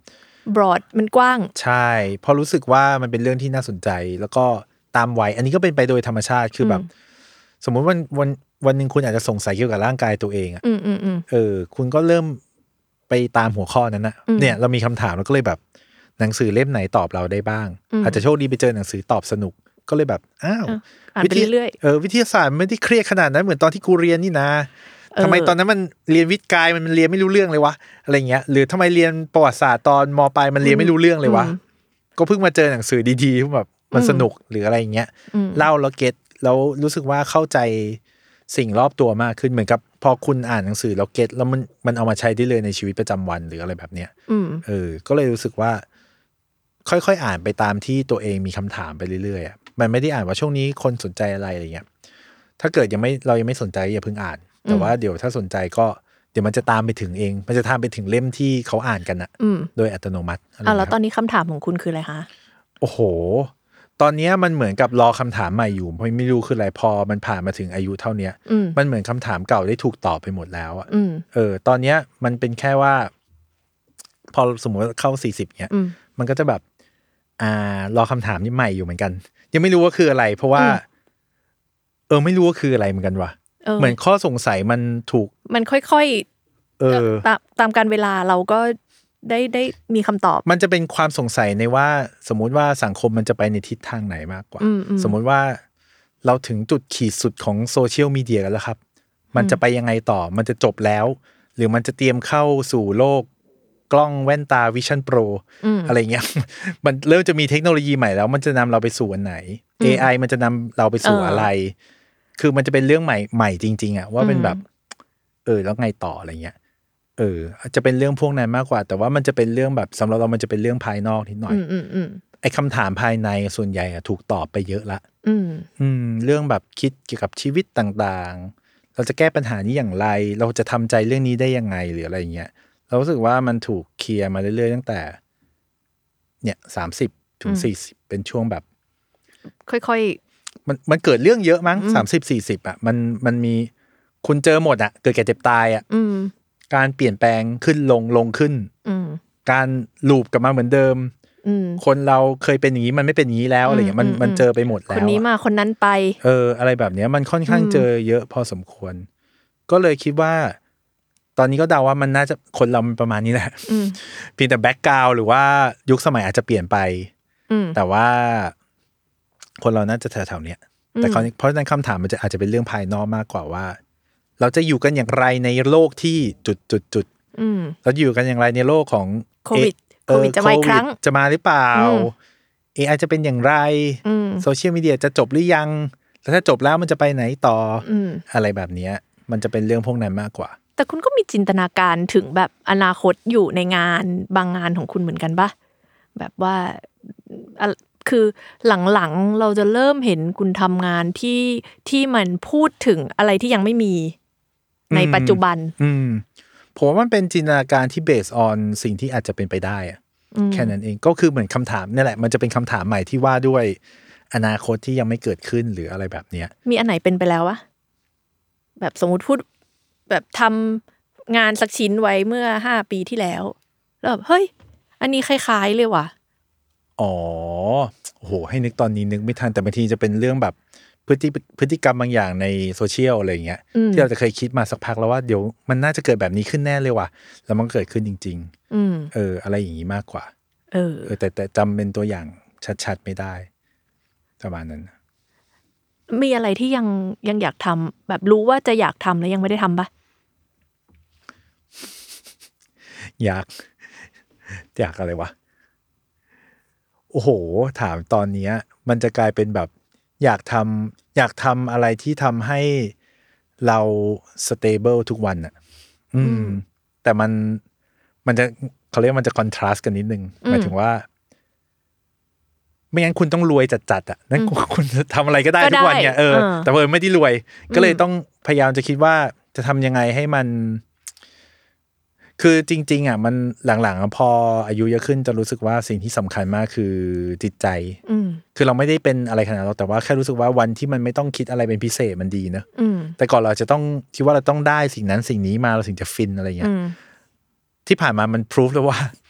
Speaker 4: broad มันกว้าง
Speaker 5: ใช่เพราะรู้สึกว่ามันเป็นเรื่องที่น่าสนใจแล้วก็ตามวัยอันนี้ก็เป็นไปโดยธรรมชาติคือแบบสมมุติวันวันวันนึงคุณอาจจะสงสัยเกี่ยวกับร่างกายตัวเองอ่ะเออคุณก็เริ่มไปตามหัวข้อนั้นนะเนี่ยเรามีคำถามแล้วก็เลยแบบหนังสือเล่มไหนตอบเราได้บ้างอาจจะโชคดีไปเจอหนังสือตอบสนุกก็เลยแบบอ้าว
Speaker 4: วิทยา
Speaker 5: เออวิทยาศาสตร์ไม่ได้เครียดขนาดนั้นเหมือนตอนที่กูเรียนนี่นะทำไมตอนนั้นมันเรียนวิทย์กายมันเรียนไม่รู้เรื่องเลยวะอะไรเงี้ยหรือทำไมเรียนประวัติศาสตร์ตอนม.ปลายมันเรียนไม่รู้เรื่องเลยวะก็เพิ่งมาเจอหนังสือดีๆที่แบบมันสนุกหรืออะไรเงี้ยเล่าแล้วเก็ตแล้วรู้สึกว่าเข้าใจสิ่งรอบตัวมากขึ้นเหมือนกับพอคุณอ่านหนังสือแล้วเก็ตแล้วมันมันเอามาใช้ได้เลยในชีวิตประจำวันหรืออะไรแบบเนี้ยเออก็เลยรู้สึกว่าค่อยๆอ่านไปตามที่ตัวเองมีคำถามไปเรื่อยๆมันไม่ได้อ่านว่าช่วงนี้คนสนใจอะไรอะไรเงี้ยถ้าเกิดยังไม่เรายังไม่สนใจอย่าเพิ่งอ่านแต่ว่าเดี๋ยวถ้าสนใจก็เดี๋ยวมันจะตามไปถึงเองมันจะตามไปถึงเล่มที่เขาอ่านกันนะโดยอัตโนมัติ
Speaker 4: อ่ะแล้วตอนนี้คำถามของคุณคืออะไรคะ
Speaker 5: โอ้โหตอนนี้มันเหมือนกับรอคำถามใหม่อยู่เพราะไม่รู้คืออะไรพอมันผ่านมาถึงอายุเท่านี้มันเหมือนคำถามเก่าได้ถูกตอบไปหมดแล้วอ่ะเออตอนนี้มันเป็นแค่ว่าพอสมมติเข้าสี่สิบเนี้ยมันก็จะแบบอ่ารอคำถามนี้ใหม่อยู่เหมือนกันยังไม่รู้ว่าคืออะไรเพราะว่าเออไม่รู้ว่าคืออะไรเหมือนกันว่ะเหมือนข้อสงสัยมันถูก
Speaker 4: มันค่อยๆเออตามตามการเวลาเราก็ได้ได้มีคำตอบ
Speaker 5: มันจะเป็นความสงสัยในว่าสมมุติว่าสังคมมันจะไปในทิศทางไหนมากกว่าสมมุติว่าเราถึงจุดขีดสุดของโซเชียลมีเดียกันแล้วครับมันจะไปยังไงต่อมันจะจบแล้วหรือมันจะเตรียมเข้าสู่โลกกล้องแว่นตา Vision Pro อะไรเงี้ยมันเริ่มจะมีเทคโนโลยีใหม่แล้วมันจะนำเราไปสู่อันไหน เอ ไอ มันจะนำเราไปสู่อะไรคือมันจะเป็นเรื่องใหม่ใหม่จริงๆอ่ะว่าเป็นแบบเออแล้วไงต่ออะไรเงี้ยเออจะเป็นเรื่องพวกนั้นมากกว่าแต่ว่ามันจะเป็นเรื่องแบบสำหรับเรามันจะเป็นเรื่องภายนอกนิดหน่อยไอ้คำถามภายในส่วนใหญ่อะถูกตอบไปเยอะละอืมเรื่องแบบคิดเกี่ยวกับชีวิตต่างๆเราจะแก้ปัญหานี้อย่างไรเราจะทำใจเรื่องนี้ได้ยังไงหรืออะไรเงี้ยเรารู้สึกว่ามันถูกเคลียร์มาเรื่อยๆตั้งแต่เนี่ยสามสิบถึงสี่สิบเป็นช่วงแบบ
Speaker 4: ค่อย
Speaker 5: ๆมันมันเกิดเรื่องเยอะมั้งสามสิบสี่สิบอ่ะมันมันมีคุณเจอหมดอ่ะเกิดแก่เจ็บตายอ่ะการเปลี่ยนแปลงขึ้นลงลงขึ้นการลูปกลับมาเหมือนเดิมคนเราเคยเป็นอย่างนี้มันไม่เป็นอย่างนี้แล้วอะไรอย่างเงี้ยมันมันเจอไปหมดแล้ว
Speaker 4: คนนี้มาคนนั้นไป
Speaker 5: เอออะไรแบบเนี้ยมันค่อนข้างเจอเยอะพอสมควรก็เลยคิดว่าตอนนี้ก็เดาว่ามันน่าจะคนเรามันประมาณนี้แหละเพียงแต่แบ็คกราวด์หรือว่ายุคสมัยอาจจะเปลี่ยนไปแต่ว่าคนเราน่าจะแถวๆเนี้ยแต่เพราะฉะนั้นคำถามมันจะอาจจะเป็นเรื่องภายนอกมากกว่าว่าเราจะอยู่กันอย่างไรในโลกที่จุดจุดจุดเราอยู่กันอย่างไรในโลกของ
Speaker 4: โควิดโควิดจะมาอีกครั้ง
Speaker 5: จะมาหรือเปล่าเอไอจะเป็นอย่างไรโซเชียลมีเดียจะจบหรือยังแล้วถ้าจบแล้วมันจะไปไหนต่ออะไรแบบนี้มันจะเป็นเรื่องพวกนั้นมากกว่า
Speaker 4: แต่คุณก็มีจินตนาการถึงแบบอนาคตอยู่ในงานบางงานของคุณเหมือนกันปะแบบว่าคือหลังๆเราจะเริ่มเห็นคุณทำงานที่ที่มันพูดถึงอะไรที่ยังไม่มีในปัจจุบัน
Speaker 5: อืมผมว่ามันเป็นจินตนาการที่ based on สิ่งที่อาจจะเป็นไปได้อะแค่นั้นเองก็คือเหมือนคำถามนี่แหละมันจะเป็นคำถามใหม่ที่ว่าด้วยอนาคตที่ยังไม่เกิดขึ้นหรืออะไรแบบเนี้ย
Speaker 4: มีอันไหนเป็นไปแล้ววะแบบสมมุติพูดแบบทำงานสักชิ้นไว้เมื่อห้าปีที่แล้วแล้วแบบเฮ้ยอันนี้คล้ายๆเลยว่ะ
Speaker 5: อ๋อโอ้โหให้นึกตอนนี้นึกไม่ทันแต่บางทีจะเป็นเรื่องแบบพฤติพฤติกรรมบางอย่างในโซเชียลอะไรเงี้ยที่เราจะเคยคิดมาสักพักแล้วว่าเดี๋ยวมันน่าจะเกิดแบบนี้ขึ้นแน่เลยว่ะแล้วมันเกิดขึ้นจริงๆเอออะไรอย่างนี้มากกว่า
Speaker 4: เออ
Speaker 5: เออแต่แต่จำเป็นตัวอย่างชัดๆไม่ได้ประมาณนั้น
Speaker 4: มีอะไรที่ยังยังอยากทำแบบรู้ว่าจะอยากทำแล้วยังไม่ได้ทำปะ
Speaker 5: อยากอยากอะไรวะโอ้โหถามตอนนี้มันจะกลายเป็นแบบอยากทำอยากทำอะไรที่ทำให้เราสเตเบิลทุกวันอ่ะอืมแต่มันมันจะเขาเรียกมันจะคอนทราสต์กันนิดนึงหมายถึงว่าไม่งั้นคุณต้องรวยจัดๆอ่ะนั่นคุณจะทำอะไรก็ได้ทุกวันเนี่ยเออแต่เพิ่นไม่ได้รวยก็เลยต้องพยายามจะคิดว่าจะทำยังไงให้มันคือจริงๆอ่ะมันหลังๆพออายุเยอะขึ้นจะรู้สึกว่าสิ่งที่สำคัญมากคือจิตใจคือเราไม่ได้เป็นอะไรขนาดนั้นแต่ว่าแค่รู้สึกว่าวันที่มันไม่ต้องคิดอะไรเป็นพิเศษมันดีนะแต่ก่อนเราจะต้องคิดว่าเราต้องได้สิ่งนั้นสิ่งนี้มาเราถึงจะฟินอะไรเงี้ยที่ผ่านมามันพิสูจแล้วว่า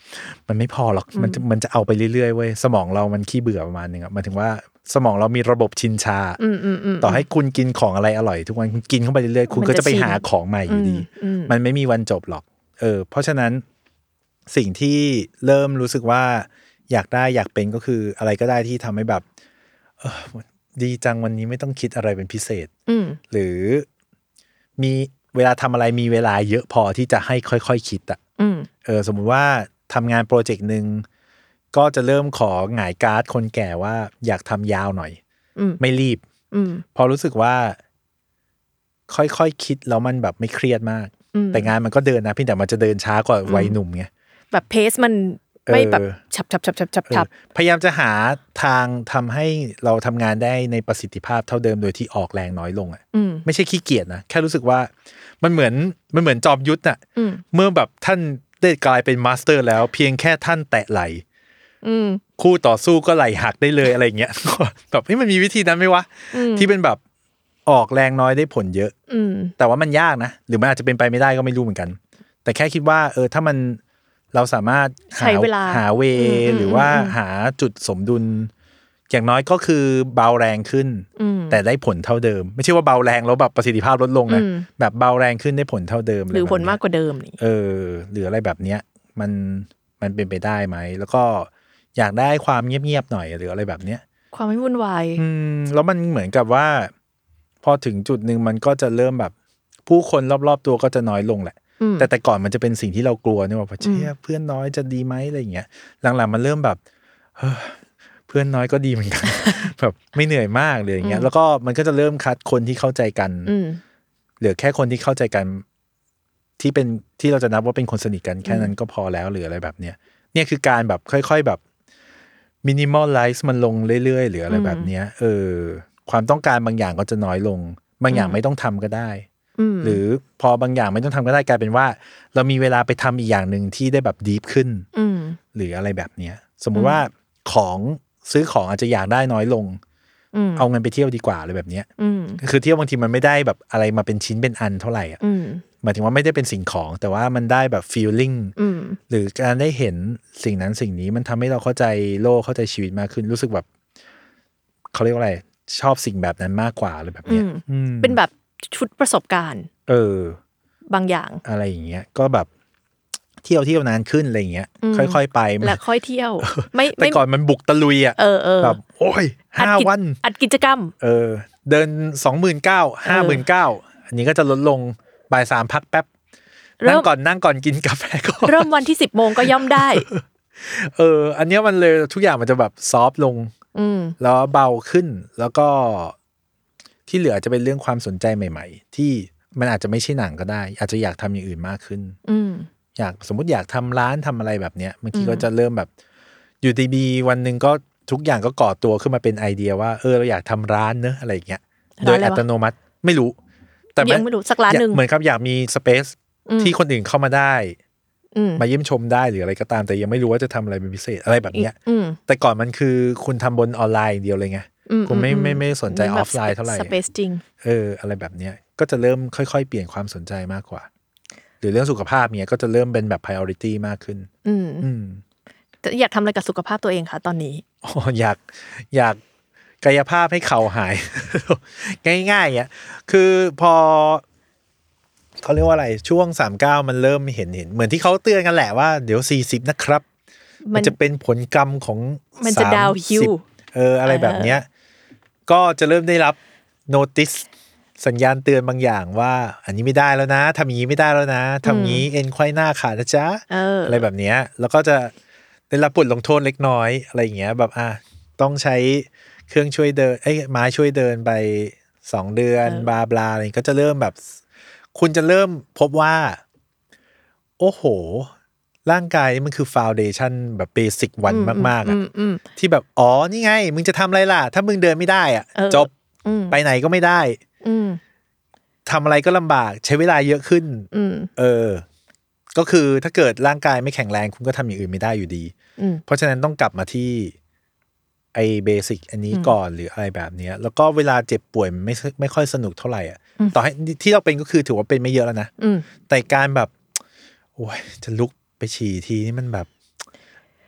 Speaker 5: มันไม่พอหรอกมันจะมันจะเอาไปเรื่อยๆเว้ยสมองเรามันขี้เบื่อประมาณนึงอ่ะหมายถึงว่าสมองเรามีระบบชินชาต่อให้คุณกินของอะไรอร่อยทุกวันคุณกินเข้าไปเรื่อยๆคุณก็จะไปหาของใหม่อยู่ดีมันไม่มีวันจบหรอกเออเพราะฉะนั้นสิ่งที่เริ่มรู้สึกว่าอยากได้อยากเป็นก็คืออะไรก็ได้ที่ทำให้แบบเออดีจังวันนี้ไม่ต้องคิดอะไรเป็นพิเศษหรือมีเวลาทำอะไรมีเวลาเยอะพอที่จะให้ค่อยๆ ค, คิดอ่ะเออสมมุติว่าทำงานโปรเจกต์นึงก็จะเริ่มขอหงายการ์ดคนแก่ว่าอยากทำยาวหน่อยไม่รีบพอรู้สึกว่าค่อยๆ ค, คิดแล้วมันแบบไม่เครียดมากแต่งานมันก็เดินนะพี่แต่มันจะเดินช้ากว่าวัยหนุ่มไง
Speaker 4: แบบเพสมันไม่แบบฉับฉับฉับฉับฉับฉับ
Speaker 5: พยายามจะหาทางทำให้เราทำงานได้ในประสิทธิภาพเท่าเดิมโดยที่ออกแรงน้อยลงอ่ะไม่ใช่ขี้เกียจนะแค่รู้สึกว่ามันเหมือนมันเหมือนจอมยุทธน่ะเมื่อแบบท่านได้กลายเป็นมาสเตอร์แล้วเพียงแค่ท่านแตะไหล่คู่ต่อสู้ก็ไหล่หักได้เลยอะไรเงี้ยแบบนี่มันมีวิธีนั้นไหมวะที่เป็นแบบออกแรงน้อยได้ผลเยอะแต่ว่ามันยากนะหรือมันอาจจะเป็นไปไม่ได้ก็ไม่รู้เหมือนกันแต่แค่คิดว่าเออถ้ามันเราสามารถหาหาเวหรือว่าหาจุดสมดุลอย่างน้อยก็คือเบาแรงขึ้นแต่ได้ผลเท่าเดิมไม่ใช่ว่าเบาแรงแล้วแบบประสิทธิภาพลดลงนะแบบเบาแรงขึ้นได้ผลเท่าเดิม
Speaker 4: หรือผลมากกว่าเดิมนี่
Speaker 5: เออหรืออะไรแบบเนี้ยมันมันเป็นไปได้ไหมแล้วก็อยากได้ความเงียบๆหน่อยหรืออะไรแบบเนี้ย
Speaker 4: ความไม่วุ่นวาย
Speaker 5: อืมแล้วมันเหมือนกับว่าพอถึงจุดนึงมันก็จะเริ่มแบบผู้คนรอบๆตัวก็จะน้อยลงแหละแต่แต่ก่อนมันจะเป็นสิ่งที่เรากลัวเนี่ยว่าเชี่ยเพื่อนน้อยจะดีไหมอะไรอย่างเงี้ยหลังๆมันเริ่มแบบเฮ้อเพื่อนน้อยก็ดีเหมือนกัน แบบไม่เหนื่อยมากเลยอย่างเงี้ยแล้วก็มันก็จะเริ่มคัดคนที่เข้าใจกันเหลือแค่คนที่เข้าใจกันที่เป็นที่เราจะนับว่าเป็นคนสนิทกันแค่นั้นก็พอแล้วหรืออะไรแบบเนี้ยเนี่ยคือการแบบค่อยๆแบบมินิมอลไลซ์มันลงเรื่อยๆหรืออะไรแบบเนี้ยเออความต้องการบางอย่างก็จะน้อยลงบางอย่างไม่ต้องทำก็ได้หรือพอบางอย่างไม่ต้องทำก็ได้กลายเป็นว่าเรามีเวลาไปทำอีกอย่างหนึ่งที่ได้แบบดีฟขึ้นหรืออะไรแบบเนี้ยสมมุติว่าของซื้อของอาจจะอยากได้น้อยลงเอาเงินไปเที่ยวดีกว่าอะไรแบบเนี้ยคือเที่ยวบางทีมันไม่ได้แบบอะไรมาเป็นชิ้นเป็นอันเท่าไหร่อ่ะหมายถึงว่าไม่ได้เป็นสิ่งของแต่ว่ามันได้แบบฟีลลิ่งหรือการได้เห็นสิ่งนั้นสิ่งนี้มันทำให้เราเข้าใจโลกเข้าใจชีวิตมากขึ้นรู้สึกแบบเขาเรียกว่าอะไรชอบสิ่งแบบนั้นมากกว่าอะไรแบบเนี้ย
Speaker 4: เป็นแบบชุดประสบการณ์
Speaker 5: เออบ
Speaker 4: างอย่าง
Speaker 5: อะไรอย่างเงี้ยก็แบบเที่ยวเที่ยวนานขึ้นอะไรอย่างเงี้ยค่อยๆไป
Speaker 4: และค่อยเที่ยวไม่
Speaker 5: แต่ก่อนมันบุกตะลุยอ่ะแบบโอ้ยห้าวัน
Speaker 4: อัดกิจกรรม
Speaker 5: เออเดิน สองหมื่นเก้าพัน ห้าหมื่นเก้าพัน อันนี้ก็จะลดลงบ่ายสามพักแป๊บนั่งก่อนนั่งก่อนกินกาแฟก็
Speaker 4: เริ่มวันที่สิบโมงก็ย่อมได้
Speaker 5: เอออันนี้มันเลยทุกอย่างมันจะแบบซอฟต์ลงแล้วเบาขึ้นแล้วก็ที่เหลือจะเป็นเรื่องความสนใจใหม่ๆที่มันอาจจะไม่ใช่หนังก็ได้อาจจะอยากทำอย่างอื่นมากขึ้นอยากสมมติอยากทำร้านทำอะไรแบบเนี้ยบางทีก็จะเริ่มแบบอยู่ดีๆวันหนึ่งก็ทุกอย่างก็ก่อตัวขึ้นมาเป็นไอเดียว่าเออเราอยากทำร้านเนอะอะไรอย่างเงี้ยโดยอัตโนมัติไม่รู้
Speaker 4: แต่ยังไม่รู้สักร้านนึง
Speaker 5: เหมือนครับอยากมีสเปซที่คนอื่นเข้ามาได้มาเยี่ยมชมได้หรืออะไรก็ตามแต่ยังไม่รู้ว่าจะทำอะไรเป็นพิเศษอะไรแบบเนี้ยแต่ก่อนมันคือคุณทำบนออนไลน์เดียวเลยไงคุณไม่ไม่ไม่สนใจออฟไลน์เท่าไหร่
Speaker 4: สเปซจริง
Speaker 5: เอออะไรแบบเนี้ยก็จะเริ่มค่อยๆเปลี่ยนความสนใจมากกว่าหรือเรื่องสุขภาพเนี้ยก็จะเริ่มเป็นแบบ priority มากขึ้น
Speaker 4: อืมอืมอยากทำอะไรกับสุขภาพตัวเองคะตอนนี้
Speaker 5: อ๋ออยากอยากกายภาพให้เข่าหาย ง่ายๆอ่ะคือพอเขาเรียกว่าอะไรช่วงสามสิบเก้ามันเริ่มเห็นเห็นเหมือนที่เขาเตือนกันแหละว่าเดี๋ยวสี่สิบนะครับมันจะเป็นผลกรรมของ
Speaker 4: มันจะดาวฮิว
Speaker 5: เอออะไรแบบเนี้ยก็จะเริ่มได้รับโนติสสัญญาณเตือนบางอย่างว่าอันนี้ไม่ได้แล้วนะทำอย่างนี้ไม่ได้แล้วนะทำงี้เอ็นไขว้หน้าขาดนะจ๊ะ
Speaker 4: อ, อ
Speaker 5: อะไรแบบเนี้ยแล้วก็จะได้รับบทลงโทษเล็กน้อยอะไรอย่างเงี้ยแบบอ่ะต้องใช้เครื่องช่วยเดินเอ้ยไม้ช่วยเดินไปสองเดือนบลาบลาอะไรก็จะเริ่มแบบคุณจะเริ่มพบว่าโอ้โหร่างกายมันคือฟาวเดชั่นแบบเบสิกวันมากๆอ่ะที่แบบอ๋อนี่ไงมึงจะทำอะไรล่ะถ้ามึงเดินไม่ได้อ่ะจบไปไหนก็ไม่ได้ทำอะไรก็ลำบากใช้เวลาเยอะขึ้นเออก็คือถ้าเกิดร่างกายไม่แข็งแรงคุณก็ทำอย่างอื่นไม่ได้อยู่ดีเพราะฉะนั้นต้องกลับมาที่ไอ้เบสิกอันนี้ก่อนหรืออะไรแบบนี้แล้วก็เวลาเจ็บป่วยไม่ไม่ค่อยสนุกเท่าไหร่อ่ะต่อให้ที่เราเป็นก็คือถือว่าเป็นไม่เยอะแล้วนะแต่การแบบโอ้ยจะลุกไปฉี่ทีนี่มันแบบ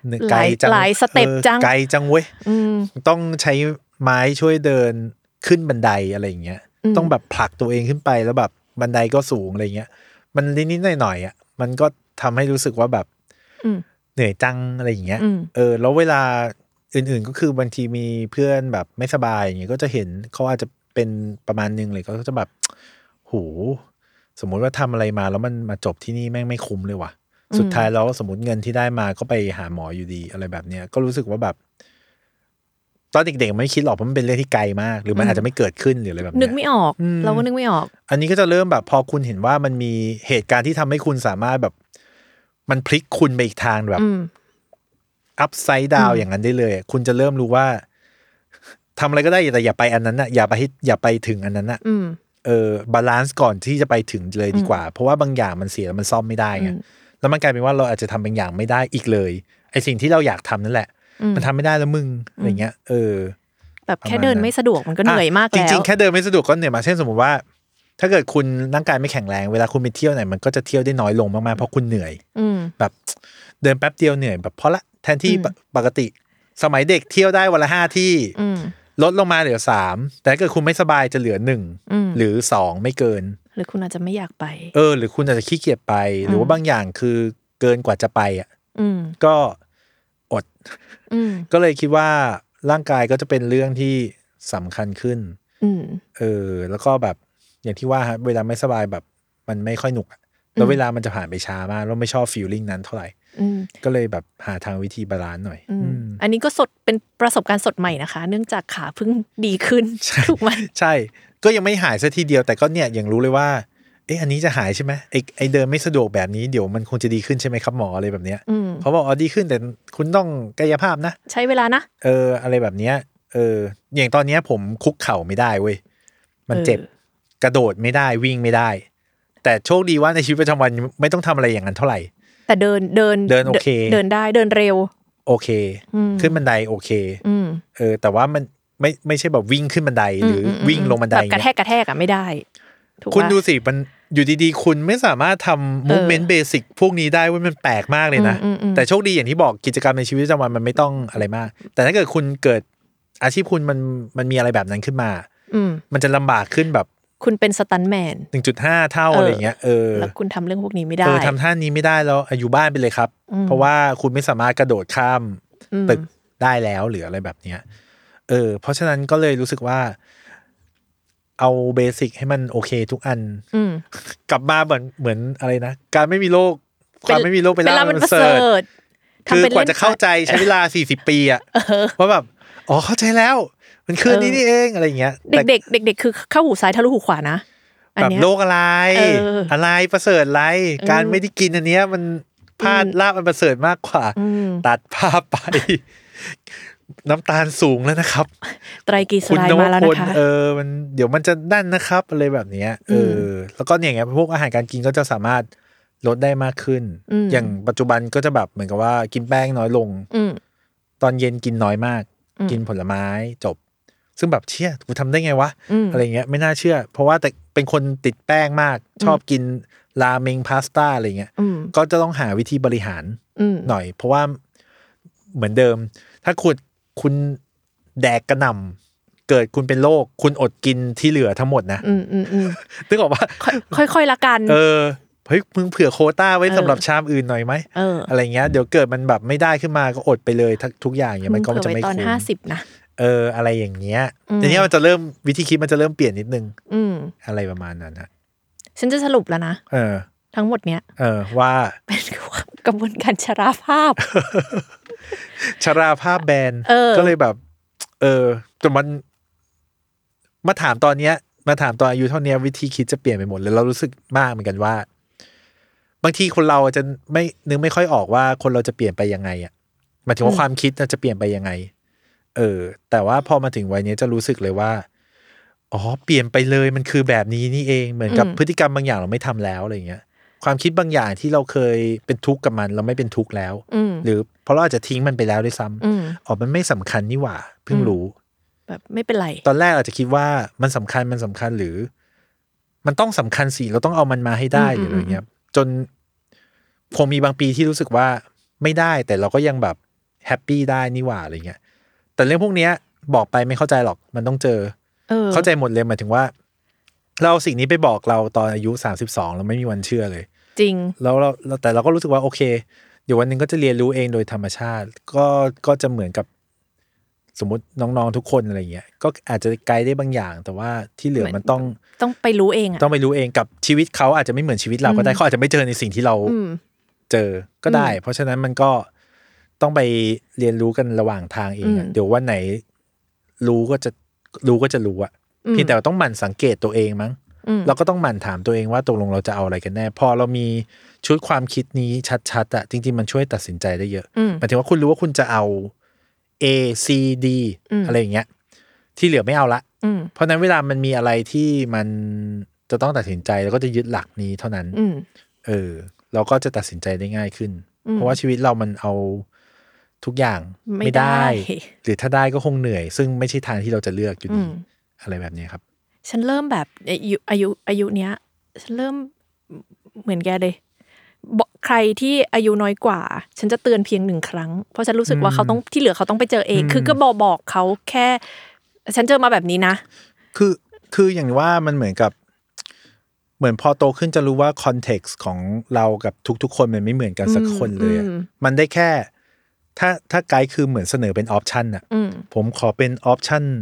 Speaker 5: ไกลจัง
Speaker 4: หลายสเต็ปจัง
Speaker 5: ไกลจังเว้ยต้องใช้ไม้ช่วยเดินขึ้นบันไดอะไรอย่างเงี้ยต้องแบบผลักตัวเองขึ้นไปแล้วแบบบันไดก็สูงอะไรเงี้ยมันนิดๆหน่อยๆอ่ะมันก็ทำให้รู้สึกว่าแบบเหนื่อยจังอะไรอย่างเงี้ยเออแล้วเวลาอื่นๆก็คือบางทีมีเพื่อนแบบไม่สบายอย่างเงี้ยก็จะเห็นเขาอาจจะเป็นประมาณนึงเลยก็จะแบบโหสมมุติว่าทำอะไรมาแล้วมันมาจบที่นี่แม่งไม่คุ้มเลยว่ะสุดท้ายแล้วสมมติเงินที่ได้มาก็ไปหาหมออยู่ดีอะไรแบบเนี้ยก็รู้สึกว่าแบบตอนเด็กๆไม่คิดหรอกเพราะมันเป็นเรื่องที่ไกลมากหรือมันอาจจะไม่เกิดขึ้นหรืออะไรแบบนี้
Speaker 4: นึกไม่ออกเราก็นึกไม่ออก
Speaker 5: อันนี้ก็จะเริ่มแบบพอคุณเห็นว่ามันมีเหตุการณ์ที่ทำให้คุณสามารถแบบมันพลิกคุณไปอีกทางแบบอัพไซด์ดาวอย่างนั้นได้เลยคุณจะเริ่มรู้ว่าทำอะไรก็ได้แต่อย่าไปอันนั้นน่ะอย่าไปอย่าไปถึงอันนั้นน่ะเออบาลานซ์ก่อนที่จะไปถึงเลยดีกว่าเพราะว่าบางอย่างมันเสียแล้วมันซ่อมไม่ได้ไงแล้วมันกลายเป็นว่าเราอาจจะทำบางอย่างไม่ได้อีกเลยไอสิ่งที่เราอยากทำนั่นแหละมันทำไม่ได้แล้วมึงอะไรเงี้ยเออ
Speaker 4: แบบแค่เดินไม่สะดวกมันก็เหนื่อยมากแล้ว
Speaker 5: จริงๆแค่เดินไม่สะดวกก็เหนื่อยมาเช่นสมมติว่าถ้าเกิดคุณร่างกายไม่แข็งแรงเวลาคุณไปเที่ยวไหนมันก็จะเที่ยวได้น้อยลงมากๆเพราะคุณเหนื่อยแบบเดินแป๊บเดียวเหนื่อยแบบเพราะละแทนที่ปกติสมัยเด็กเที่ยวได้วันละห้าที่ลดลงมาเหลือสามแต่ถ้าเกิดคุณไม่สบายจะเหลือหนึ่งหรือสองไม่เกิน
Speaker 4: หรือคุณอาจจะไม่อยากไป
Speaker 5: เออหรือคุณอาจจะขี้เกียจไปหรือว่าบางอย่างคือเกินกว่าจะไปอ่ะก็อดก็เลยคิดว่าร่างกายก็จะเป็นเรื่องที่สำคัญขึ้นเออแล้วก็แบบอย่างที่ว่าฮะเวลาไม่สบายแบบมันไม่ค่อยหนุกแล้วเวลามันจะผ่านไปช้ามากแล้วไม่ชอบฟีลลิ่งนั้นเท่าไหร่ก็เลยแบบหาทางวิธีบาลานซ์หน่อย
Speaker 4: อันนี้ก็สดเป็นประสบการณ์สดใหม่นะคะเนื่องจากขาเพิ่งดีขึ้นถูกไหม
Speaker 5: ใช่ก็ยังไม่หายซะทีเดียวแต่ก็เนี่ยยังรู้เลยว่าเอ๊ะอันนี้จะหายใช่ไหมไอ้ไอ้เดินไม่สะดวกแบบนี้เดี๋ยวมันคงจะดีขึ้นใช่ไหมครับหมออะไรแบบเนี้ยเขาบอกอ๋อดีขึ้นแต่คุณต้องกายภาพนะ
Speaker 4: ใช้เวลานะ
Speaker 5: เอออะไรแบบเนี้ยเอออย่างตอนนี้ผมคุกเข่าไม่ได้เว้ยมันเจ็บกระโดดไม่ได้วิ่งไม่ได้แต่โชคดีว่าในชีวิตประจำวันไม่ต้องทำอะไรอย่างนั้นเท่าไหร่
Speaker 4: แต่เดินเดิน
Speaker 5: เดินโอเค
Speaker 4: เดินได้เดินเร็ว
Speaker 5: โอเคขึ้นบันไดโอเคเออแต่ว่ามันไม่ไม่ใช่แบบวิ่งขึ้นบันไดหรือวิ่งลงบันได
Speaker 4: แบบกระแทกกระแทกอ่ะไม่ได้
Speaker 5: คุณดูสิมันอยู่ดีๆคุณไม่สามารถทำมูฟเมนต์เบสิกพวกนี้ได้ว่ามันแปลกมากเลยนะแต่โชคดีอย่างที่บอกกิจกรรมในชีวิตประจำวันมันไม่ต้องอะไรมากแต่ถ้าเกิดคุณเกิดอาชีพคุณมันมันมีอะไรแบบนั้นขึ้นมามันจะลำบากขึ้นแบบ
Speaker 4: คุณเป็นสตันท์แมน
Speaker 5: หนึ่งจุดห้า เท่าอะไรเงี้ยเออ
Speaker 4: แล้วคุณทำเรื่องพวกนี้ไม่ได้
Speaker 5: เออทำท่านี้ไม่ได้แล้วอยู่บ้านไปเลยครับเพราะว่าคุณไม่สามารถกระโดดข้ามตึกได้แล้วหรืออะไรแบบเนี้ยเออเพราะฉะนั้นก็เลยรู้สึกว่าเอาเบสิกให้มันโอเคทุกอันกลับมาเหมือนเหมือนอะไรนะการไม่มีโรคความไม่มีโรคเป็นลาบมันเสิร์ชคือกว่าจะเข้าใจใช้เวลาสี่สิบปีอ่ะว่าแบบอ๋อเข้าใจแล้วมันคือนี่นี่เองอะไรอย่างเงี้ย
Speaker 4: เด็กๆเด็กๆคือเข้าหูซ้ายทะลุหูขวานะ
Speaker 5: แบบโรคอะไรอะไรประเสริฐอะไรการไม่ได้กินอันเนี้ยมันพลาดลาบมันประเสริฐมากกว่าตัดภาพไปน้ำตาลสูงแล้วนะครับ
Speaker 4: ไตรกลีเซอไรด์มาแล้วนะคะ
Speaker 5: เออมันเดี๋ยวมันจะนั่นนะครับอะไรแบบนี้เออแล้วก็เนี่ยไงพวกอาหารการกินก็จะสามารถลดได้มากขึ้นอย่างปัจจุบันก็จะแบบเหมือนกับว่ากินแป้งน้อยลงตอนเย็นกินน้อยมากกินผลไม้จบซึ่งแบบเชี่ยกูทำได้ไงวะอะไรเงี้ยไม่น่าเชื่อเพราะว่าแต่เป็นคนติดแป้งมากชอบกินราเมงพาสต้าอะไรเงี้ยก็จะต้องหาวิธีบริหารหน่อยเพราะว่าเหมือนเดิมถ้าคุณคุณแดกกระหน่ำเกิดคุณเป็นโรคคุณอดกินที่เหลือทั้งหมดนะนึกออกว่า
Speaker 4: ค่อยๆละกัน
Speaker 5: เออเฮ้ยมึงเผื่อโควต้าไว้สำหรับชามอื่นหน่อยไหม
Speaker 4: เออ
Speaker 5: อะไรเงี้ยเดี๋ยวเกิดมันแบบไม่ได้ขึ้นมาก็อดไปเลยทุกอย่างอย่างมันก็จะไม่คุ้ม
Speaker 4: ตอนห้าสิบนะ
Speaker 5: เอออะไรอย่างเงี้ยทีนี้มันจะเริ่มวิธีคิดมันจะเริ่มเปลี่ยนนิดนึงอะไรประมาณนั้นนะ
Speaker 4: ฉันจะสรุปแล้วนะ
Speaker 5: เออ
Speaker 4: ทั้งหมดเนี้ย
Speaker 5: เออว่า
Speaker 4: เป็นกระบวนการชราภาพ
Speaker 5: ชราภาพแบนก็เลยแบบเออแต่มันมาถามตอนเนี้ยมาถามตอนอายุเท่านี้วิธีคิดจะเปลี่ยนไปหมดเลยเรารู้สึกมากเหมือนกันว่าบางทีคนเราจะไม่นึกไม่ค่อยออกว่าคนเราจะเปลี่ยนไปยังไงอ่ะหมายถึงว่าความคิดจะเปลี่ยนไปยังไงเออแต่ว่าพอมาถึงวัยนี้จะรู้สึกเลยว่าอ๋อเปลี่ยนไปเลยมันคือแบบนี้นี่เองเหมือนกับพฤติกรรมบางอย่างเราไม่ทำแล้วอะไรเงี้ยความคิดบางอย่างที่เราเคยเป็นทุกข์กับมันเราไม่เป็นทุกข์แล้วหรือเพราะเราอาจจะทิ้งมันไปแล้วด้วยซ้ำอ๋อมันไม่สำคัญนี่หว่าเพิ่งรู้
Speaker 4: แบบไม่เป็นไร
Speaker 5: ตอนแรกอาจจะคิดว่ามันสำคัญมันสำคัญหรือมันต้องสำคัญสิเราต้องเอามันมาให้ได้หรืออะไรเงี้ยจนคงมีบางปีที่รู้สึกว่าไม่ได้แต่เราก็ยังแบบแฮปปี้ได้นี่หว่าอะไรเงี้ยแต่เรื่องพวกเนี้ยบอกไปไม่เข้าใจหรอกมันต้องเจอเออเข้าใจหมดเลยหมายถึงว่าเราสิ่งนี้ไปบอกเราตอนอายุสามสิบสองเราไม่มีวันเชื่อเลย
Speaker 4: จริง
Speaker 5: แล้วเราแต่เราก็รู้สึกว่าโอเคเดี๋ยววันนึงก็จะเรียนรู้เองโดยธรรมชาติก็ก็จะเหมือนกับสมมติน้องๆทุกคนอะไรเงี้ยก็อาจจะไกด์ได้บางอย่างแต่ว่าที่เหลือมันต้อง
Speaker 4: ต้องไปรู้เอง
Speaker 5: ต้องไปรู้เองกับชีวิตเขาอาจจะไม่เหมือนชีวิตเราก็ได้เขาอาจจะไม่เจอในสิ่งที่เราเจอก็ได้เพราะฉะนั้นมันก็ต้องไปเรียนรู้กันระหว่างทางเองเดี๋ยววันไหนรู้ก็จะรู้ก็จะรู้อะเพียงแต่ต้องหมั่นสังเกตตัวเองมั้งเราก็ต้องหมั่นถามตัวเองว่าตกลงเราจะเอาอะไรกันแน่พอเรามีชุดความคิดนี้ชัดๆอะจริงๆมันช่วยตัดสินใจได้เยอะหมายถึงว่าคุณรู้ว่าคุณจะเอา A C D อะไรอย่างเงี้ยที่เหลือไม่เอาละเพราะนั้นเวลามันมีอะไรที่มันจะต้องตัดสินใจแล้วก็จะยึดหลักนี้เท่านั้นเออเราก็จะตัดสินใจได้ง่ายขึ้นเพราะว่าชีวิตเรามันเอาทุกอย่างไม่ได้หรือถ้าได้ก็คงเหนื่อยซึ่งไม่ใช่ทางที่เราจะเลือกอยู่ดีอะไรแบบนี้ครับ
Speaker 4: ฉันเริ่มแบบอายุอายุอายุเนี้ยฉันเริ่มเหมือนแกเลยใครที่อายุน้อยกว่าฉันจะเตือนเพียงหนึ่งครั้งเพราะฉันรู้สึกว่าเขาต้องที่เหลือเขาต้องไปเจอเองคือก็บอกบอกเขาแค่ฉันเจอมาแบบนี้นะ
Speaker 5: คือคืออย่างว่ามันเหมือนกับเหมือนพอโตขึ้นจะรู้ว่าคอนเท็กซ์ของเรากับทุกๆคนมันไม่เหมือนกันสักคนเลยมันได้แค่ถ้าถ้าไกด์คือเหมือนเสนอเป็นออปชันอ่ะผมขอเป็นออปชัน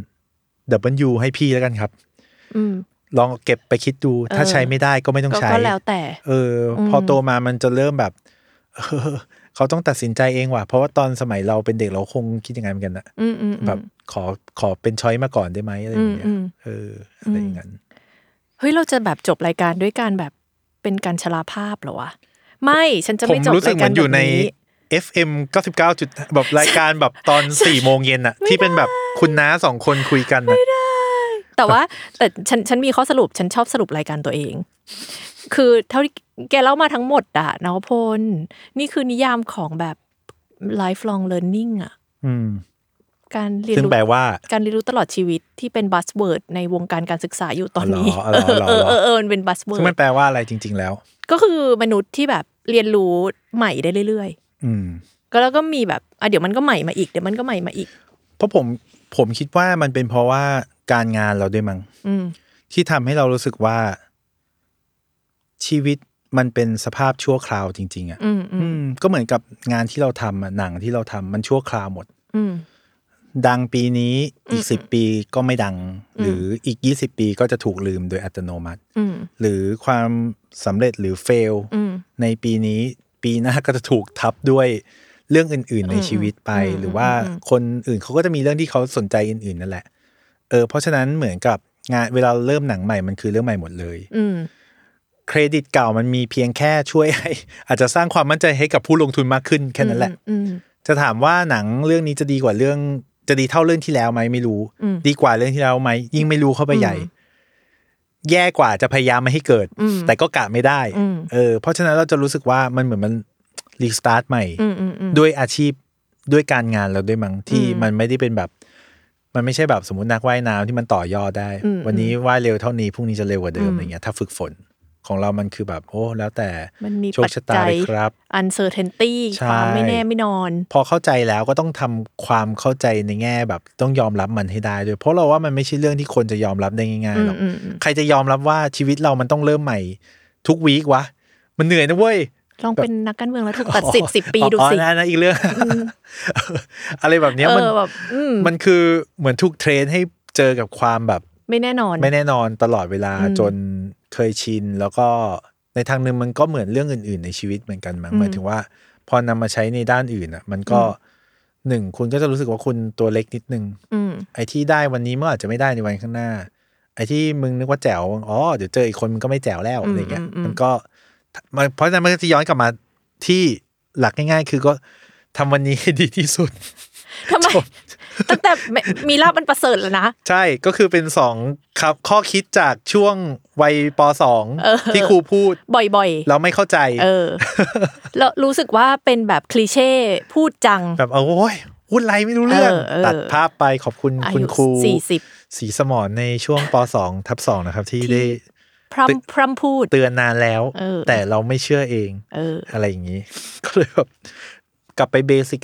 Speaker 5: W ให้พี่แล้วกันครับลองเก็บไปคิดดูถ้าใช้ไม่ได้ก็ไม่ต้องใช้
Speaker 4: ก็แล้วแต่
Speaker 5: เออพอโตมามันจะเริ่มแบบเขาต้องตัดสินใจเองว่ะเพราะว่าตอนสมัยเราเป็นเด็กเราคงคิดยังไงเหมือนกันนะแบบขอขอเป็นช้อยมาก่อนได้ไหมอะไรอย่างเงี้ยเอออะไรอย่างนั้น
Speaker 4: เฮ้ยเราจะแบบจบรายการด้วยการแบบเป็นการชราภาพเหรอวะไม่ฉันจะไม่จบรายการแบบนี้
Speaker 5: เอฟ เอ็ม เก้าสิบเก้า จุดแบบรายการแบบตอน สี่โมงเย็นน่ะที่เป็นแบบคุณน้าสองคนคุยกันน่ะ
Speaker 4: ไม่ได้แต่ว่าแต่ฉันฉันมีข้อสรุปฉันชอบสรุปรายการตัวเองคือเท่าที่แกเล่ามาทั้งหมดอ่ะนวพลนี่คือนิยามของแบบ lifelong learning อ่ะการเรียนรู้การเรียนรู้ตลอดชีวิตที่เป็น buzzword ในวงการการศึกษาอยู่ตอนนี้เออเออเออมันเป็น buzzword
Speaker 5: ซึ่งมันแปลว่าอะไรจริงๆแล้ว
Speaker 4: ก็คือมนุษย์ที่แบบเรียนรู้ใหม่ได้เรื่อยๆอืมก็แล้วก็มีแบบอ่ะเดี๋ยวมันก็ใหม่มาอีกเดี๋ยวมันก็ใหม่มาอีก
Speaker 5: เพราะผมผมคิดว่ามันเป็นเพราะว่าการงานเราด้วยมั้งที่ทำให้เรารู้สึกว่าชีวิตมันเป็นสภาพชั่วคราวจริงๆอ่ะก็เหมือนกับงานที่เราทำอ่ะหนังที่เราทำมันชั่วคราวหมดดังปีนี้อีกสิบปีก็ไม่ดังหรืออีกยี่สิบปีก็จะถูกลืมโดยอัตโนมัติหรือความสำเร็จหรือเฟลในปีนี้ปีหน้าก็จะถูกทับด้วยเรื่องอื่นๆในชีวิตไปหรือว่าคนอื่นเขาก็จะมีเรื่องที่เขาสนใจอื่นๆนั่นแหละเออเพราะฉะนั้นเหมือนกับงานเวลาเริ่มหนังใหม่มันคือเรื่องใหม่หมดเลยเครดิตเก่ามันมีเพียงแค่ช่วยให้อาจจะสร้างความมั่นใจให้กับผู้ลงทุนมากขึ้นแค่นั้นแหละจะถามว่าหนังเรื่องนี้จะดีกว่าเรื่องจะดีเท่าเรื่องที่แล้วไหมไม่รู้ดีกว่าเรื่องที่แล้วไหมยิ่งไม่รู้เข้าไปใหญ่แย่กว่าจะพยายามไม่ให้เกิดแต่ก็กะไม่ได้เออเพราะฉะนั้นเราจะรู้สึกว่ามันเหมือนมันรีสตาร์ทใหม่ด้วยอาชีพด้วยการงานเราด้วยมั้งที่มันไม่ได้เป็นแบบมันไม่ใช่แบบสมมุตินักว่ายน้ำที่มันต่อยอดได้วันนี้ว่ายเร็วเท่านี้พรุ่งนี้จะเร็วกว่าเดิมอะไรเงี้ยถ้าฝึกฝนของเรามันคือแบบโอ้แล้วแต่โชคชะตาเลยครับ
Speaker 4: uncertainty ความไม่แน่ไม่นอน
Speaker 5: พอเข้าใจแล้วก็ต้องทำความเข้าใจในแง่แบบต้องยอมรับมันให้ได้ด้วยเพราะเราว่ามันไม่ใช่เรื่องที่คนจะยอมรับได้ง่ายๆหรอกใครจะยอมรับว่าชีวิตเรามันต้องเริ่มใหม่ทุกวีควะมันเหนื่อยนะเว้ย
Speaker 4: ลองเป็นนักการเมืองแล้วถูกตัดสิทธิ์สิบปีดูสิ
Speaker 5: อ๋อนั่นอีกเรื่องอะไรแบบนี้มันมันคือเหมือนถูกเทรนให้เจอกับความแบบ
Speaker 4: ไม่แน่นอน
Speaker 5: ไม่แน่นอนตลอดเวลาจนเคยชินแล้วก็ในทางนึงมันก็เหมือนเรื่องอื่นๆในชีวิตเหมือนกันมั้งหมายถึงว่าพอนำมาใช้ในด้านอื่นอ่ะมันก็หนึ่งคุณก็จะรู้สึกว่าคุณตัวเล็กนิดนึงไอ้ที่ได้วันนี้มันอาจจะไม่ได้ในวันข้างหน้าไอ้ที่มึงนึกว่าแจ๋วอ๋อเดี๋ยวเจออีกคนมันก็ไม่แจ๋วแล้วอะไรเงี้ยมันก็เพราะฉะนั้นมันก็จะย้อนกลับมาที่หลักง่ายๆคือก็ทำวันนี้ให้ดีที่สุด
Speaker 4: ทำไมตั้งแต่มีลาบมันประเสริฐแล้วนะ
Speaker 5: ใช่ก็คือเป็นสองครับข้อคิดจากช่วงวัยป.สอง ที่ครูพูด
Speaker 4: บ่อย
Speaker 5: ๆเราไม่เข้าใจ
Speaker 4: เออแล้วรู้สึกว่าเป็นแบบคลีเช่พูดจัง
Speaker 5: แบบโอ้ยพูดไรไม่รู้เรื่องตัดภาพไปขอบคุณคุณครู
Speaker 4: สี่สิบ
Speaker 5: ศรีสมรในช่วงป.สอง ทับสองนะครับที่ได้
Speaker 4: พร่ำพร่ำพูด
Speaker 5: เตือนนานแล้วแต่เราไม่เชื่อเอง
Speaker 4: เออ
Speaker 5: อะไรอย่างนี้ก็เลยแบบกลับไปเบสิกอะ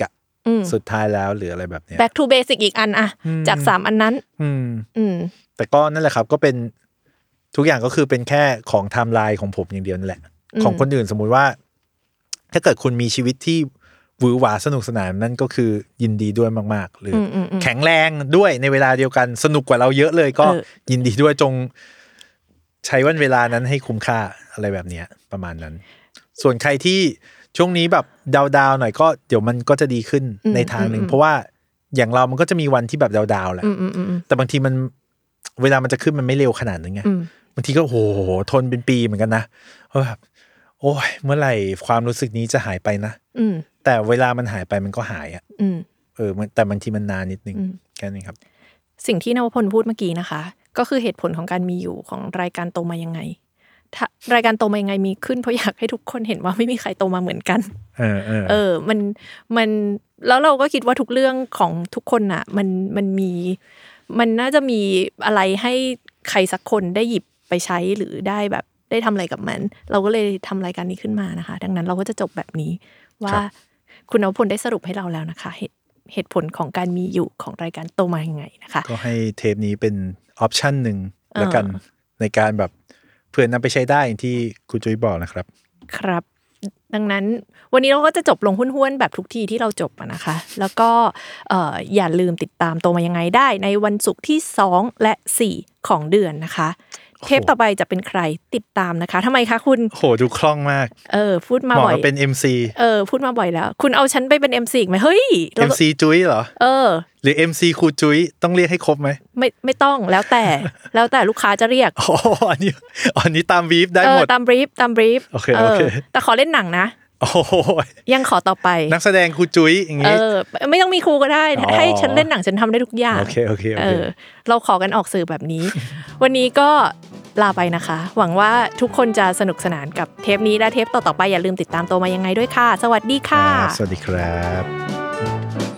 Speaker 5: สุดท้ายแล้วหรืออะไรแบบเนี้ย
Speaker 4: back to basic อีกอันอะจากสามอันนั้น
Speaker 5: อืม
Speaker 4: อืม
Speaker 5: แต่ก็นั่นแหละครับก็เป็นทุกอย่างก็คือเป็นแค่ของไทม์ไลน์ของผมอย่างเดียวนั่นแหละของคนอื่นสมมุติว่าถ้าเกิดคุณมีชีวิตที่หวือหวาสนุกสนานนั่นก็คือยินดีด้วยมากๆหรือแข็งแรงด้วยในเวลาเดียวกันสนุกกว่าเราเยอะเลยก็ยินดีด้วยจงใช้วันเวลานั้นให้คุ้มค่าอะไรแบบนี้ประมาณนั้นส่วนใครที่ช่วงนี้แบบดาวๆหน่อยก็เดี๋ยวมันก็จะดีขึ้นในทางนึงเพราะว่าอย่างเรามันก็จะมีวันที่แบบดาวๆแหละแต่บางทีมันเวลามันจะขึ้นมันไม่เร็วขนาดนั้นไงบางทีก็โหทนเป็นปีเหมือนกันนะแบบโอ้ยเมื่อไหร่ความรู้สึกนี้จะหายไปนะแต่เวลามันหายไปมันก็หายอ่ะเออแต่บางทีมันนานนิดนึงแค่นี้ครับ
Speaker 4: สิ่งที่นวพลพูดเมื่อกี้นะคะก็คือเหตุผลของการมีอยู่ของรายการโตมายังไงรายการโตมายังไงมีขึ้นเพราะอยากให้ทุกคนเห็นว่าไม่มีใครโตมาเหมือนกัน
Speaker 5: เออเออ
Speaker 4: เออมันมันแล้วเราก็คิดว่าทุกเรื่องของทุกคนอ่ะมันมันมีมันน่าจะมีอะไรให้ใครสักคนได้หยิบไปใช้หรือได้แบบได้ทำอะไรกับมันเราก็เลยทำรายการนี้ขึ้นมานะคะดังนั้นเราก็จะจบแบบนี้ว่าคุณนวพลได้สรุปให้เราแล้วนะคะเหตุผลของการมีอยู่ของรายการโตมายังไงนะคะ
Speaker 5: ก็ให้เทปนี้เป็นออปชั่นหนึ่งแล้วกันในการแบบเพื่อนำไปใช้ได้อย่างที่คุณจุ้ยบอกนะครับ
Speaker 4: ครับดังนั้นวันนี้เราก็จะจบลงห้วนๆแบบทุกทีที่เราจบนะคะแล้วก็เอ่ออย่าลืมติดตามโตมายังไงได้ในวันศุกร์ที่สองและสี่ของเดือนนะคะเทปต่อไปจะเป็นใครติดตามนะคะทำไมคะคุณ
Speaker 5: โหดูคล่องมาก
Speaker 4: เออพูดมาบ่อย
Speaker 5: เป็น เอ็ม ซี
Speaker 4: เออพูดมาบ่อยแล้วคุณเอาฉันไปเป็น เอ็ม ซี อีกมั้ยเฮ้ย
Speaker 5: เอ็ม ซี จุ้ยเหรอ
Speaker 4: เออ
Speaker 5: หรือ เอ็ม ซี ครูจุ้ยต้องเรียกให้ครบมั้ย
Speaker 4: ไม่ไม่ต้องแล้วแต่แล้วแต่ลูกค้าจะเรียก
Speaker 5: อ๋ออันนี้อันนี้ตามบรีฟได้หมด
Speaker 4: เออตามบรีฟตามบรีฟ
Speaker 5: โอเคโอเค
Speaker 4: แต่ขอเล่นหนังนะ
Speaker 5: โอ้
Speaker 4: ยังขอต่อไป
Speaker 5: นักแสดงครูจุ้ยอย่างงี้
Speaker 4: เออไม่ต้องมีครูก็ได้ให้ฉันเล่นหนังฉันทำได้ทุกอย่าง
Speaker 5: โอเคโอเคโอเค
Speaker 4: เราขอกันออกสื่อแบบนี้วันนี้ก็ลาไปนะคะหวังว่าทุกคนจะสนุกสนานกับเทปนี้และเทปต่อๆไปอย่าลืมติดตามโตมายังไงด้วยค่ะสวัสดีค่ะ
Speaker 5: สวัสดีครับ